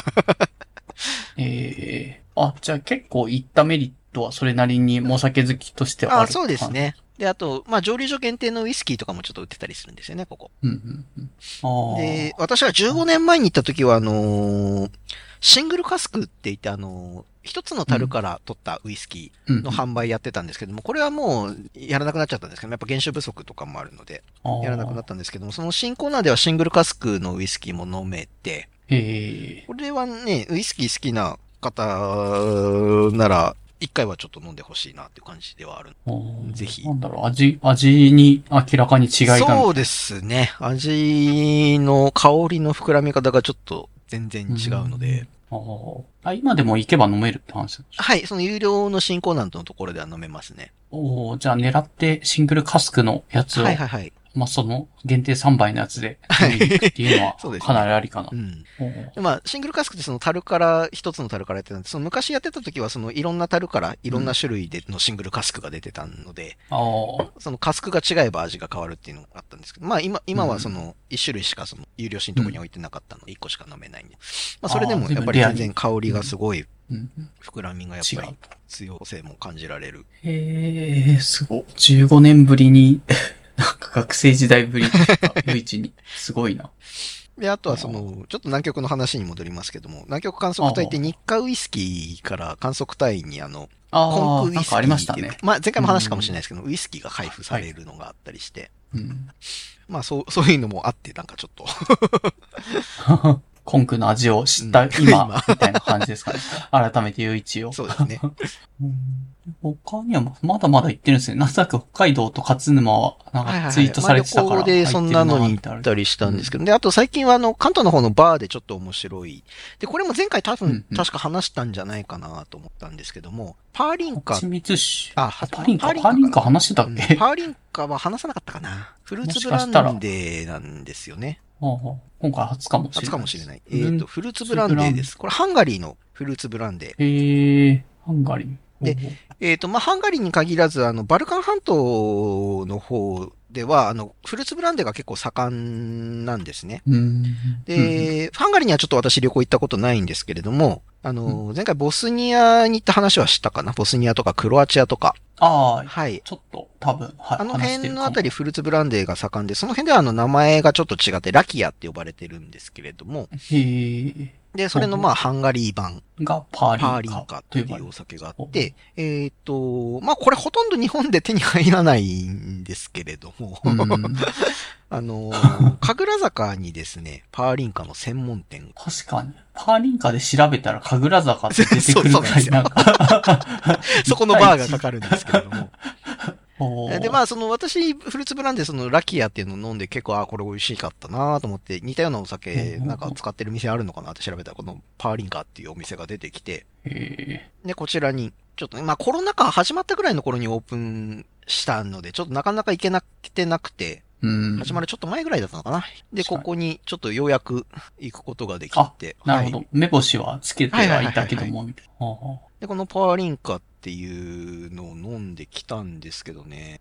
ええあ、じゃあ結構行ったメリットはそれなりにお酒好きとしてはある。 あ、そうです。ね。で、あと、まあ蒸留所限定のウイスキーとかもちょっと売ってたりするんですよね、ここ。 うんうんうん。ああ。 で、私がじゅうごねんまえに行った時は、あのーシングルカスクって言って、あのー一つの樽から取ったウイスキうんうんーの販売やってたんですけども、これはもうやらなくなっちゃったんですけども、やっぱ原酒不足とかもあるので、やらなくなったんですけども、その新コーナーではシングルカスクのウイスキーも飲めて、 へえ。 これはね、ウイスキー好きな方なら、一回はちょっと飲んでほしいなっていう感じではある。 あーぜひなんだろう、味、味に明らかに違いが。 そうですね。味の香りの膨らみ方がちょっと全然違うので、 あーあ、今でも行けば飲めるって話ですか。 はい、その有料の新コーナーのところでは飲めますね。 おーじゃあ狙ってシングルカスクのやつを、 はいはいはい。 まあ、その限定さんばいのやつで飲みに行くっていうのはそうですねかなりありかな。 うん。 おーでまあ、シングルカスクってその樽から、一つの樽からやってたんで、その昔やってた時はそのいろんな樽からいろんな種類でのシングルカスクが出てたので、 あーそのカスクが違えば味が変わるっていうのがあったんですけど、まあ今、今はその一種類しかその有料新のとこに置いてなかったので、一個しか飲めないんで。まあそれでもやっぱり全然香りがすごいうんうん膨らみがやっぱり違うと。 強さも感じられる。 へえ、すごい。じゅうごねんぶりに、なんか学生時代ぶりに来た夜市に。すごいな。 で、あとはその、ちょっと南極の話に戻りますけども、南極観測隊って日課ウイスキーから観測隊員にあの、 ああ、 コンクウイスキなんかありましーっていう、 たね。 まあ前回も話したかもしれないですけど、ウイスキーが配布されるのがあったりして、 うん。 まあそう、そういうのもあって、なんかちょっと、 コンクの味を知ったうん今、みたいな感じですかね。改めて夜市を。 そうですね。 うん他にはまだまだ行ってるんですね。なんとなく北海道と勝沼は、なんはいはいはいかツイートされてたから。 まあ旅行でそんなのに行ったりしたんですけど、で、あと最近はあの、関東の方のバーでちょっと面白い。で、これも前回多分、 うんうん確か話したんじゃないかなと思ったんですけども、パーリンカ蜂蜜酒。 あパーリンカ、 パーリンカパーリンカ話してたっうんけ、 パーリンカは話さなかったかな。フルーツブランデーなんですよね。 ああ今回初かもしれない。 初かもしれない。えうんっと、フルーツブランデーです。これハンガリーのフルーツブランデー。 へえ、ハンガリー。 でほうほうえっと、まあ、ハンガリーに限らず、あの、バルカン半島の方では、あの、フルーツブランデーが結構盛んなんですね。 うん。うんで、ハンガリーにはちょっと私旅行行ったことないんですけれども、あの、前回ボスニアに行った話はしたかな。ボスニアとかクロアチアとか。 ああ、 はい。 ちょっと多分、はい。 あの話してるかも辺のあたりフルーツブランデーが盛んで、その辺ではあの名前がちょっと違ってラキアって呼ばれてるんですけれども、 へえ。 で、それのまあハンガリー版、 がパーリンカ。 パーリンカというお酒。 酒があって、えっと、まあこれほとんど日本で手に入らないんですけれども、 うん、 あのー、神楽坂にですね、パーリンカの専門店。 確かに。パーリンカで調べたら神楽坂って出てくるそうそうなんですよぐらいなんか。 そこのバーがかかるんですけれども。 おーで、まあ、その私、フルーツブランデー、そのラキアっていうのを飲んで結構、あ、これ美味しかったなと思って、似たようなお酒、なんか使ってる店あるのかなって調べたら、このパーリンカっていうお店が出てきて、 へで、こちらに、ちょっとね、まあコロナ禍始まったぐらいの頃にオープンしたので、ちょっとなかなか行けなくてなくて、 ーうん。 始まるちょっと前ぐらいだったのかな。で、 確かにここにちょっとようやく行くことができて。 なるほど。 はい目星はつけてはいたけどはいも、みたいな。はあはあで、このパーリンカっていうのを飲んできたんですけどね。やっぱ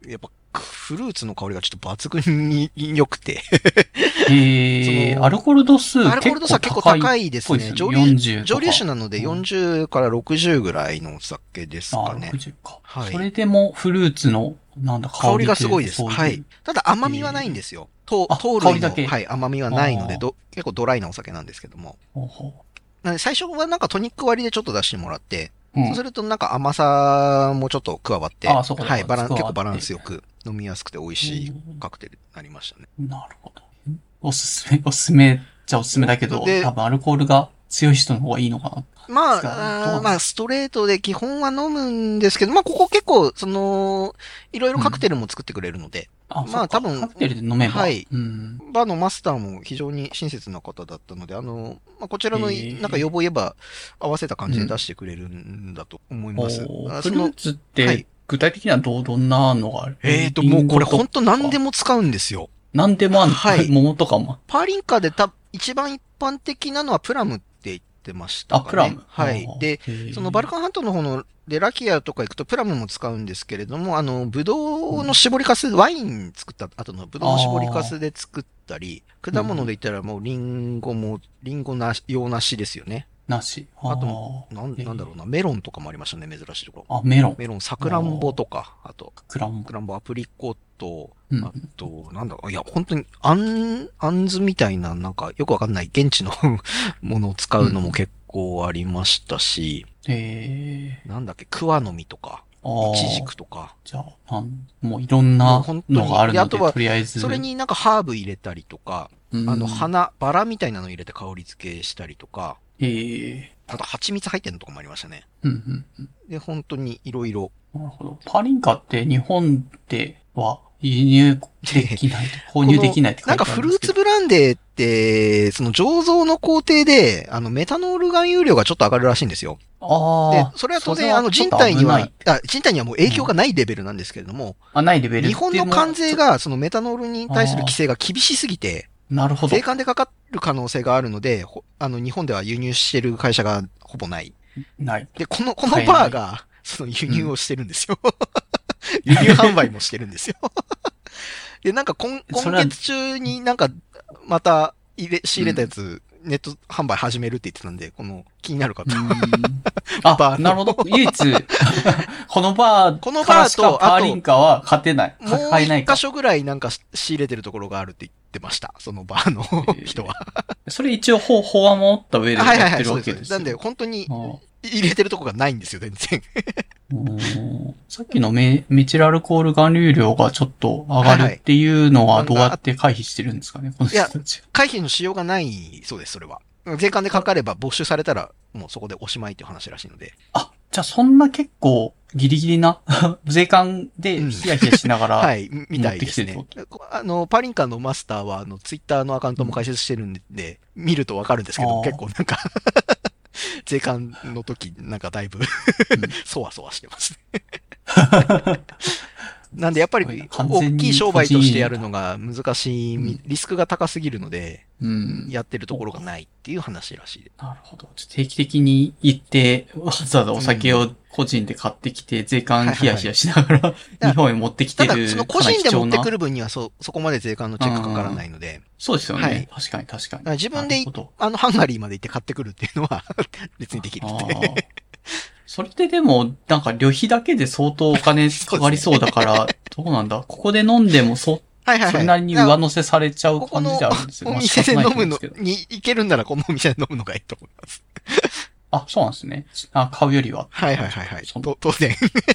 フルーツの香りがちょっと抜群に良くて。 えー、 そのアルコール度数アルコール度数は結構高いですね。上流、 よんじゅうとか上流酒なのでよんじゅうからろくじゅうぐらいのお酒ですああ、 かねろく。じゅうか。 はいそれでもフルーツの、なんだ、香り香りがすごいです。 そううはい。ただ甘みはないんですよ。とあ糖類の、 香りだけはい、甘みはないのであーど、結構ドライなお酒なんですけども。 ほうほなので最初はなんかトニック割りでちょっと出してもらって、 う。うんそうするとなんか甘さもちょっと加わって、 あーそうかはい、バラン、 加わって結構バランスよく飲みやすくて美味しいカクテルになりましたね。 なるほど。おすすめ、おすすめじゃおすすめだけど、 で多分アルコールが強い人の方がいいのかな。 ま違うどうあ、あーまあ、ストレートで基本は飲むんですけど、まあ、ここ結構、その、いろいろカクテルも作ってくれるので、 あ、 まあそうか多分カクテルで飲めば。 はいうん。 バーのマスターも非常に親切な方だったので、あの、まあ、こちらの、 へーなんか要望言えば、合わせた感じで出してくれるんだと思います。 おーあそのフルーツっはいて、具体的にはどう、どんなのがあるえーと、もうこれ本当何でも使うんですよ。 何でもあんの、 はい桃とかも。 パーリンカーでた、一番一般的なのはプラムって言ってましたかあ、 ね。 プラム。 はいあ。ーで、、そのバルカン半島の方のでラキアとか行くとプラムも使うんですけれども、あの、ブドウの絞りかす、ワイン作った後のブドウの絞りかすで作ったり、果物で言ったらもうリンゴも、リンゴな洋梨ですよね。 なし。 あとーなん、 えーなんだろうな、メロンとかもありましたね、珍しいところ。 あ、メロン。 メロン、サクランボとか、あと、 クランサクランボ、アプリコット、 うんあと、なんだろう、いや、本当に、あん、あんずみたいな、なんか、よくわかんない現地のものを使うのも結構ありましたし、 えなんだっけ、クワの実とか、 ー、あイチジークとか、 じゃあ、なんもういろんもうな本当にのがあるので、 であとはとりあえず。 それになんかハーブ入れたりとか、 うん、 あの、花、バラみたいなの入れて香り付けしたりとか、 ええあと蜂蜜入ってるのとかもありましたね。 ー、うんうんうん。 で、本当にいろいろ。 なるほど。パーリンカって日本では輸入できない、購入できないって書ないんかてあるんですけど。 フルーツブランデーって、その醸造の工程で、あの、メタノール含有量がちょっと上がるらしいんですよ。でああ。、 それは当そ然、あの、 ちょっと人体には危ない、 あ、人体にはもう影響がないレベルなんですけれども、 あ、ないレベル日本の関税が。 が、そのメタノールに対する規制が厳しすぎて、 なるほど税。関でかかる可能性があるので、ほあの、日本では輸入してる会社がほぼない。 ない。 で、この、このバーが、その輸入をしてるんですよ。輸入販売もしてるんですよ。で、なんか今、今それは月中になんか、また入れ、仕入れたやつ、ネット販売始めるって言ってたんで、この、気になる方。 うーんバあ、 ーなるほど。唯一、このバーこのからしかバーとパーリンカは勝てない。 もう買えないか一箇。所ぐらいなんか仕入れてるところがあるって言ってました。そのバーの人は。 それ一応法、法は守った上ではいはいはい、 やってるそうで。 わけですすよ。 なんで、本当にあー入れてるとこがないんですよ、全然。 うーんさっきのメメチルアルコール含有量がちょっと上がるっていうのはどうやって回避してるんですかね、この人たちは。 回避のしようがないそうです、それは。税関でかかれば没収されたら、もうそこでおしまいっていう話らしいので。 あ、じゃあそんな結構ギリギリな税関でヒヤヒヤしながら、 はい、みたいです持っね。あの、パリンカのマスターは、あの、ツイッターのアカウントも開設してるんで、見るとわかるんですけど、 あー結構なんか、税関の時、なんかだいぶ、そわそわしてますね。なんでやっぱりすごいな完全に大きい商売としてやるのが難しい、 うんリスクが高すぎるので、 うん。 やってるところがないっていう話らしいです。 なるほど。定期的に行って、わざわざお酒を個人で買ってきて、税関ヒヤヒヤしながら、日本へ持ってきてる。 ただ、その個人で持ってくる。 る分にはそ、そこまで税関のチェックかからないので、 そうですよね。 はい確かに確かに。 自分でなるほどあの、ハンガリーまで行って買ってくるっていうのは別にできるって。 あーそれってでも、なんか旅費だけで相当お金かかりそうだから、どうなんだここで飲んでもそ、 はいはいはい。 それなりに上乗せされちゃうここの感じであるんですよ。 おまあ店で飲むの仕方ないと思うんですけどに行けるんならこのお店で飲むのがいいと思います。 あ、そうなんですね。あ、買うよりは。 はいはいはいはい。 そのと当然。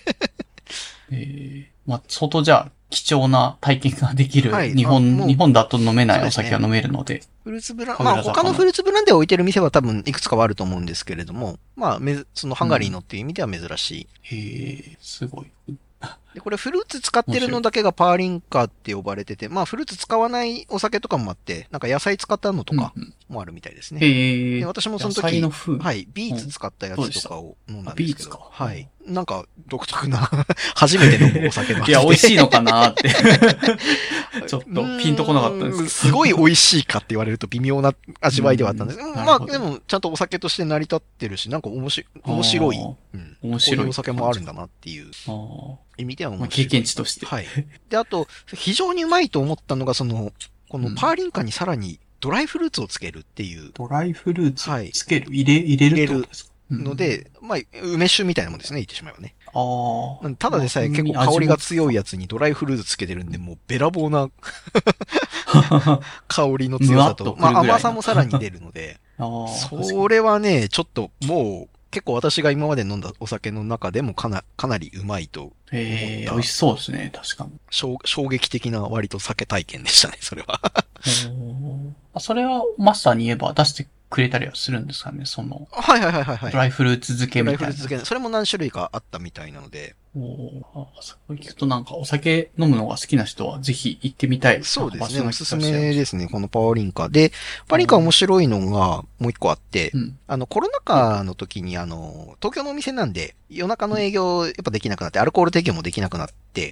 ええまあ、相当じゃあ、貴重な体験ができる、 はい日あも本、 う日本だと飲めないおそうですね酒が飲めるので。 フルーツブラン、 神楽坂のまあ他のフルーツブランデーを置いてる店は多分いくつかはあると思うんですけれども、まあめず、そのハンガリーのっていう意味では珍しい。 へえ、すごい。 で、これフルーツ使ってるのだけがパーリンカーって呼ばれてて、まあフルーツ使わないお酒とかもあって、なんか野菜使ったのとかうんうんもあるみたいですね。 へえ。 で私もその野菜時、 の風。 はい、ビーツ使ったやつとかを飲んだんですけど、 あビーツかはい。なんか独特な、初めて飲むお酒の味でいや、美味しいのかなって。 ちょっとピンとこなかったんですけど。 すごい美味しいかって言われると微妙な味わいではあったんですけど、まあどでもちゃんとお酒として成り立ってるし、なんか面白い、面白い、うん、 面白いこういうお酒もあるんだなっていうあ意味では面まあ、 白い。 経験値として。 はい。で、あと、非常にうまいと思ったのが、その、このパーリンカにさらにドライフルーツをつけるっていうドライフルーツはいつける、入れ、入れるってことですかので、まあ、梅酒みたいなもんですね、言ってしまえばね。 ああ。 ただでさえ結構香りが強いやつにドライフルーツつけてるんで、もうべらぼうな香りの強さと、まあ甘さもさらに出るので、それはね、ちょっともう結構私が今まで飲んだお酒の中でもかなかなりうまいと思った。 えー、美味しそうですね、確かに。 衝撃的な割と酒体験でしたね、それは。 それはマスターに言えば出してくれたりはするんですかね、その。 はいはいはいはい。 ドライフルーツ漬けみたいな。 ドライフルーツ漬け。それも何種類かあったみたいなので。 おお、そう聞くとなんかお酒飲むのが好きな人はぜひ行ってみたい。 そうですね、おすすめですね、このパワーリンカ。で、パワーリンカ面白いのがもう一個あって、うん、あの、コロナ禍の時にあの、東京のお店なんで、夜中の営業やっぱできなくなって、アルコール提供もできなくなって、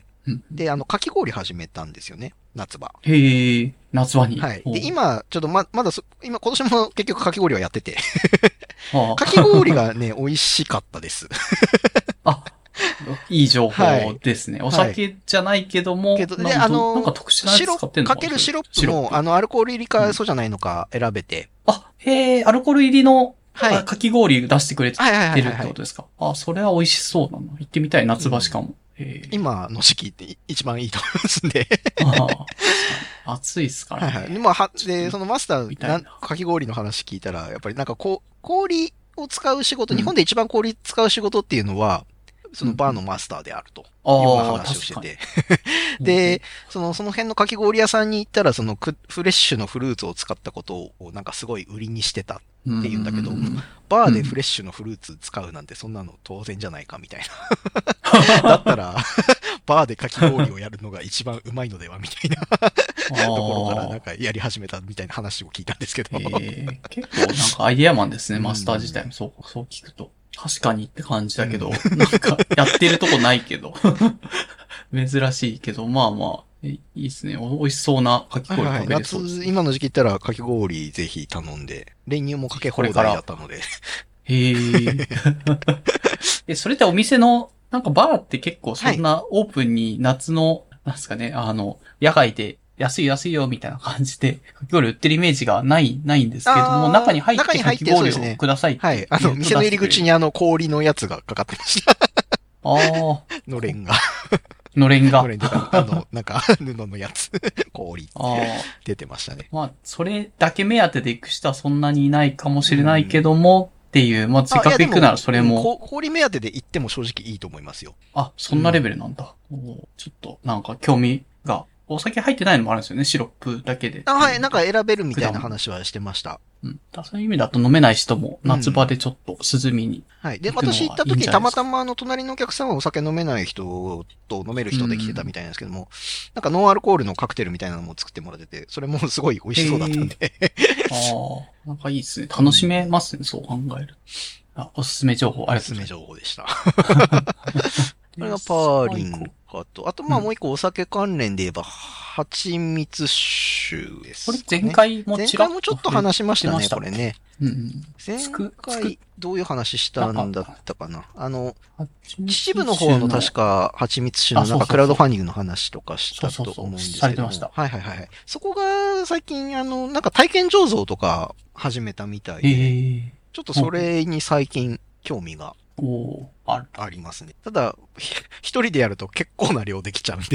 うん、で、あの、かき氷始めたんですよね、夏場。 へえ、夏場に。 はい。で、今、ちょっとま、まだ今、今年も結局かき氷はやってて。かき氷がね、美味しかったです。 あ、いい情報ですね。はい、お酒じゃないけども、 けどで、あの、 なんか特殊なやつ使ってんのかかけるシロップも、あの、アルコール入りか、そうじゃないのか選べて。 うん、あ、へえ、アルコール入りの、はい、かき氷出してくれてるってことですか。あ、それは美味しそうだな。行ってみたい、夏場しかも。うん今の時期って一番いいと思いますんであ。暑いっすからね。 はいはい。まあ、は、で、そのマスターな、かき氷の話聞いたら、やっぱりなんかこう、氷を使う仕事、うん、日本で一番氷使う仕事っていうのは、そのバーのマスターであると。いうような話をしてて。で、その、その辺のかき氷屋さんに行ったら、そのフレッシュのフルーツを使ったことを、なんかすごい売りにしてたっていうんだけど、バーでフレッシュのフルーツ使うなんてそんなの当然じゃないかみたいな。だったら、バーでかき氷をやるのが一番うまいのではみたいなところからなんかやり始めたみたいな話を聞いたんですけど。 えー、結構なんかアイデアマンですね、マスター自体も。そう、そう聞くと。確かにって感じだけど、うん、なんかやってるとこないけど。珍しいけど、まあまあ、いいですね。美味しそうなかき氷食べれそうです、ね。 夏、今の時期行ったらかき氷ぜひ頼んで、練乳もかけ放題だったので。 へえ。え、それってお店の、なんかバーって結構そんなオープンに夏の、はい、なんですかね、あの、野外で安い安いよみたいな感じで、かき氷売ってるイメージがない、ないんですけども、中に入ってかき氷をくださいって。 はい。あの、店の入り口にあの氷のやつがかかってました。 ああ。 のれんが。 のれんが。 のれんで、あの、なんか、布のやつ、氷って出てましたね。 まあ、それだけ目当てで行く人はそんなにいないかもしれないけども、うんっていう、まあ、せっかく行くならそれも。 氷目当てで行っても正直いいと思いますよ。 あ、そんなレベルなんだ。うん、ちょっと、なんか興味が。お酒入ってないのもあるんですよね、シロップだけで。 あ、はい、なんか選べるみたいな話はしてました。 うん。そういう意味だと飲めない人も夏場でちょっと涼みに、うん。 はい。で、私行った時たまたまあの隣のお客さんはお酒飲めない人と飲める人で来てたみたいなんですけども、うん、なんかノンアルコールのカクテルみたいなのも作ってもらってて、それもすごい美味しそうだったんで。 ああ、なんかいいですね。楽しめますね、うん、そう考える。あ、おすすめ情報ありがとうございます。 おすすめ情報でした。これがパーリンカと、あとまあもう一個お酒関連で言えば、蜂蜜酒ですかね。 これ前回もちらっと前回もちょっと話しましたね、これね。 うんうん、 前回どういう話したんだったかな。あの、秩父の方の確か蜂蜜酒のなんかクラウドファンディングの話とかしたと思うんですけど。 されてました。 はいはいはい。そこが最近あの、なんか体験醸造とか始めたみたいで、えー、ちょっとそれに最近興味がおあありますね。ただ、一人でやると結構な量できちゃうんで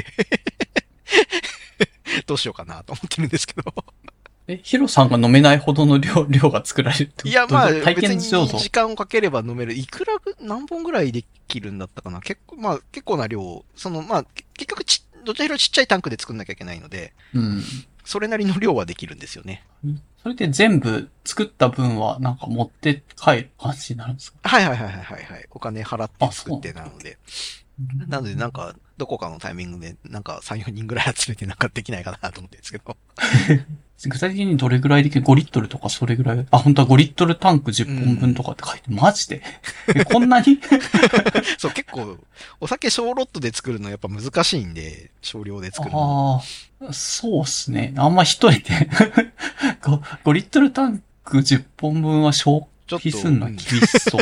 どうしようかなと思ってるんですけどえ、ヒロさんが飲めないほどの量、量が作られるってこと？ いや、まあ、別に時間をかければ飲める。いくら、何本ぐらいできるんだったかな。結構、まあ、結構な量。その、まあ、結局ち、どちらかというとちっちゃいタンクで作んなきゃいけないので、 うん。 それなりの量はできるんですよね。 それで全部作った分はなんか持って帰る感じになるんですか？ はいはいはいはいはい。お金払って作ってなので。なのでなんか、 どこかのタイミングでなんかさん、よにんぐらい集めてなんかできないかなと思ってるんですけど。 具体的にどれぐらいできる ?ご リットルとかそれぐらいあ、本当はごリットルタンクじゅっぽんぶんとかって書いて、うん、マジでえこんなにそう、結構、お酒小ロットで作るのやっぱ難しいんで、少量で作るの。 ああ、そうっすね。あんま一人でご、ごリットルタンクじゅっぽんぶんは消費すんの厳しそう。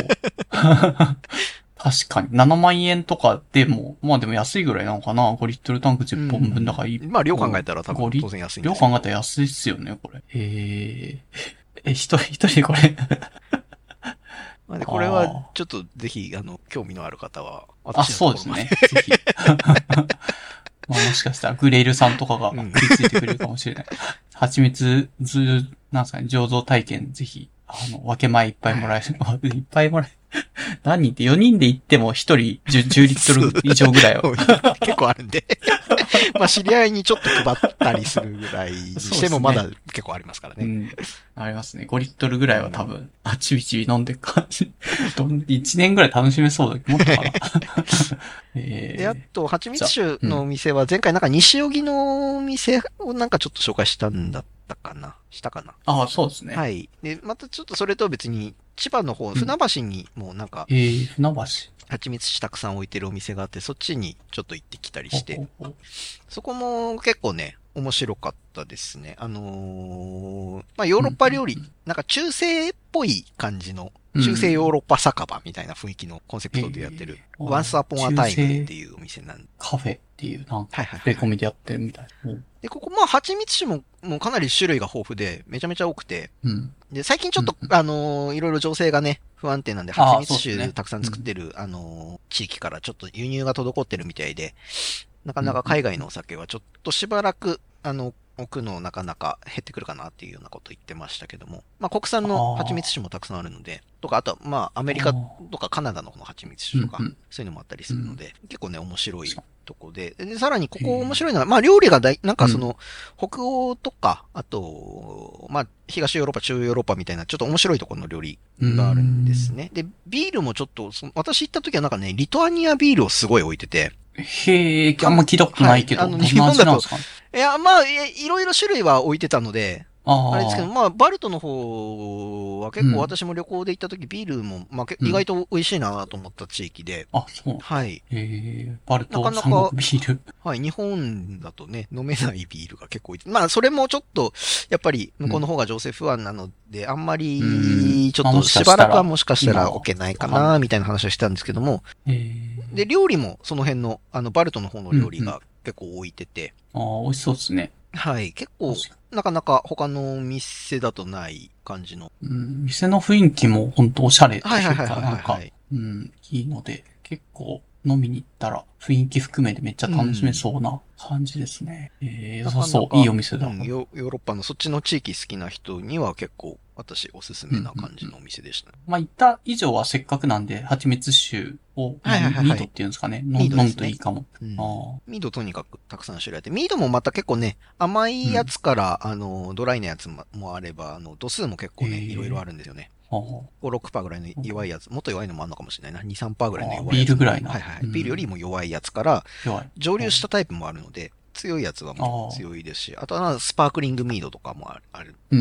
確かに。ななまんえんとかでも、まあでも安いぐらいなのかな。ごリットルタンクじゅっぽんぶんだからいい、 うん。まあ量考えたら多分当然安いんです量考えたら安いっすよね、これ。へえ。え、一人、一人これ。 まあね、これはちょっとぜひ、あの、興味のある方は、 あ、そうですね。ぜひ。まあもしかしたらグレイルさんとかが食いついてくれるかもしれない。蜂蜜ず、なんすかね、醸造体験ぜひ、あの、分け前いっぱいもらえる。いっぱいもらえる。何人ってよにんで行ってもひとり 10, じゅうリットル以上ぐらいは。 結構あるんで。まあ知り合いにちょっと配ったりするぐらいにしてもまだ結構ありますからね。 うん、ありますね。ごリットルぐらいは多分、うん、あ、ちびちび飲んでる感じ。いちねんぐらい楽しめそうだけど、もっとかな。 えー、で、あと、蜂蜜酒のお店は前回なんか西荻のお店をなんかちょっと紹介したんだったかなしたかなああ、そうですね。 はい。で、またちょっとそれと別に、千葉の方、船橋にもなんか、 えー、船橋。 蜂蜜酒たくさん置いてるお店があって、そっちにちょっと行ってきたりして、ほうほうほうそこも結構ね、面白かったですね。あのー、まあ、ヨーロッパ料理、うんうんうん、なんか中世っぽい感じの、中世ヨーロッパ酒場みたいな雰囲気のコンセプトでやってる、えー、Once Upon a Time っていうお店なんで。 カフェっていう、なんか、レコミでやってるみたいな。 で、ここ、まあ、蜂蜜酒も、もうかなり種類が豊富で、めちゃめちゃ多くて、 うん、 で、最近ちょっと、うんうん、あのー、いろいろ情勢がね、不安定なんで、蜂蜜酒たくさん作ってる、あ、ねうん、あのー、地域からちょっと輸入が滞ってるみたいで、なかなか海外のお酒はちょっとしばらく、あの、置くのなかなか減ってくるかなっていうようなこと言ってましたけども、まあ国産の蜂蜜酒もたくさんあるので、とか、あとはまあアメリカとかカナダの方の蜂蜜酒とか、そういうのもあったりするので、結構ね、面白いとこで、で、さらにここ面白いのは、まあ料理がだい、なんかその、北欧とか、あと、まあ東ヨーロッパ、中ヨーロッパみたいな、ちょっと面白いところの料理があるんですね。で、ビールもちょっと、私行った時はなんかね、リトアニアビールをすごい置いてて、 へえ、あんま聞いたことないけど。 はい、あの、日本だと、いや、まあ、いろいろ種類は置いてたので、あ, あれですけど、まあ、バルトの方は結構私も旅行で行った時、ビールも、まあ、意外と美味しいなと思った地域で。 うん、あ、そう。 はい。 へえ、バルトなかなか三国ビール。 はい、日本だとね、飲めないビールが結構置いて、まあ、それもちょっと、やっぱり、向こうの方が情勢不安なので、うん、あんまり、ちょっとしばらくはもしかしたら置けないかな、みたいな話をしたんですけども、で、料理もその辺の、あの、バルトの方の料理が結構置いてて。 うんうん、ああ、美味しそうですね。 はい。結構、なかなか他の店だとない感じの。 うん、店の雰囲気も本当おしゃれというか、 はいはいはいはいはい、 なんか、うん、いいので、結構飲みに行ったら雰囲気含めてめっちゃ楽しめそうな感じですね。うん、えー、良さそう。いいお店だ、 うんヨ。ヨーロッパのそっちの地域好きな人には結構私おすすめな感じのお店でしたね。 うんうんうん、まあ、行った以上はせっかくなんで、蜂蜜酒を、はいはいはいはい、ミードっていうんですかね。ミード、ね、飲むといいかも。 うん、あミードとにかくたくさん種類あって、ミードもまた結構ね、甘いやつから、うん、あの、ドライなやつもあれば、あの、度数も結構ね、いろいろあるんですよね。ご、ろくパーセント ぐらいの弱いやつ、もっと弱いのもあるのかもしれないな。に、さんパーセント ぐらいの弱いやつ。 ビールぐらいの。 はいはい。ビールよりも弱いやつから、蒸留したタイプもあるので、強いやつはもう強いですし、あとはスパークリングミードとかもある。 うん。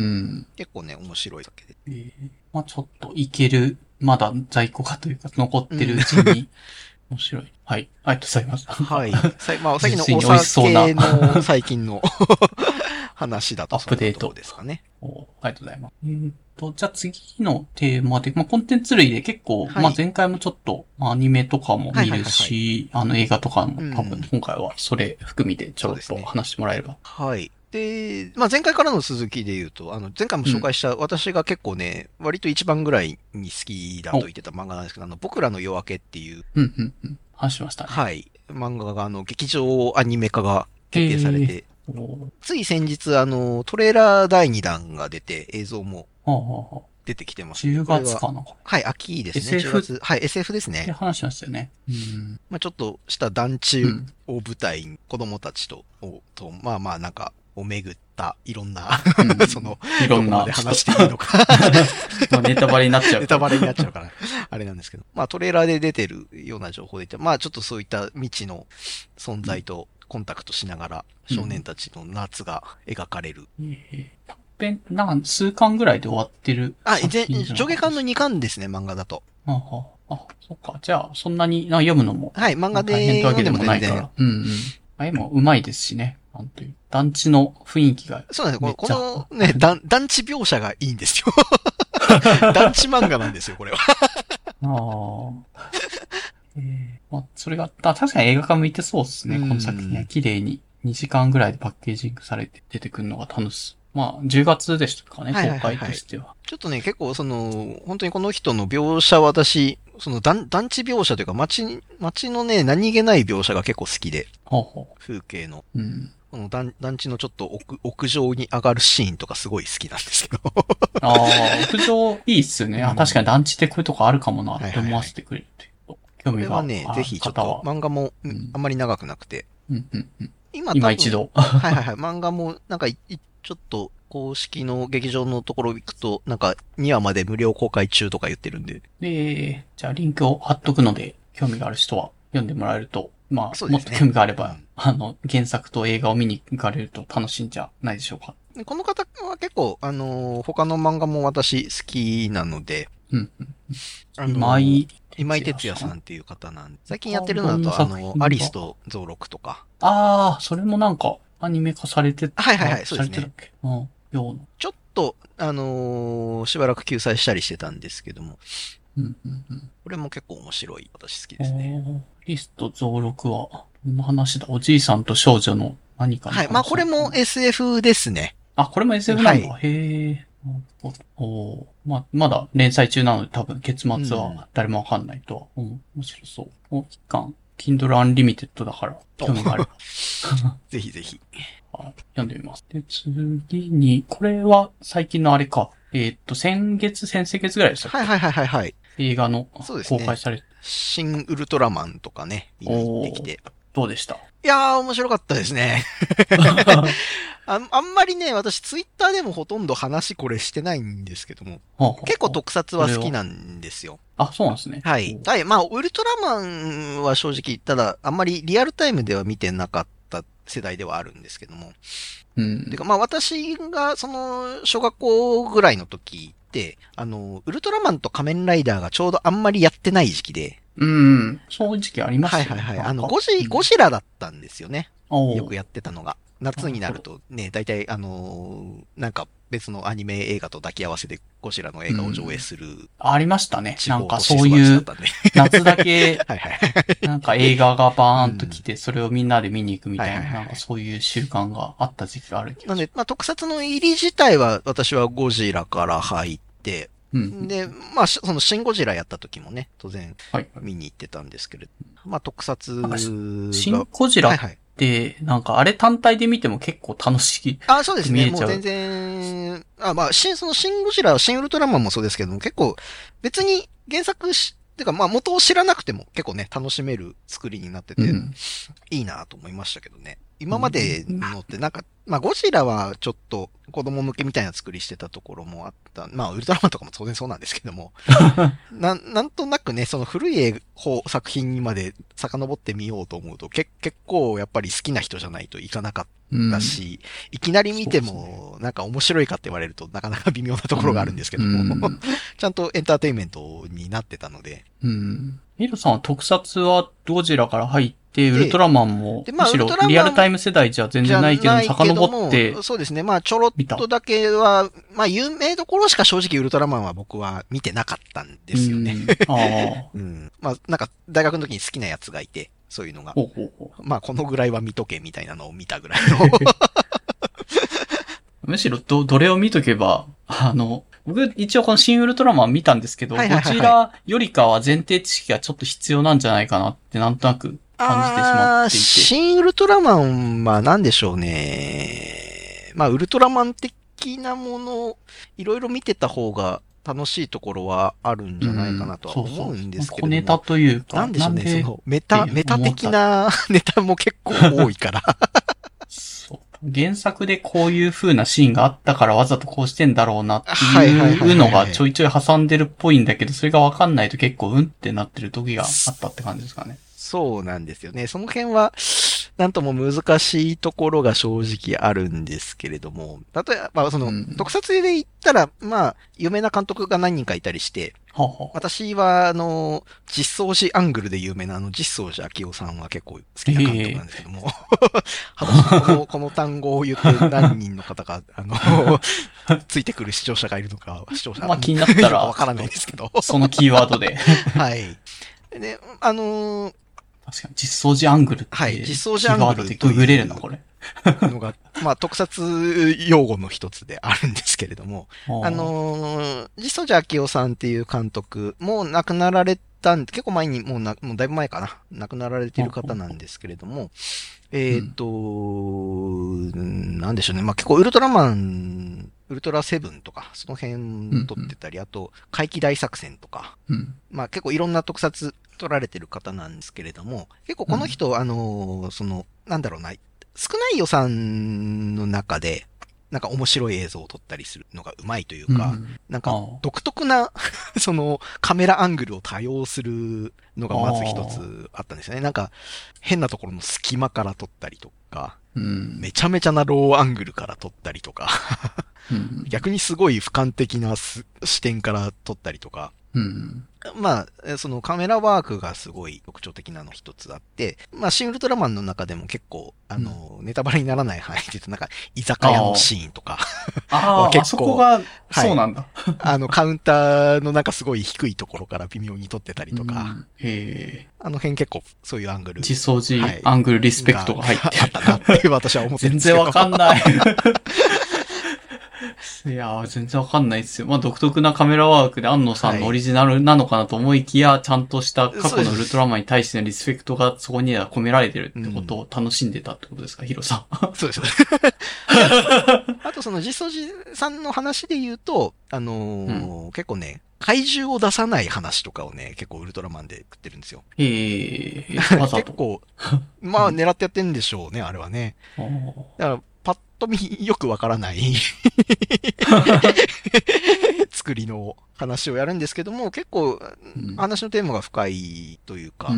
結構ね、面白い酒で。 えー、まあちょっといける、まだ在庫かというか残ってるうちに、うん、面白い。はい。ありがとうございます。 はい。まあ、さっきのお酒の最近の話だとそんなところですかね。 おありがとうございます。えー、と、じゃあ次のテーマで、まあコンテンツ類で結構、はい、まあ前回もちょっと、まあ、アニメとかも見るし、あの映画とかも多分、今回はそれ含みでちょっと話してもらえれば。ね、 はい。で、まあ前回からの続きで言うと、あの、前回も紹介した、うん、私が結構ね、割と一番ぐらいに好きだと言ってた漫画なんですけど、あの、僕らの夜明けっていう。 うんうんうん。話しましたね。 はい。漫画が、あの、劇場アニメ化が決定されて、つい先日、あの、トレーラーだいにだんが出て、映像も出てきてます、 ね。じゅうがつかな。 はい、秋ですね。 エスエフじゅうがつ。はい、エスエフ ですね。 って話しましたよね。うん。 まあちょっとした団地を舞台に子供たちと、と、まあまあなんか、 を巡ったいろんな、 うん、 その、 いろんな。 どこまで話していいのか。 まあネタバレになっちゃう。 ネタバレになっちゃうから、あれなんですけど。まあトレーラーで出てるような情報で言って、まあちょっとそういった未知の存在とコンタクトしながら、少年たちの夏が描かれる。 うん、えー、短編、なんか数巻ぐらいで終わってる。 あ、で、上下巻のにかんですね、漫画だと。 あはあ、そっか。じゃあ、そんなに、な読むのも。 はい、漫画で大変とわけでもないから。 全然うんうん。あれも上手いですしね。なんという。団地の雰囲気が。 そうなんですよ。このね、団、団地描写がいいんですよ。団地漫画なんですよ、これは。ああ。えー、まあ、それが、確かに映画化向いてそうですね。この作品は綺麗ににじかんぐらいでパッケージングされて出てくるのが楽しい。まあ、じゅうがつでしたかね、公開としては。 ちょっとね、結構その、本当にこの人の描写は私、その団団地描写というか街、街のね、何気ない描写が結構好きで。 ほうほう。 風景の。 うん。 この団団地のちょっと屋屋上に上がるシーンとかすごい好きなんですけど。 ああ、屋上いいっすよね。あ、確かに団地ってこういうとこあるかもなって思わせてくれるという。興味がある方は。 これはね、ぜひちょっと漫画もあんまり長くなくて。 うんうんうん。 今今一度。 はいはいはい。漫画もなんかいちょっと公式の劇場のところ行くと、なんかにわまで無料公開中とか言ってるんで。 で、じゃあリンクを貼っとくので、興味がある人は読んでもらえると、まあ、 そうですね、 もっと興味があれば、 うん、 あの、原作と映画を見に行かれると楽しいんじゃないでしょうか。 この方は結構、あのー、他の漫画も私好きなので、 うんうん、 あのー、 今井今井哲也さんっていう方なんで、最近やってるのだと、あの、アリスとゾウロクとか。 ああ、それもなんか、アニメ化されてた。 はいはいはい、そうですね。 されてたっけ？うん、ような。 ちょっと、あのー、しばらく救済したりしてたんですけども。 うんうんうん。 これも結構面白い。私好きですね。 アリスとゾウロクは、この話だ。おじいさんと少女の何かの話。 はい。まあこれも エスエフ ですね。 あ、これも エスエフ なんだ。はい、へえ。おまあ、まだ連載中なので多分結末は誰もわかんないとは。うん、うん、面白そう。お、期間、Kindle Unlimited だから、興味がある。 ぜひぜひ。 読んでみます。で、次に、これは最近のあれか。えー、っと、先月、先々月ぐらいでしたっけ？ はいはいはいはいはい。 映画のそうですね、 公開されて。 新ウルトラマンとかね、見に行ってきて。 どうでした？ いやー、面白かったですね。あ, あんまりね、私ツイッターでもほとんど話これしてないんですけども、はあはあ、結構特撮は好きなんですよ。 あ、そうなんですね。 はい。はい。まあ、ウルトラマンは正直、ただ、あんまりリアルタイムでは見てなかった世代ではあるんですけども。 うん。 てか、まあ、私が、その、小学校ぐらいの時って、あの、ウルトラマンと仮面ライダーがちょうどあんまりやってない時期で。 うん。そういう時期ありますね。はいはいはい。あの、ゴジ、ゴジラだったんですよね。 うん、 よくやってたのが。夏になるとね、大体あのー、なんか別のアニメ映画と抱き合わせでゴジラの映画を上映する。うん、 ありましたね。なんかそういう、夏だけ、なんか映画がバーンと来て、それをみんなで見に行くみたいな、なんかそういう習慣があった時期がある気がします。 なんで、まあ特撮の入り自体は私はゴジラから入って、 うん、 で、まあ、そのシンゴジラやった時もね、当然見に行ってたんですけれど、はい、まあ特撮が。 シンゴジラはいはいで、なんかあれ単体で見ても結構楽しい。 あ、そうですね。もう全然、あ、まあ、新、そのシンゴジラ、シンウルトラマンもそうですけども、結構別に原作し、てかまあ元を知らなくても結構ね、楽しめる作りになってて、うん、いいなと思いましたけどね。今までのってなんか、まあゴジラはちょっと子供向けみたいな作りしてたところもあった。まあウルトラマンとかも当然そうなんですけども。な、なんとなくね、その古い映画作品にまで遡ってみようと思うと、け結構やっぱり好きな人じゃないといかなかったし、うん、いきなり見てもなんか面白いかって言われるとなかなか微妙なところがあるんですけども、うん、ちゃんとエンターテインメントになってたので。 うん。ミロさんは特撮はゴジラから入って、ウルトラマンも、むしろリアルタイム世代じゃ全然ないけど、遡って。 そうですね。まあ、ちょろっとだけは、まあ、有名どころしか正直ウルトラマンは僕は見てなかったんですよね。 うん、あうん、まあ、なんか、大学の時に好きなやつがいて、そういうのが。 ほうほうほうまあ、このぐらいは見とけみたいなのを見たぐらいの。 むしろ、ど、どれを見とけば、あの、僕、一応この新ウルトラマン見たんですけど、はいはいはいはい、ゴジラよりかは前提知識がちょっと必要なんじゃないかなってなんとなく感じてしまっていて。 新ウルトラマンは何でしょうね。まあ、ウルトラマン的なもの、いろいろ見てた方が楽しいところはあるんじゃないかなとは思うんですけども。 小ネタというか。 なんでしょうね、その、メタ、メタ的なネタも結構多いから。 そう。 原作でこういう風なシーンがあったからわざとこうしてんだろうなってはいはいはいはいはいいうのがちょいちょい挟んでるっぽいんだけど、それがわかんないと結構うんってなってる時があったって感じですかね。 そうなんですよね。その辺は、なんとも難しいところが正直あるんですけれども、例えば、その、 うん特撮で言ったら、まあ、有名な監督が何人かいたりして、 はあはあ、 私は、あの、実相寺アングルで有名なあの、実相寺明夫さんは結構好きな監督なんですけども、果たしてこの、この単語を言って何人の方が、あの、ついてくる視聴者がいるのか、視聴者まあ気になったらわからないですけど。 そのキーワードで。 はい。で、あのー確かに、実相寺アングルって。 はい実相寺アングルキーワードでググれるな、これ。 のが、まあ、特撮用語の一つであるんですけれども、あのー、実相寺明夫さんっていう監督もう亡くなられたんで、結構前に、もうな、もうだいぶ前かな、亡くなられている方なんですけれども、えっと、なんでしょうね、まあ、結構ウルトラマン、ウルトラセブンとか、その辺撮ってたり、あと、怪奇大作戦とか、 うん、 まあ、結構いろんな特撮撮られてる方なんですけれども、結構この人、うん、あのー、その、なんだろうな、少ない予算の中で、なんか面白い映像を撮ったりするのがうまいというか、うん、なんか独特な、そのカメラアングルを多用するのがまず一つあったんですよね。なんか変なところの隙間から撮ったりとか、うん、めちゃめちゃなローアングルから撮ったりとか、うん、逆にすごい俯瞰的な視点から撮ったりとか、うん、まあ、そのカメラワークがすごい特徴的なの一つあって、まあ、シン・ウルトラマンの中でも結構、あの、うん、ネタバレにならない範囲で言うと、なんか、居酒屋のシーンとか。 ああ、結構あそこが、 はい、 そうなんだ。 あの、カウンターのなんかすごい低いところから微妙に撮ってたりとか。うん、 へあの辺結構、そういうアングル。 実相寺、はい、アングルリスペクトが入ってあったなって私は思ってるんですけど。 全然わかんない。いやー、全然わかんないですよ。まあ、独特なカメラワークで安野さんのオリジナルなのかなと思いきや、はい、ちゃんとした過去のウルトラマンに対してのリスペクトがそこには込められてるってことを楽しんでたってことですか、うん、ヒロさん。 そうです。あとその実相寺さんの話で言うと、あのーうん、結構ね、怪獣を出さない話とかをね、結構ウルトラマンで食ってるんですよ。 へえー、わざと。 結構、まあ狙ってやってんでしょうね、あれはね。だからパッと見よくわからない作りの話をやるんですけども、結構話のテーマが深いというか、うん、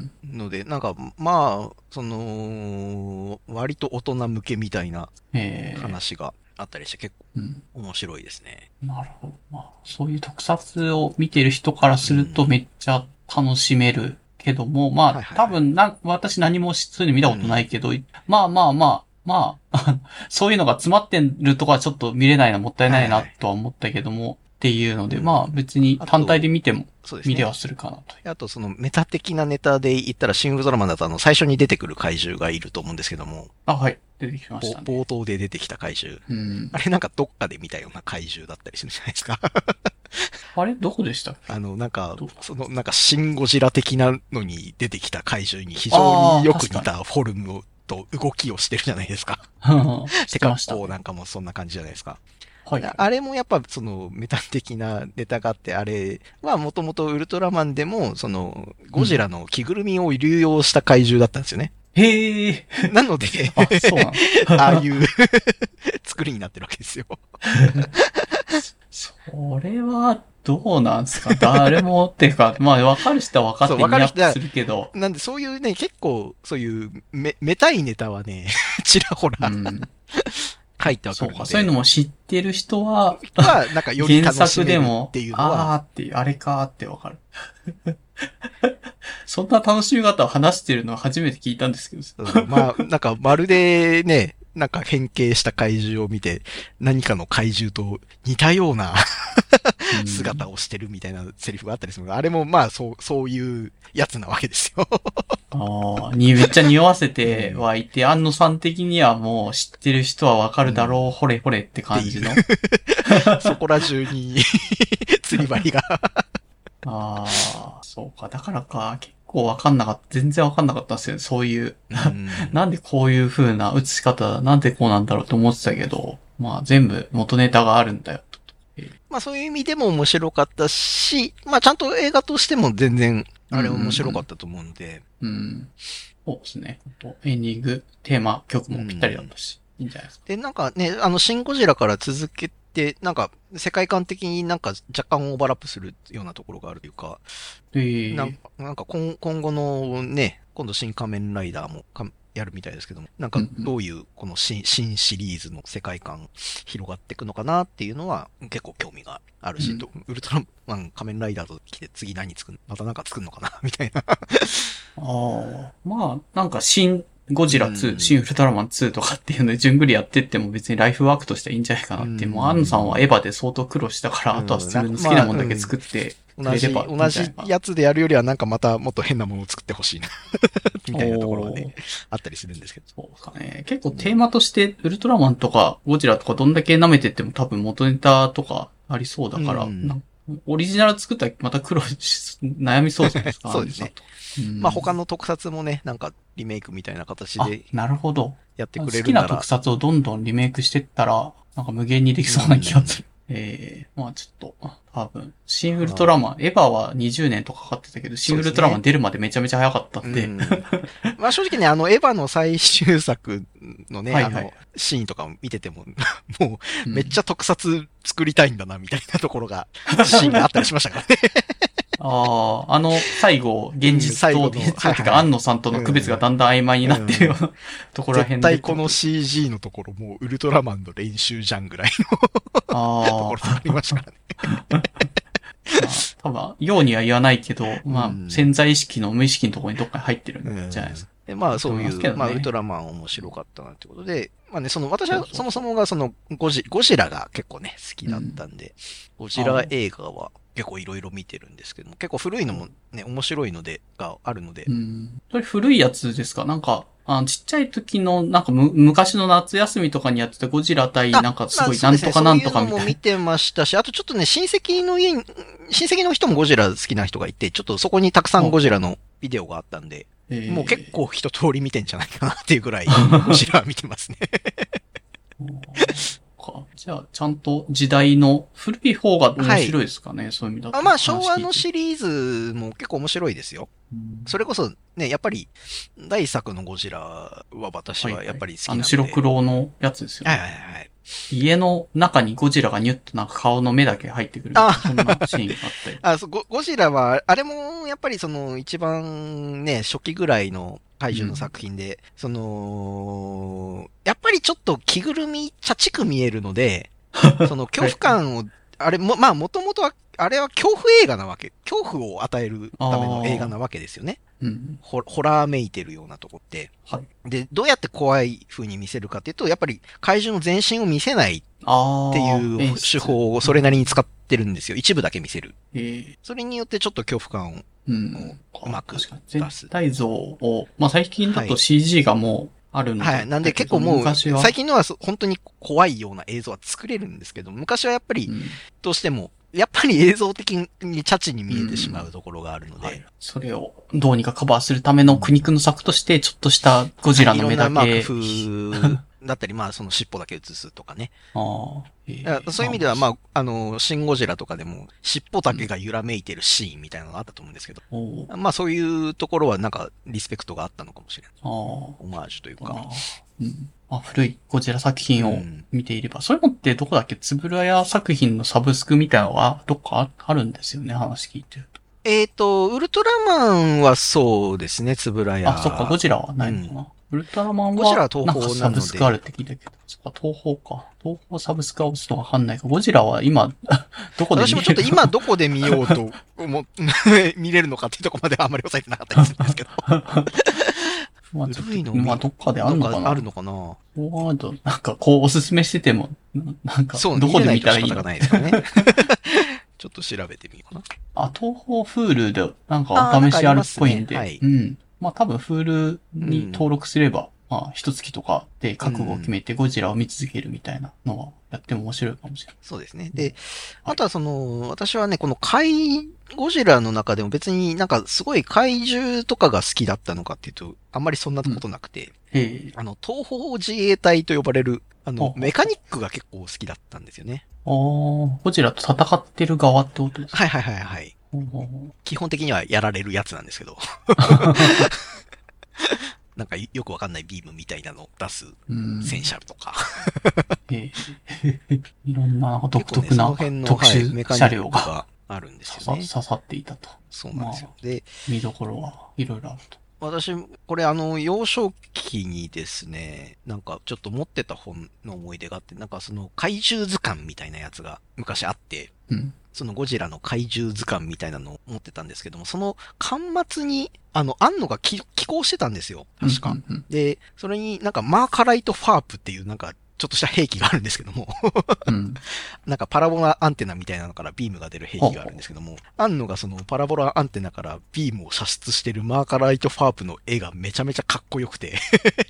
ので、なんかまあ、その、割と大人向けみたいな話があったりして結構面白いですね。 うん、なるほど。まあ、そういう特撮を見てる人からするとめっちゃ楽しめるけども、まあ、はいはいはい、多分な、私何もそういうの見たことないけど、うん、まあまあまあ、まあ、そういうのが詰まってるとこはちょっと見れないのもったいないなとは思ったけども、はいはい、っていうので、うん、まあ別に単体で見ても見れはするかなと。 あとそのメタ的なネタで言ったらシン・ウルトラマンだとあの最初に出てくる怪獣がいると思うんですけども。 あ、はい。出てきましたね。 冒頭で出てきた怪獣。うん、あれなんかどっかで見たような怪獣だったりするじゃないですか。 あれどこでしたっけ？ あの、なんか、その、なんかシン・ゴジラ的なのに出てきた怪獣に非常によく似たフォルムをと動きをしてるじゃないですか。 してました。 こうなんかもそんな感じじゃないですか。 はい。 あれもやっぱそのメタ的なネタがあって、あれはもともとウルトラマンでもそのゴジラの着ぐるみを流用した怪獣だったんですよね。 うん、へえ。 なので、 あ、そうなのああいう作りになってるわけですよ。 それは、どうなんすか誰も、っていうか、まあ、わかる人は分かってニヤッとするけど。 なんで、そういうね、結構、そういうめ、めたいネタはね、ちらほら、うん、書いてはくるので。 そうか、そういうのも知ってる人は、 は、なんかより楽しめるっていうのは。 あーっていう、あれかーってわかる。そんな楽しみ方を話してるのは初めて聞いたんですけど。 まあ、なんか、まるでね、なんか変形した怪獣を見て、何かの怪獣と似たような姿をしてるみたいなセリフがあったりするのが、あれもまあそう、そういうやつなわけですよ。 ああ、に、めっちゃ匂わせてはいて、安野さん的にはもう知ってる人はわかるだろう、うん、ほれほれって感じの。 そこら中に釣り針が。 ああ、そうか。だからか、結構わかんなかった。全然わかんなかったんですよね。そういう。うん、なんでこういう風な映し方、なんでこうなんだろうと思ってたけど、まあ全部元ネタがあるんだよ。 まあそういう意味でも面白かったし、まあちゃんと映画としても全然、あれ面白かったと思うので。 うん、うん。そうですね。エンディング、テーマ曲もぴったりだったし。うんいいんじゃないですか。 で、なんかね、あの、シン・ゴジラから続けて、なんか、世界観的になんか若干オーバーラップするようなところがあるというか、 えー、 なんか、なんか今今後のね、今度新仮面ライダーもかやるみたいですけども、なんかどういうこの新、新シリーズの世界観広がっていくのかなっていうのは結構興味があるし、 うん、 ウルトラマン仮面ライダーと来て次何作るまたなんか作るのかなみたいな。 ああ、まあ、なんか新ゴジラツー、 うん、 新ウルトラマンツーとかっていうので順繰りやってっても別にライフワークとしてはいいんじゃないかなっていう。もう、安野さんはエヴァで相当苦労したから、あとは自分の好きなものだけ作ってくれればいいんじゃないかな。 同じ、同じやつでやるよりはなんかまたもっと変なものを作ってほしいな。みたいなところがね、あったりするんですけど。 そうですかね。結構テーマとしてウルトラマンとかゴジラとかどんだけ舐めてっても多分元ネタとかありそうだから、うん、オリジナル作ったらまた苦労し、悩みそうじゃないですか。 そうですね。うん、まあ他の特撮もね、なんかリメイクみたいな形で。 なるほど。 やってくれるなら。 好きな特撮をどんどんリメイクしてったら、なんか無限にできそうな気がする。うん、ええー、まあちょっと、多分、新ウルトラマン、エヴァはにじゅうねんとかかかってたけど、新ウルトラマン出るまでめちゃめちゃ早かったんで。 うん、まあ正直ね、あの、エヴァの最終作のね、はいはい、あの、シーンとかを見てても、もう、めっちゃ特撮作りたいんだな、みたいなところが、シーンがあったりしましたからね。 ああ、あの、最後、現実と、現実というか、安野さんとの区別がだんだん曖昧になってるような、うん、ところら辺で。絶対この シージー のところ、もうウルトラマンの練習じゃんぐらいのあところがありましたからね。 まあ、多分、ようには言わないけど、まあ、うん、潜在意識の無意識のところにどっかに入ってるんじゃないですか。 うん、でまあ、そういう、ね、まあ、ウルトラマン面白かったなってことで、まあね、その、私はそもそもがそのゴジ、ゴジラが結構ね、好きだったんで、うん、ゴジラ映画は結構いろいろ見てるんですけども、結構古いのもね、面白いので、があるので。 うん。それ古いやつですか？なんか、あのちっちゃい時の、なんかむ、昔の夏休みとかにやってたゴジラ対、なんかすごい、なんとかなんとかみたいな。そういうのも見てましたし、あとちょっとね、親戚の家に、親戚の人もゴジラ好きな人がいて、ちょっとそこにたくさんゴジラのビデオがあったんで、もう結構一通り見てんじゃないかなっていうぐらい、ゴジラ見てますね。 じゃあ、ちゃんと時代の古い方が面白いですかね、はい、そういう意味だと。 あまあ、昭和のシリーズも結構面白いですよ。うん、それこそね、やっぱり、第一作のゴジラは私はやっぱり好きなんで、はいはい、あの白黒のやつですよね。 はいはいはい。 家の中にゴジラがニュッとなんか顔の目だけ入ってくる。あそんなシーンがあったり。 あそうゴ、ゴジラは、あれもやっぱりその一番ね、初期ぐらいの怪獣の作品で、うん、その、やっぱりちょっと着ぐるみ、ちゃちく見えるので、その恐怖感を、はい、あれも、まあもともとは、あれは恐怖映画なわけ。恐怖を与えるための映画なわけですよね。 うん、 ホ, ホラーめいてるようなとこって、 はい。 で、どうやって怖い風に見せるかっていうと、やっぱり怪獣の全身を見せないっていう手法をそれなりに使ってるんですよ。一部だけ見せる。 えー、 それによってちょっと恐怖感を、うん、うまく出す。 全体像を、まあ最近だと シージー がもうあるので、 はい。はい。なんで結構もう、最近のは本当に怖いような映像は作れるんですけど、昔はやっぱり、どうしても、やっぱり映像的にチャチに見えてしまうところがあるので、うんはい、 それをどうにかカバーするための苦肉の策として、ちょっとしたゴジラの目だけ。 はい、いろんなまあ工夫だったり、まあその尻尾だけ映すとかね。 あえー、そういう意味では、まあ、あの、シンゴジラとかでも尻尾だけが揺らめいてるシーンみたいなのがあったと思うんですけど、うん、まあそういうところはなんかリスペクトがあったのかもしれない。 あオマージュというか。 うんあ古いゴジラ作品を見ていれば、うん、そういうのってどこだっけつぶらや作品のサブスクみたいなのがどっかあるんですよね、話聞いてると。 えっと、ウルトラマンはそうですね、つぶらや。 あ、そっか、ゴジラはないのかな。うん、ウルトラマンは、 ゴジラは東宝なので。 なんかサブスクあるって聞いたけど。そっか、東宝か。東宝サブスクはちょっとわかんないか。ゴジラは今、どこで見れる私もちょっと今どこで見ようと思、見れるのかっていうところまではあんまり押さえてなかったりするんですけど。 まあ、古いのまあ、どっかであるのかなあるのかなワード、なんか、こう、おすすめしてても、なんか、どこで見たらいいのかないですかね。ちょっっと調べてみようかな。 あ、東宝 Hulu でなんかお試しあるっぽいんで。ねはい、うん。まあ多分 Hulu に登録すれば、うん、まあ一月とかで覚悟を決めてゴジラを見続けるみたいなのはやっても面白いかもしれない。 そうですね。で、あとはその、はい、私はね、この怪、ゴジラの中でも別になんかすごい怪獣とかが好きだったのかっていうと、あんまりそんなことなくて、うん、あの、東方自衛隊と呼ばれる、あの、メカニックが結構好きだったんですよね。 ああ、ゴジラと戦ってる側ってことですか？ はいはいはいはい。基本的にはやられるやつなんですけど。 なんかよくわかんないビームみたいなのを出すうん。 戦車とか。 ええいろんな独特結構ねそのな辺の特はいメカ殊ニック車両ががあるんです刺よね。 さ刺さっていたと。 そうなんですよ。で、 見どころはいろいろあると。 私、これあの、幼少期にですね、なんかちょっと持ってた本の思い出があって、なんかその怪獣図鑑みたいなやつが昔あって、 うん。 そのゴジラの怪獣図鑑みたいなのを持ってたんですけども、その端末に、あの、安野が寄寄稿してたんですよ。確か。 うんうんで、それになんかマーカライトファープっていうなんかちょっとした兵器があるんですけども、 うん。うん。 なんかパラボラアンテナみたいなのからビームが出る兵器があるんですけども、安野がそのパラボラアンテナからビームを射出してるマーカライトファープの絵がめちゃめちゃかっこよくて、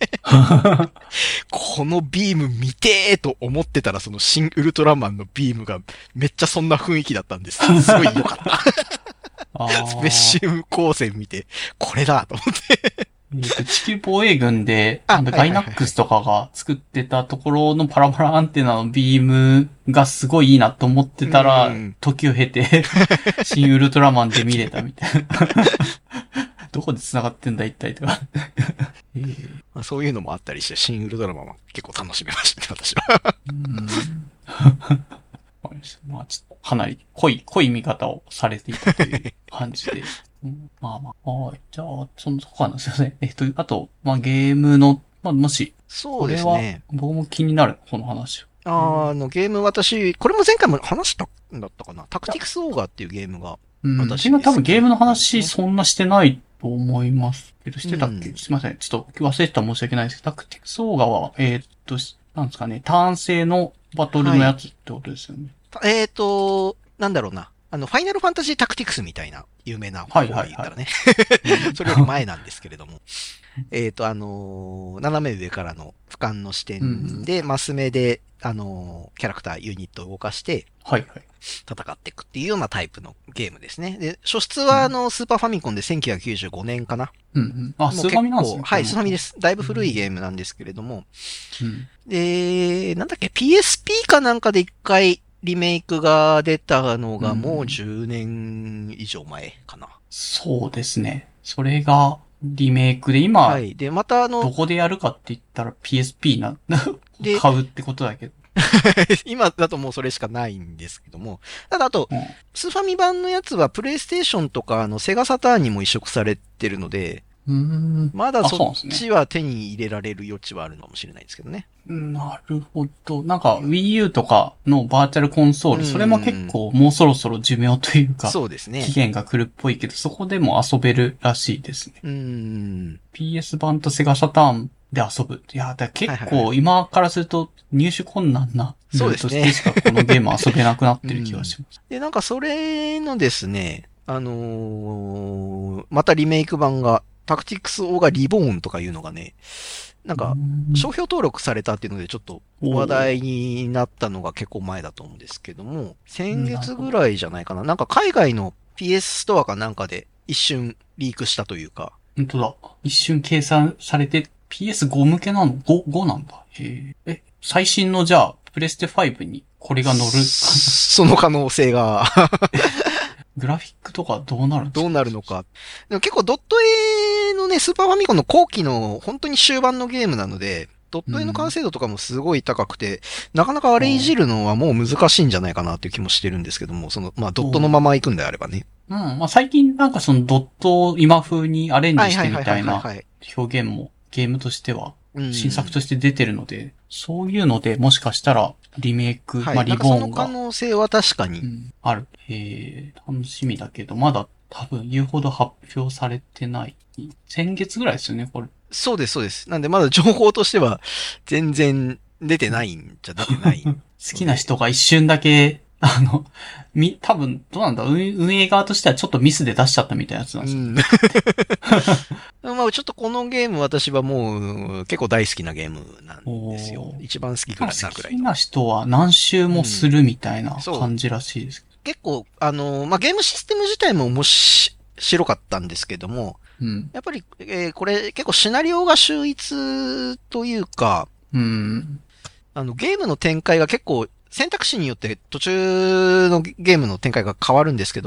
このビーム見てーと思ってたらその新ウルトラマンのビームがめっちゃそんな雰囲気だったんです。すごい良かった。 あースペシウム光線見て、これだと思って。 えーと地球防衛軍で、 ああのはいはいはいはいガイナックスとかが作ってたところのパラボラアンテナのビームがすごいいいなと思ってたら、 うん時を経て、新ウルトラマンで見れたみたいな。どこで繋がってんだ一体とか。えーまあそういうのもあったりして、新ウルトラマンは結構楽しめましたね、私は。 うんわかりましたまあちょっとかなり濃い、濃い見方をされていたという感じで。うんまあまあ。はい。じゃあ、その他のすいません。えっと、あと、まあゲームの、まあもし、 そうでこれはすね。 僕も気になる、この話。 あーあの、ゲーム私、これも前回も話したんだったかな。タクティクスオーガーっていうゲームが。 うん。 私今多分ゲームの話そんなしてないと思いますけど、してたっけ、 うんすいません。ちょっと忘れてたら申し訳ないですけど、タクティクスオーガは、えーっと、なんですかね、ターン制のバトルのやつってことですよね。 えーと、なんだろうな。あの、ファイナルファンタジータクティクスみたいな有名なはいはいはい言ったらね。それより前なんですけれども。えーと、あのー斜め上からの俯瞰の視点で、マス目で、あのーキャラクター、ユニットを動かしてはいはい。 戦っていくっていうようなタイプのゲームですね。で、初出はあの、スーパーファミコンでせんきゅうひゃくきゅうじゅうごねんかな。 うんうん。あ、 もうスーファミなんですね。 はい、スーファミですす。だいぶ古いゲームなんですけれども。 うん。 で、なんだっけ、ピーエスピー かなんかで一回リメイクが出たのがもうじゅうねん以上前かな。 そうですね。それがリメイクで、今、 はい。で、またあどの、 こでやるかって言ったら ピーエスピー な、 で買うってことだけど。 今だともうそれしかないんですけども。ただあと、 うんスーファミ版のやつはプレイステーションとかあのセガサターンにも移植されてるので、 うーん。 まだあそうなんそですねっちは手に入れられる余地はあるのかもしれないですけどね。 なるほど。なんか Wii U とかのバーチャルコンソール、 うんそれも結構もうそろそろ寿命というか、 そうですね期。限が来るっぽいけど、そこでも遊べるらしいですね。 うーん。 ピーエス 版とセガサターンで遊ぶ。いや、だから結はいはいは構今からすると入手困難なルそうですねートしてしかこのゲーム遊べなくなってる気がします。 で、なんかそれのですね、あのーまたリメイク版が、タクティクスオーガリボーンとかいうのがね、なんか、 うん商標登録されたっていうのでちょっと話題になったのが結構前だと思うんですけども、先月ぐらいじゃないかな。なんか海外の ピーエス ストアかなんかで一瞬リークしたというか、 本当だ。一瞬計算されて ピーエスファイブ 向けなの ?ご、ごなんだ。へえ。え、最新のじゃあ、プレステファイブにこれが乗る。 その可能性がグラフィックとかどうなるんですかどうなるのか。でも結構ドット A のね、スーパーファミコンの後期の本当に終盤のゲームなので、ドット A の完成度とかもすごい高くて、なかなかあれいじるのはもう難しいんじゃないかなっていう気もしてるんですけども、その、まあドットのまま行くんであればね。 うん。まあ、最近なんかそのドットを今風にアレンジしてみたいなはい。 表現もゲームとしてはうん新作として出てるので、そういうのでもしかしたらリメイク、 はい、 まあリなんかその可ボーンが、 能性は確かに。 うん、ある。えー、楽しみだけど、まだ多分言うほど発表されてない。先月ぐらいですよね、これ。 そうです、そうです。なんでまだ情報としては全然出てないんじゃ出てない。 好きな人が一瞬だけ、あの、み、多分、どうなんだ、運運営側としてはちょっとミスで出しちゃったみたいなやつなんですよ。 うん。まあちょっとこのゲーム私はもう結構大好きなゲームなんですよお。ー一番好きぐらいな好ぐらいき。な人は何周もするみたいなうんそう感じらしいです。 結構、あのーまあゲームシステム自体も面白かったんですけども、 うん。 やっぱり、えーこれ結構シナリオが秀逸というか、 うん。 あのゲームの展開が結構選択肢によって途中のゲームの展開が変わるんですけども、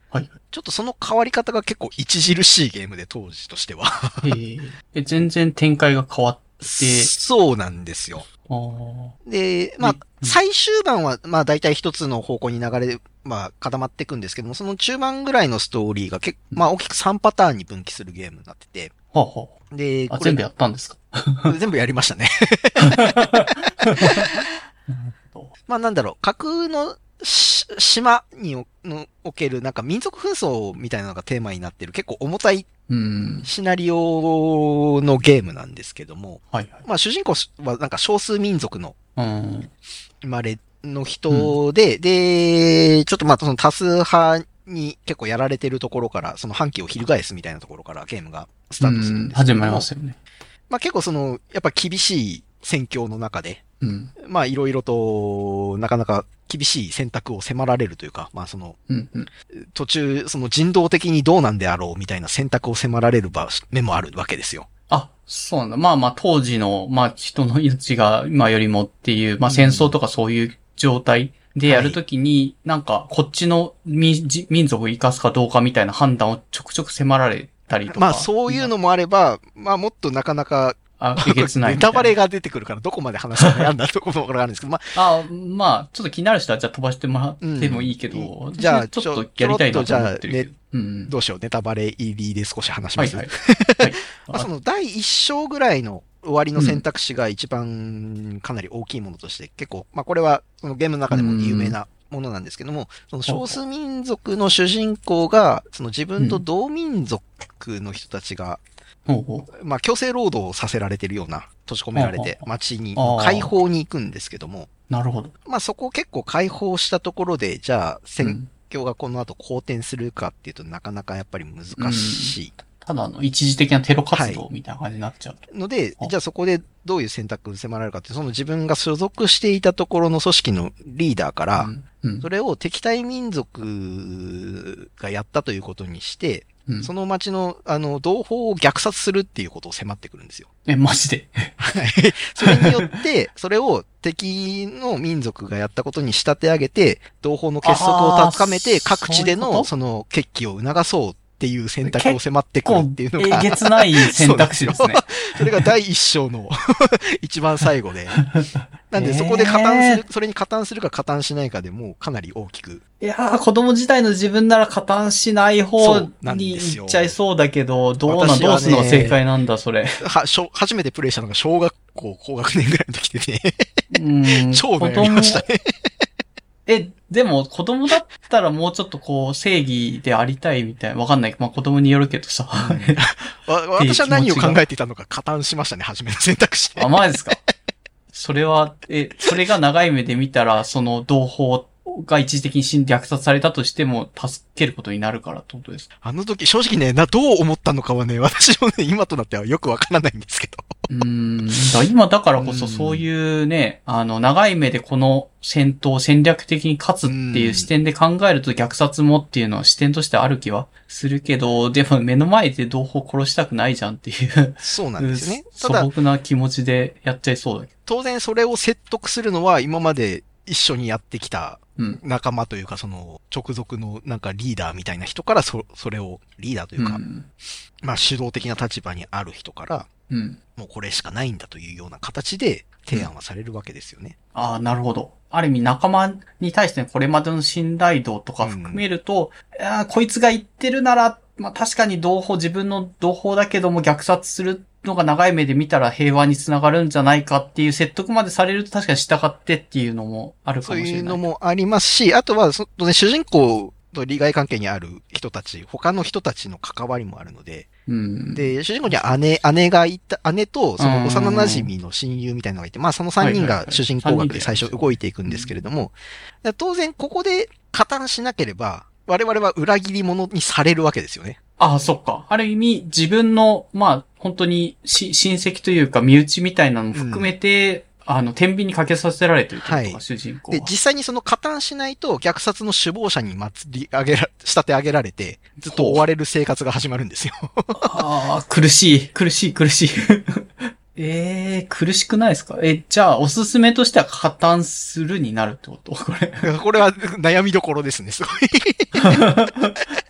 はい。 ちょっとその変わり方が結構著しいゲームで、当時としては。 へーえ、全然展開が変わって。 そうなんですよ。 あで、まあ、 うん最終盤は、まあ大体一つの方向に流れ、まあ固まっていくんですけども、その中盤ぐらいのストーリーが結構、まあ大きくさんパターンに分岐するゲームになってて。 はあはあ、 で、 あ、全部やったんですか？ 全部やりましたね。まあなんだろう、架空の島におのおけるなんか民族紛争みたいなのがテーマになってる結構重たいシナリオのゲームなんですけども、 はいはい、 まあ主人公はなんか少数民族の生まれの人で、うん、で、ちょっとまあその多数派に結構やられてるところから、その反旗を翻すみたいなところからゲームがスタートするんですけども、 始まりますよね。 まあ結構その、やっぱ厳しい戦況の中で、うん、まあいろいろと、なかなか厳しい選択を迫られるというか、まあその、うんうん、途中、その人道的にどうなんであろうみたいな選択を迫られる場面もあるわけですよ。 あ、そうなんだ。まあまあ当時の、まあ人の命が今よりもっていう、まあ戦争とかそういう状態でやるときに、はい、なんかこっちの民族を生かすかどうかみたいな判断をちょくちょく迫られたりとか。 まあそういうのもあれば、まあもっとなかなか、 あ、えげつない。 ネタバレが出てくるからどこまで話してもやんだところがあるんですけど、まあ。あ、まあ、ちょっと気になる人はじゃあ飛ばしてもらってもいいけど、うん、じゃあちょっとやりたいなと思ってるけど。 ねうん、どうしよう、ネタバレ入りで少し話します。はいはい。はい、まあその第一章ぐらいの終わりの選択肢が一番かなり大きいものとして、結構、まあこれはそのゲームの中でも有名なものなんですけども、その少数民族の主人公が、その自分と同民族の人たちが、うん、まあ強制労働をさせられてるような、閉じ込められて街に解放に行くんですけども、 なるほど。 まあそこを結構解放したところで、じゃあ戦況がこの後好転するかっていうとなかなかやっぱり難しい。 うん、ただの一時的なテロ活動みたいな感じになっちゃう、はい、 ので、じゃあそこでどういう選択を迫られるかって、その自分が所属していたところの組織のリーダーから、うんうん、それを敵対民族がやったということにして、うん、その町の、あの、同胞を虐殺するっていうことを迫ってくるんですよ。 え、マジではい。それによって、それを敵の民族がやったことに仕立て上げて、同胞の結束を高めて、各地でのその決起を促そうっていう選択を迫ってくるっていうのが。 えげつない選択肢ですね。 そ, それが第一章の一番最後で。なんでそこで加担する、それに加担するか加担しないかでもうかなり大きく。 いやー、子供時代の自分なら加担しない方に行っちゃいそうだけど、どうな、ね、どうするのが正解なんだ、それ。 は、しょ、初めてプレイしたのが小学校高学年ぐらいの時でね。うん。超悩みましたね。 え、でも子供だったらもうちょっとこう正義でありたいみたいな、わかんない。まあ子供によるけどさ。 私は何を考えていたのか加担しましたね、初めの選択肢で。 あ、マジですか。それは、え、それが長い目で見たら、その同胞が一時的に死んで虐殺されたとしても助けることになるからってことですか？ あの時正直ね、な、どう思ったのかはね、私もね、今となってはよくわからないんですけど。 うーんだ今だからこそそういうね、あの、長い目でこの戦闘を戦略的に勝つっていう視点で考えると虐殺もっていうのは視点としてある気はするけど、でも目の前で同胞殺したくないじゃんっていう。 そうなんですね。 素朴な気持ちでやっちゃいそうだけど。 当然それを説得するのは今まで一緒にやってきた仲間というか、その直属のなんかリーダーみたいな人からそ、それをリーダーというか、うん、まあ主導的な立場にある人から、うん、もうこれしかないんだというような形で提案はされるわけですよね。 うん、ああ、なるほど。ある意味仲間に対してこれまでの信頼度とか含めると、うん、あこいつが言ってるなら、まあ確かに同胞、自分の同胞だけども虐殺するのが長い目で見たら平和につながるんじゃないかっていう説得までされると確かに従ってっていうのもあるかもしれない。 そういうのもありますし、あとはその、ね、主人公と利害関係にある人たち、他の人たちの関わりもあるので、うん、で、主人公には姉、姉がいた、姉とその幼馴染の親友みたいなのがいて、まあその三人が主人公枠で最初動いていくんですけれども、当然ここで加担しなければ、我々は裏切り者にされるわけですよね。 ああ、そっか。ある意味、自分の、まあ、本当にし、親戚というか、身内みたいなのも含めて、うん、あの、天秤にかけさせられてるというか、はい、主人公は。 で、実際にその加担しないと、虐殺の首謀者に祭り上げら、仕立て上げられて、ずっと追われる生活が始まるんですよ。 ああ、苦しい、苦しい、苦しい。ええー、苦しくないですか？え、じゃあ、おすすめとしては加担するになるってこと？これ。 これは悩みどころですね、すごい。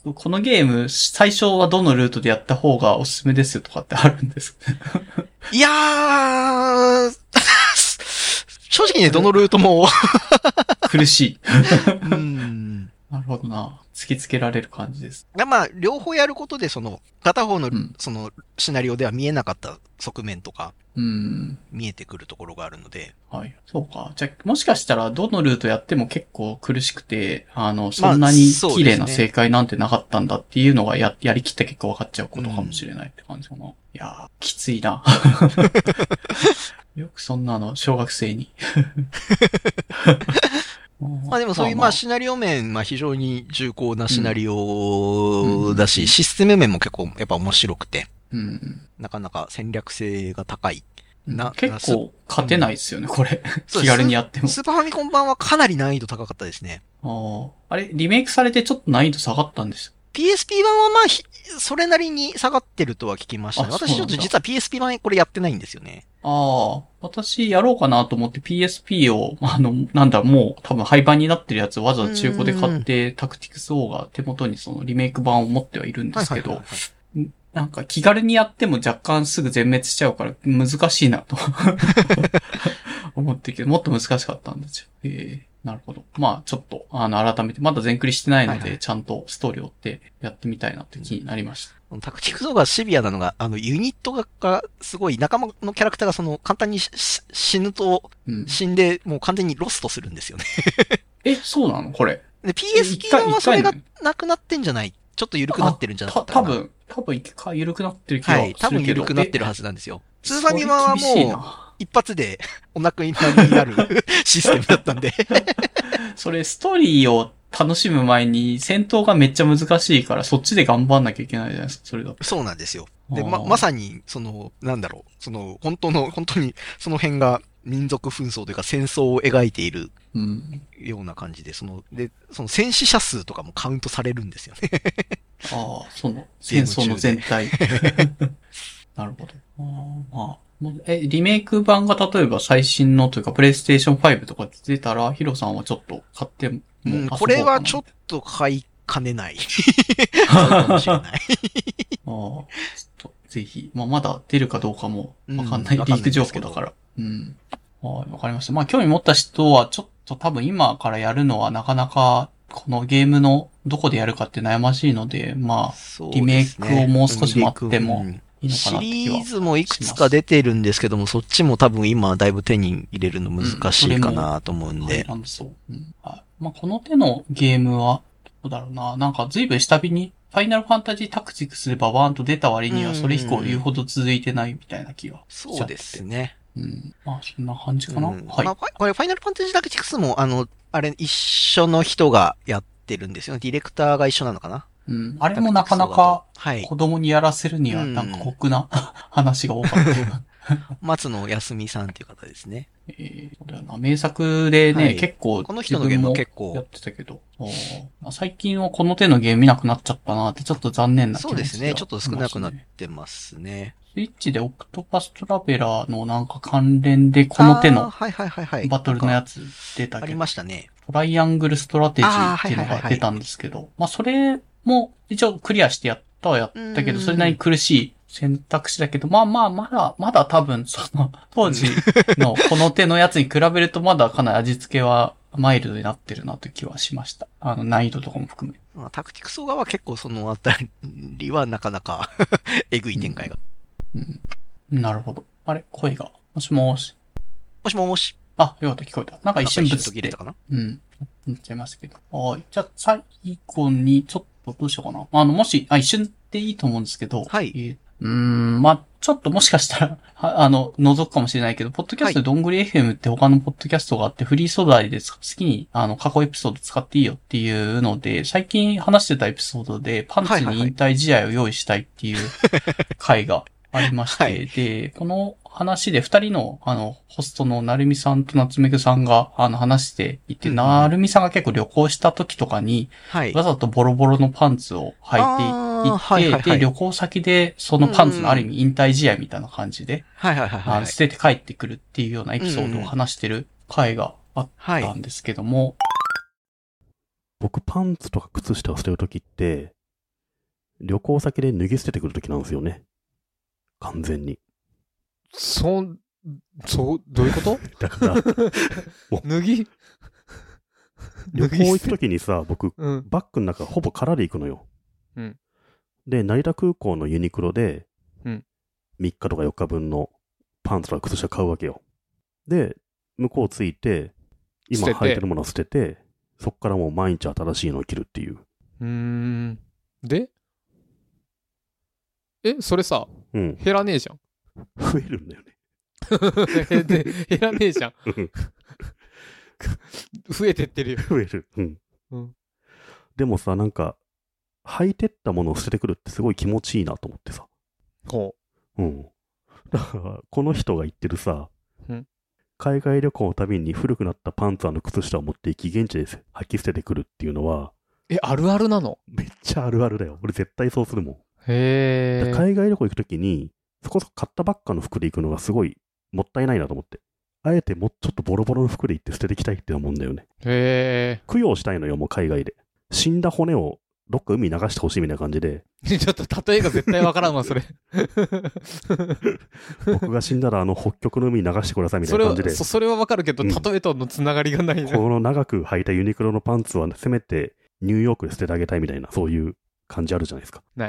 このゲーム、最初はどのルートでやった方がおすすめですよとかってあるんですか？ いやー、正直ね、どのルートも苦しい。 うん。 なるほどな。突きつけられる感じです。 まあ、両方やることで、その、片方の、 うん、 その、シナリオでは見えなかった側面とか、 うん、 見えてくるところがあるので。 はい。そうか。じゃあ、もしかしたら、どのルートやっても結構苦しくて、あの、そんなに綺麗な正解なんてなかったんだっていうのがや、やりきった結果分かっちゃうことかもしれないって感じかな。うん、いやー、きついな。よくそんなの、小学生に。 まあでもそういう、まあシナリオ面、まあ非常に重厚なシナリオだし、システム面も結構やっぱ面白くて、 うん、 なかなか戦略性が高い。 な結構勝てないですよね、これ。気軽にやっても。 スーパーファミコン版はかなり難易度高かったですね。 ああ。あれ、リメイクされてちょっと難易度下がったんですよ。 ピーエスピー 版はまあ、それなりに下がってるとは聞きましたね。私ちょっと実は ピーエスピー 版これやってないんですよね。 ああ。私やろうかなと思って ピーエスピー を、あの、なんだ、もう多分廃盤になってるやつをわざわざ中古で買って、タクティクス O が手元にそのリメイク版を持ってはいるんですけど、なんか気軽にやっても若干すぐ全滅しちゃうから難しいなと思ってけど、もっと難しかったんですよ。えーなるほど。まあ、ちょっと、あの、改めて、まだ全クリしてないので、はいはい、ちゃんとストーリーを追ってやってみたいなって気になりました。 タクティクス O がシビアなのが、あの、ユニットが、がすごい、仲間のキャラクターがその、簡単に死ぬと、死んで、もう完全にロストするんですよね。 え、そうなのこれ。 で、ピーエスピー 版はそれがなくなってんじゃないちょっと緩くなってるんじゃなかったかな。 多分、多分一回緩くなってる気がするけど。 はい、多分緩くなってるはずなんですよ。スーファミ版はもう、一発でお亡くなりになるシステムだったんで。 それ、ストーリーを楽しむ前に戦闘がめっちゃ難しいから、そっちで頑張んなきゃいけないじゃないですか、それだと。 そうなんですよ。で、ま、まさに、その、なんだろう、その、本当の、本当に、その辺が民族紛争というか戦争を描いているような感じで、その、で、その戦死者数とかもカウントされるんですよね。 ああ、その、戦争の全体。なるほど。あまあえ、リメイク版が例えば最新のというか、プレイステーションファイブとか出たら、ヒロさんはちょっと買ってもうん、これはちょっと買いかねない。かもしれない。ああ、ちょっと、ぜひ。まあ、まだ出るかどうかもわかんない、うん、リーク情報だから。うん。はい、わかりました。まあ、興味持った人は、ちょっと多分今からやるのはなかなか、このゲームのどこでやるかって悩ましいので、まあ、ね、リメイクをもう少し待っても、いいのかなって気はします。 シリーズもいくつか出てるんですけども、そっちも多分今だいぶ手に入れるの難しいかなと思うんで。 うん、そう。うん、はい。まあ、この手のゲームは、どうだろうな。なんか随分下火に、ファイナルファンタジータクティクスでババーンと出た割には、それ以降言うほど続いてないみたいな気がしちゃって。 そうですね。 うん。まあ、そんな感じかな。うん、はい。 まあ、これファイナルファンタジータクティクスも、あの、あれ、一緒の人がやってるんですよね。ディレクターが一緒なのかな。 うん。あれもなかなか、子供にやらせるには、なんか酷な話が多かった。 松野康美さんっていう方ですね。 えー、そうだよな。名作でね、はい、結構、 この人のゲームも結構やってたけど、最近はこの手のゲーム見なくなっちゃったなってちょっと残念な気持ちが、 そうですね。ちょっと少なくなってますね。 スイッチでオクトパストラベラーのなんか関連でこの手のバトルのやつ出たけど、 ありましたね。 トライアングルストラテジーっていうのが出たんですけど、まあそれも一応クリアしてやったはやったけど、それなりに苦しい選択肢だけど、まあまあまだ、まだ多分その当時のこの手のやつに比べるとまだかなり味付けはマイルドになってるなという気はしました。あの難易度とかも含め。 まあ、タクティクス側は結構そのあたりはなかなかえぐい展開が、 うんうん。なるほど。あれ声が。もしもーし。 もしもーし。 あ、よかった聞こえた。なんか一瞬ぶつって。 たかなうん。なっちゃいましたけど。はい。じゃあ最後にちょっとどうしようかな。あの、もし、あ、一瞬でいいと思うんですけど。 はい。 えー、うーん、まあ、ちょっともしかしたら、あの、覗くかもしれないけど、ポッドキャストでどんぐり エフエム って他のポッドキャストがあって、フリー素材で好きに、あの、過去エピソード使っていいよっていうので、最近話してたエピソードで、パンツに引退試合を用意したいっていう回がありまして、はい、で、この話で二人の、あの、ホストのなるみさんとなつめぐさんが、あの、話していて、うん、なるみさんが結構旅行した時とかに、はい、わざとボロボロのパンツを履いていて、はいはいはい、で、旅行先で、そのパンツのある意味引退試合みたいな感じで、 はいはいはいはい、 あの捨てて帰ってくるっていうようなエピソードを話してる回があったんですけども、 僕パンツとか靴下を捨てるときって、 旅行先で脱ぎ捨ててくるときなんですよね。完全に。 そん、そう、どういうことだから、 脱ぎ旅行行くときにさ、僕、 うん。 バッグの中ほぼ空で行くのよ。 うん。 で、成田空港のユニクロで、 うん。 みっかとかよっかぶんのパンツとか靴下買うわけよ。で、向こう着いて、今捨てて履いてるものを捨てて、そっからもう毎日新しいのを着るっていう。 うーん。でえ、それさ、 うん。 減らねえじゃん。 増えるんだよね。 で減らねえじゃん。増えてってるよ。 増える。うん。 うん。 でもさ、なんか、履いてったものを捨ててくるってすごい気持ちいいなと思ってさ。 ほうん。だから、この人が言ってるさ、 うん海外旅行のたびに古くなったパンツ&靴下を持って行き、現地で履き捨ててくるっていうのは、 う。え、あるあるなの？ めっちゃあるあるだよ。俺絶対そうするもん。 へえ。 海外旅行行くときに、そこそこ買ったばっかの服で行くのがすごいもったいないなと思って。あえてもうちょっとボロボロの服で行って捨ててきたいって思うんだよね。 へえ。 供養したいのよ、もう海外で。死んだ骨をどっか海に流してほしいみたいな感じで。 ちょっと例えが絶対わからんわ、それ。 僕が死んだらあの北極の海に流してくださいみたいな感じで。 それは、そそれはわかるけど、 うん例えとのつながりがないな。 この長く履いたユニクロのパンツはせめてニューヨークで捨ててあげたいみたいな、そういう感じあるじゃないですか。 ない。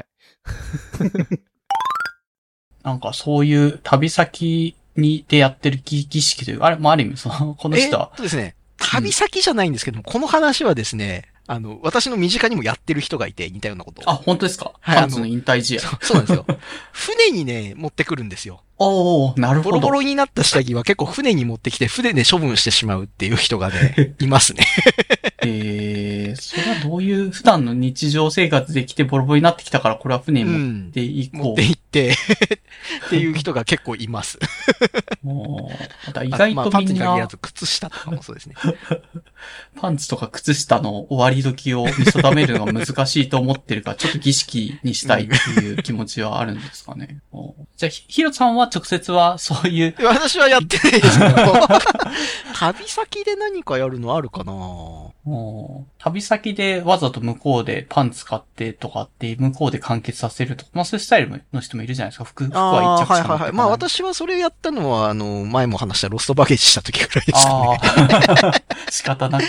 なんかそういう旅先にでやってる儀式という、あれ、まあ、ある意味、その、この人はえっ。とですね、旅先じゃないんですけども、この話はですね、あの、私の身近にもやってる人がいて、似たようなことを。 あ、本当ですか？ はいパンツの引退試合。 そうそうなんですよ。船にね、持ってくるんですよ。 おー、なるほど。 ボロボロになった下着は結構船に持ってきて、船で処分してしまうっていう人がね、いますね。 えー、それはどういう普段の日常生活で来てボロボロになってきたから、これは船に持っていこう。 持って行って、っていう人が結構います。 もう、また意外まあ、パンツとみんなに限らず、靴下とかもそうですね。 パンツとか靴下の終わり時を見定めるのが難しいと思ってるから、ちょっと儀式にしたいっていう気持ちはあるんですかね。じゃあ、ひひろさんは直接はそういう。 私はやってないですけど。旅先で何かやるのあるかな？ 旅先でわざと向こうでパンツ買ってとかって向こうで完結させるとか、まあそういうスタイルの人もいるじゃないですか。服、服は一着しか持ってはいはいはい。まあ私はそれやったのは、あの、前も話したロストバゲージした時くらいですかね。 仕方なく。い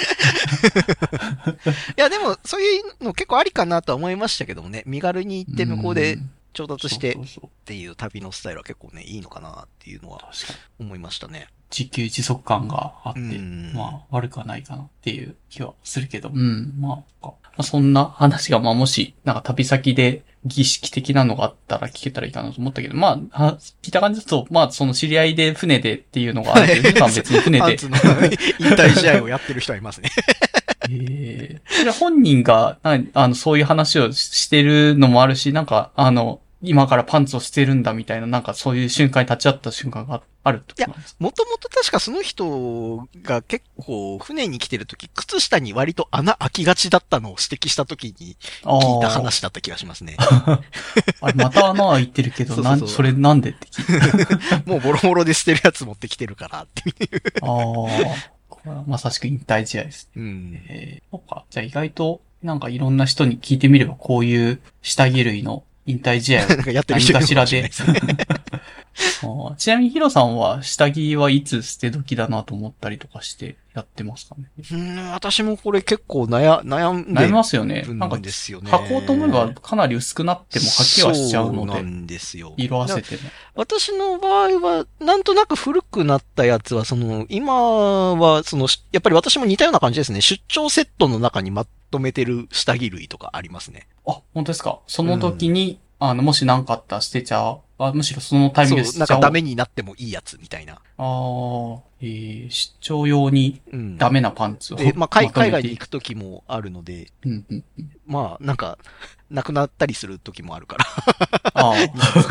やでも、そういうの結構ありかなとは思いましたけどもね。身軽に行って向こうで調達してっていう旅のスタイルは結構ね、いいのかなっていうのは思いましたね。 自給自足感があって、まあ悪くはないかなっていう気はするけど、うん、まあ、まあ、そんな話がまあもし、なんか旅先で儀式的なのがあったら聞けたらいいかなと思ったけど、まあ、聞いた感じだと、まあその知り合いで船でっていうのがあるけど、皆さん別に船で。 パンツの引退試合をやってる人はいますね。 えー、それ本人が、あの、そういう話をしてるのもあるし、なんか、あの、今からパンツを捨てるんだみたいな、なんかそういう瞬間に立ち会った瞬間があるってことなんですか？ いや、もともと確かその人が結構船に来てるとき、靴下に割と穴開きがちだったのを指摘したときに聞いた話だった気がしますね。 あれ、また穴開いてるけど、そうそうそうなん、それなんでって聞いた。 もうボロボロで捨てるやつ持ってきてるからっていう。 ああ。これはまさしく引退試合ですね。 うん。 えー、そうか。じゃあ意外と、なんかいろんな人に聞いてみれば、こういう下着類の引退試合をなんかやってる人いるかもしれないですね。 ちなみにヒロさんは下着はいつ捨て時だなと思ったりとかしてやってますかね？ うん、私もこれ結構悩、悩んで悩みますよね。 なんかですよね。 履こうと思えばかなり薄くなっても履きはしちゃうので。 そうなんですよ。 色あせてね。 私の場合は、なんとなく古くなったやつは、その、今は、その、やっぱり私も似たような感じですね。出張セットの中にまとめてる下着類とかありますね。 あ、本当ですか？その時に、うん、あの、もし何かあったら捨てちゃう。あ、むしろそのタイミングで捨てちゃう。 そう、なんかダメになってもいいやつみたいな。 ああ、えー、出張用にダメなパンツを、 うん、で、まあ海、海外に行く時もあるので、 うんうんうん、 まあ、なんか、なくなったりする時もあるから。 ああ。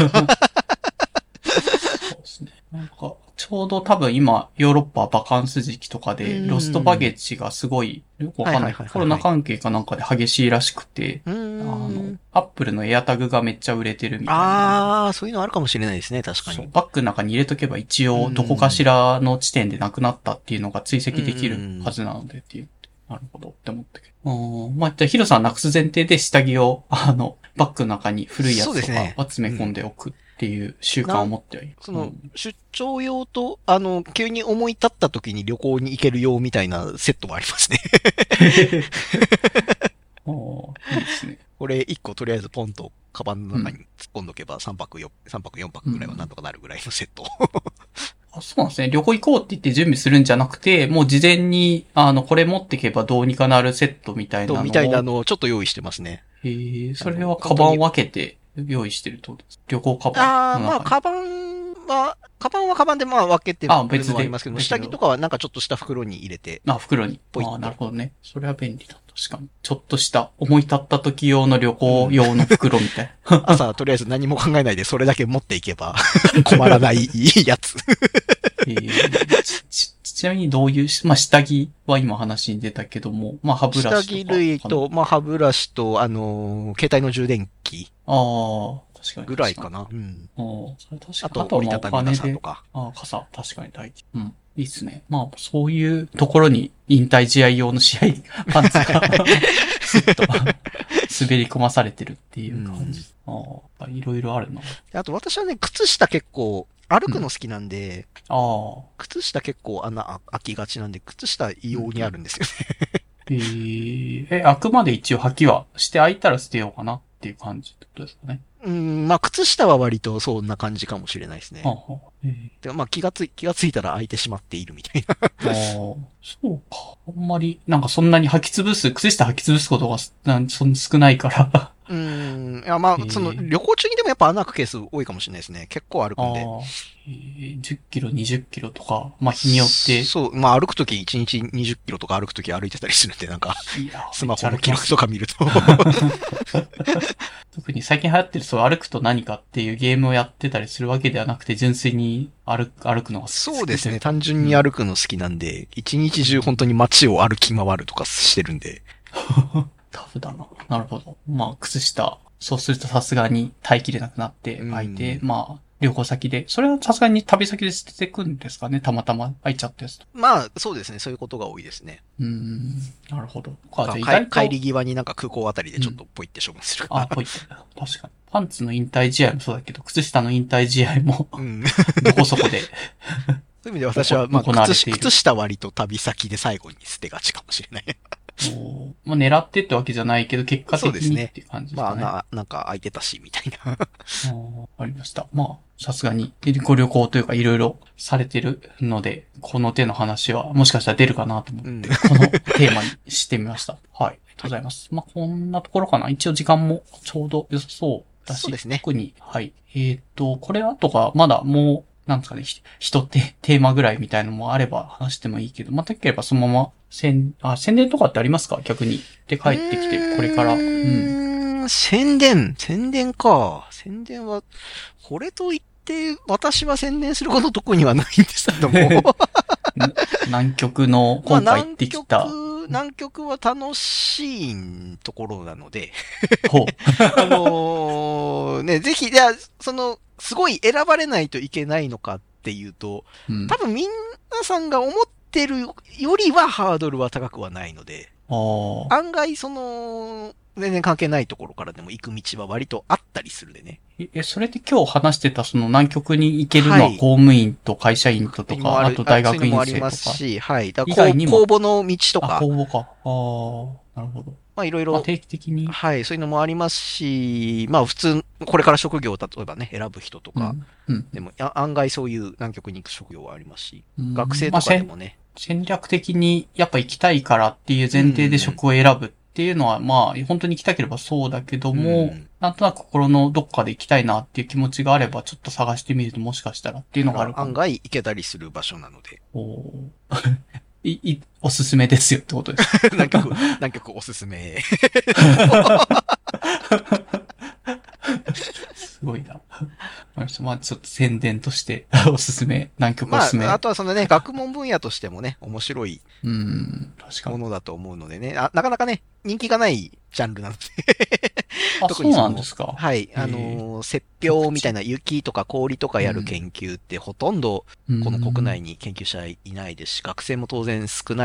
そうですね。なんか、ちょうど多分今、ヨーロッパバカンス時期とかで、ロストバゲッジがすごい、よくわかんない。コロナ関係かなんかで激しいらしくて、あの、アップルのエアタグがめっちゃ売れてるみたいな。 ああ、そういうのあるかもしれないですね、確かに。 バッグの中に入れとけば一応、どこかしらの地点でなくなったっていうのが追跡できるはずなのでっていう。なるほどって思ったけど。まあ、じゃあヒロさんなくす前提で下着を、あの、 バッグの中に古いやつとそうですねか集め込んでおくっていう習慣を持ってはいる。 その、出張用と、あの、急に思い立った時に旅行に行ける用みたいなセットもありますね。 おーいいですね。 これ一個とりあえずポンとカバンの中に突っ込んどけばさんぱくよん、さんぱくよんぱくぐらいはなんとかなるぐらいのセット。 あ、そうなんですね。旅行行こうって言って準備するんじゃなくて、もう事前に、あの、これ持ってけばどうにかなるセットみたいなのを。 みたいなのをちょっと用意してますね。 へえ、それはカバンを分けて用意してるってことです。旅行カバンああ、 の中に。 まあ、カバンは、カバンはカバンでまあ分けてるのあ別ではありますけども、 別で下着とかはなんかちょっとした袋に入れて、 あ、袋に。 ポイッとああ、なるほどね。それは便利だ。確かに。ちょっとした思い立った時用の旅行用の袋みたいな。 朝とりあえず何も考えないでそれだけ持っていけば困らないやつ。 えーち、ち、ちなみにどういう、まあ、下着は今話に出たけども、まあ、歯ブラ下シとか。 着類と、まあ、歯ブラシと、あのー携帯の充電器ああ、確かに。 ぐらいかな。うん。 ああ、それ確かに。 あと、 はま折りたたみ傘でとか。 ああ、傘、確かに大事。うん。いいっすね。まあ、そういうところに引退試合用の試合パンツが、スッと滑り込まされてるっていう感じ。ああ、いろいろあるな。 あと私はね、靴下結構、歩くの好きなんで、 ああ。 靴下結構穴あ開きがちなんで、靴下異様にあるんですよね。 えー、え、あくまで一応履きはして開いたら捨てようかなっていう感じってことですかね。 うん、まあ、靴下は割とそんな感じかもしれないですね。 はあはあえーでまあ、気がつい、気がついたら開いてしまっているみたいな。 ああ、そうか。あんまり、なんかそんなに履き潰す、靴下履き潰すことがすなんそん少ないから。 うーん。いや、まあへ、ーその、旅行中にでもやっぱ穴開くケース多いかもしれないですね。結構歩くああんで。、 えーじゅっキロ、にじゅっキロとか、まあ日によって。 そう、まあ歩くときいちにちにじゅっキロとか歩くとき歩いてたりするんで、なんか、 いやスマホの記録とか見ると。 特に最近流行ってるそう歩くと何かっていうゲームをやってたりするわけではなくて、純粋に歩く、歩くのが好きそうですね。単純に歩くの好きなんで、一日中本当に街を歩き回るとかしてるんで。 タフだな。なるほど。まあ、靴下、そうするとさすがに耐えきれなくなって履いて、 うんまあ、旅行先で、それはさすがに旅先で捨ててくんですかね、たまたま履いちゃったやつと。 まあ、そうですね。そういうことが多いですね。 うーん、なるほど。あ、じゃあ意帰外と。 帰り際になんか空港あたりでちょっとポイって処分する。 あ、ぽいって。確かに。パンツの引退試合もそうだけど、靴下の引退試合も、 うん。 どこそこで。 そういう意味で私は、まあ行われている靴、靴下割と旅先で最後に捨てがちかもしれない。 おーまあ、狙ってってわけじゃないけど、結果的そうですねにっていう感じですまあ、 かね。 な、なんか空いてたし、みたいな。 あーありました。まあ、さすがに、ご旅行というかいろいろされてるので、この手の話はもしかしたら出るかなと思って、 うんこのテーマにしてみました。はい。ありがとうございます。まあ、こんなところかな。一応時間もちょうど良さそうだし、 そうですね特に、はい。えっ、と、これ後がまだもう、なんですかね、ひ人ってテーマぐらいみたいのもあれば話してもいいけど、またければそのまま、宣、あ、宣伝とかってありますか逆に。で、帰ってきて、これから。 ううん。 ーん、宣伝。宣伝か。宣伝は、これといって、私は宣伝すること特にはないんですけども。 南極の今回行ってきた。 まあ南極、南極は楽しいところなので、 ほう。 あのーね、ぜひ、いや、その、すごい選ばれないといけないのかっていうと、 うん多分みんなさんが思ってるよりはハードルは高くはないので、 あー案外その、全然関係ないところからでも行く道は割とあったりするでね。 え、それで今日話してたその南極に行けるのははい公務員と会社員ととか、あと大学そういうのもあり院生とか。 ますし、はい。だ以から外にも公公募の道とあ、 か、 公募か。ああ、なるほど。 まあいろいまあ、 ろ、 定期的に。 はい、そういうのもありますし、まあ普通、これから職業を例えばね、選ぶ人とか、 うん。うんでもあ案外そういう南極に行く職業はありますし、 うん学生とかでもね、 戦略的にやっぱ行きたいからっていう前提で職を選ぶっていうのは、まあ、本当に行きたければそうだけども、 うんなんとなく心のどっかで行きたいなっていう気持ちがあれば、ちょっと探してみるともしかしたらっていうのがあるかも。 案外行けたりする場所なので、 おーい、い、おすすめですよってことです。 南極、南極おすすめ。 すごいな。わかりましたまあ、ちょっと宣伝としておすすめ、南極おますすめ。 あ、あとはそのね、学問分野としてもね、面白いうん、確かもに。 のだと思うのでね、あなかなかね、人気がないジャンルなので、 あ、そう特にそのなんですか。 はい、あのー、雪氷みたいな雪とか氷とかやる研究ってほとんどこの国内に研究者いないですし、学生も当然少ない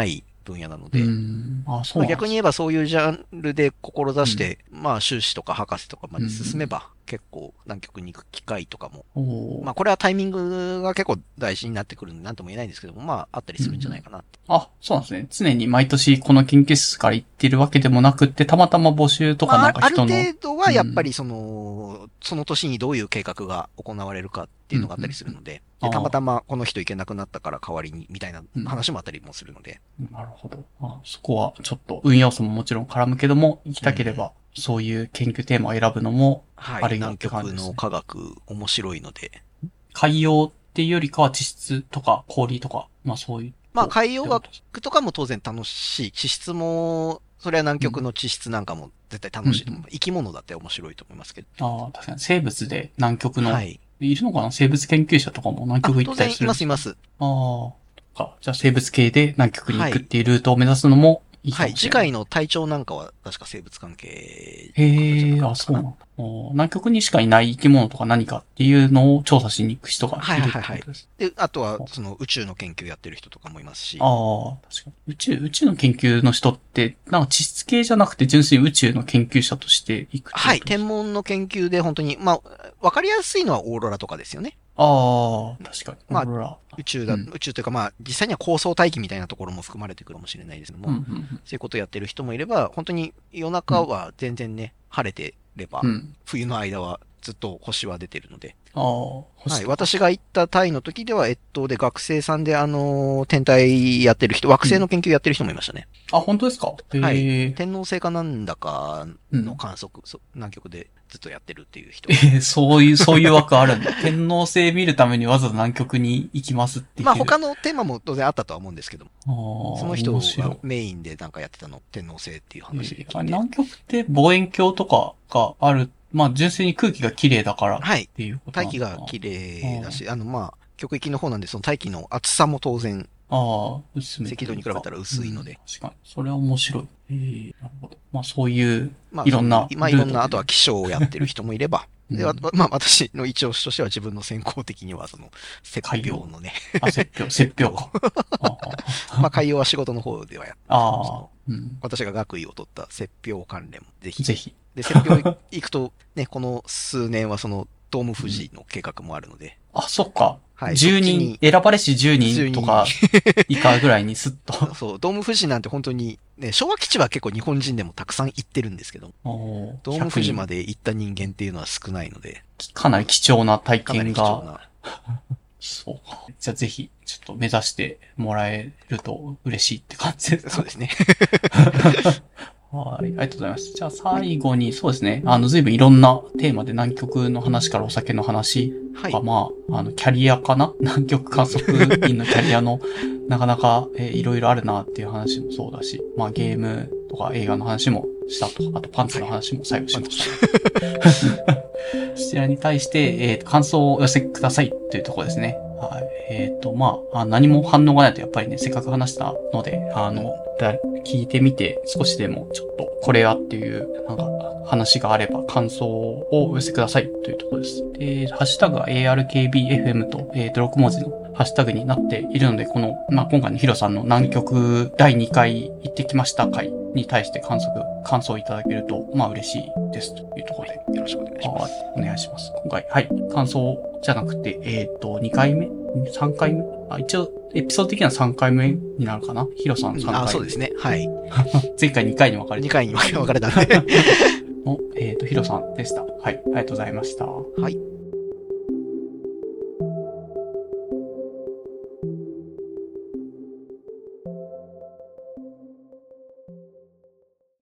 分野なので、 うん。あ、そうなんですまあ逆に言えばそういうジャンルで志して、まあ修士とか博士とかまで進めば、結構南極に行く機会とかも、 おーまあこれはタイミングが結構大事になってくるんでなんとも言えないんですけども、まああったりするんじゃないかなって。 あ、そうなんですね。常に毎年この研究室から行ってるわけでもなくって、たまたま募集とかまああるなんか人の。 程度はやっぱりその、その年にどういう計画が行われるかっていうのがあったりするので、 うんでたまたまこの人行けなくなったから代わりにみたいな話もあったりもするので、 なるほど。あ、そこはちょっと運要素ももちろん絡むけども、行きたければ、そういう研究テーマを選ぶのも、 はい。 あるよっ南極て感じですねの科学面白いので、 海洋っていうよりかは地質とか氷とか、まあそういう。 まあ海洋ってことです学とかも当然楽しい。地質も、それは南極の地質なんかも絶対楽しいと思う。 うん生き物だって面白いと思いますけど。 ああ、確かに生物で南極の、、 はいい。 るのかな生物研究者とかも南あ、 極行当然いったりするんですかますいます。 ああ、そっか。じゃあ生物系で南極に行くっていうルートを目指すのもいいかはい。次もしれない。 回の隊長なんかは確か生物関係。 へえ、あ、そうなんだ。お南極にしかいない生き物とか何かっていうのを調査しに行く人がいるってことです。 で、あとは、その宇宙の研究やってる人とかもいますし。 ああ、確かに。宇宙、宇宙の研究の人って、なんか地質系じゃなくて純粋に宇宙の研究者として行くってことはい。 ですか天文の研究で本当に、まあ、わかりやすいのはオーロラとかですよね。 ああ、確かに。 まあオーロラ宇宙だ、 うん宇宙というかまあ、実際には高層大気みたいなところも含まれてくるかもしれないですけども、 うんうんそういうことをやってる人もいれば、本当に夜中は全然ね、晴れてれば、 うん。うん。 冬の間はずっと星は出てるので。 ああ、 はい。 星とか私が行ったタイの時では、越冬で学生さんであのー天体やってる人、惑星の研究やってる人もいましたね。 あ、本当ですかへえ、 はい天王星かなんだかうんの観測、そ南極でずっとやってるっていう人。 えーそういう、そういう枠あるんだ。天王星見るためにわざわざ南極に行きますっていう。 まあ他のテーマも当然あったとは思うんですけども、 あーその人面白いがメインでなんかやってたの、天王星っていう話で聞いて。 えー南極って望遠鏡とかがある。まあ純粋に空気が綺麗だからっはい。 ていうことな大気のかなが綺麗だし、あのまあ、極域の方なんで、その大気の厚さも当然、 ああ、薄めというか。 赤道に比べたら薄いのでうん確かに。それは面白い。ええなるほど。まあそういう、 まあ、 いろんなまあいろんな、 ルートであとは気象をやってる人もいれば、 うんで、わまあ私の一押しとしては自分の専攻的には、その、雪氷のね、 あ、雪氷、雪氷か。ああまあ海洋は仕事の方ではや、 ああ、うん。 私が学位を取った雪氷関連もぜひ。 ぜひ。 で、雪氷行くと、ね、この数年はその、ドーム富士の計画もあるので、 あ、そっか。 はいじゅうそっちににん、選ばれしじゅうにんとか以下ぐらいにスッと。 そう、ドーム富士なんて本当に、ね、昭和基地は結構日本人でもたくさん行ってるんですけど、 おードーム富士まひゃくにんで行った人間っていうのは少ないので、 かなり貴重な体かなり験が。 貴重な。 そうか。じゃあぜひ、ちょっと目指してもらえると嬉しいって感じです。 そうですね。 はい。ありがとうございます。じゃあ最後に、そうですね。あの、随分いろんなテーマで南極の話からお酒の話はいとか、。まあ、あの、キャリアかな南極観測員のキャリアの、なかなか、えーいろいろあるなっていう話もそうだし、まあ、ゲームとか映画の話もしたと。あと、パンツの話も最後しました。そちらに対して、えー感想をお寄せくださいというところですね。はい。えっ、と、まあ、あ何も反応がないとやっぱりね、せっかく話したので、あの、だ聞いてみて少しでもちょっとこれはっていう、なんか話があれば感想をお寄せくださいというところです。で、ハッシュタグが エーアールケービーエフエム と、えーと、ろく文字のハッシュタグになっているので、この、まあ、今回のヒロさんの南極だいにかい行ってきました回に対して感想、感想いただけると、まあ嬉しいですというところで。 よろしくお願いします。 はい、お願いします。今回、はい。感想じゃなくて、えっ、と、にかいめ ?さん 回目あ、一応、エピソード的にはさんかいめになるかなヒロさんさんかいめ。 あ、そうですね。はい。 前回にかいに分かれてにかいに分かれたんで。 の、えっ、と、ヒロさんでした。はい。ありがとうございました。 はい。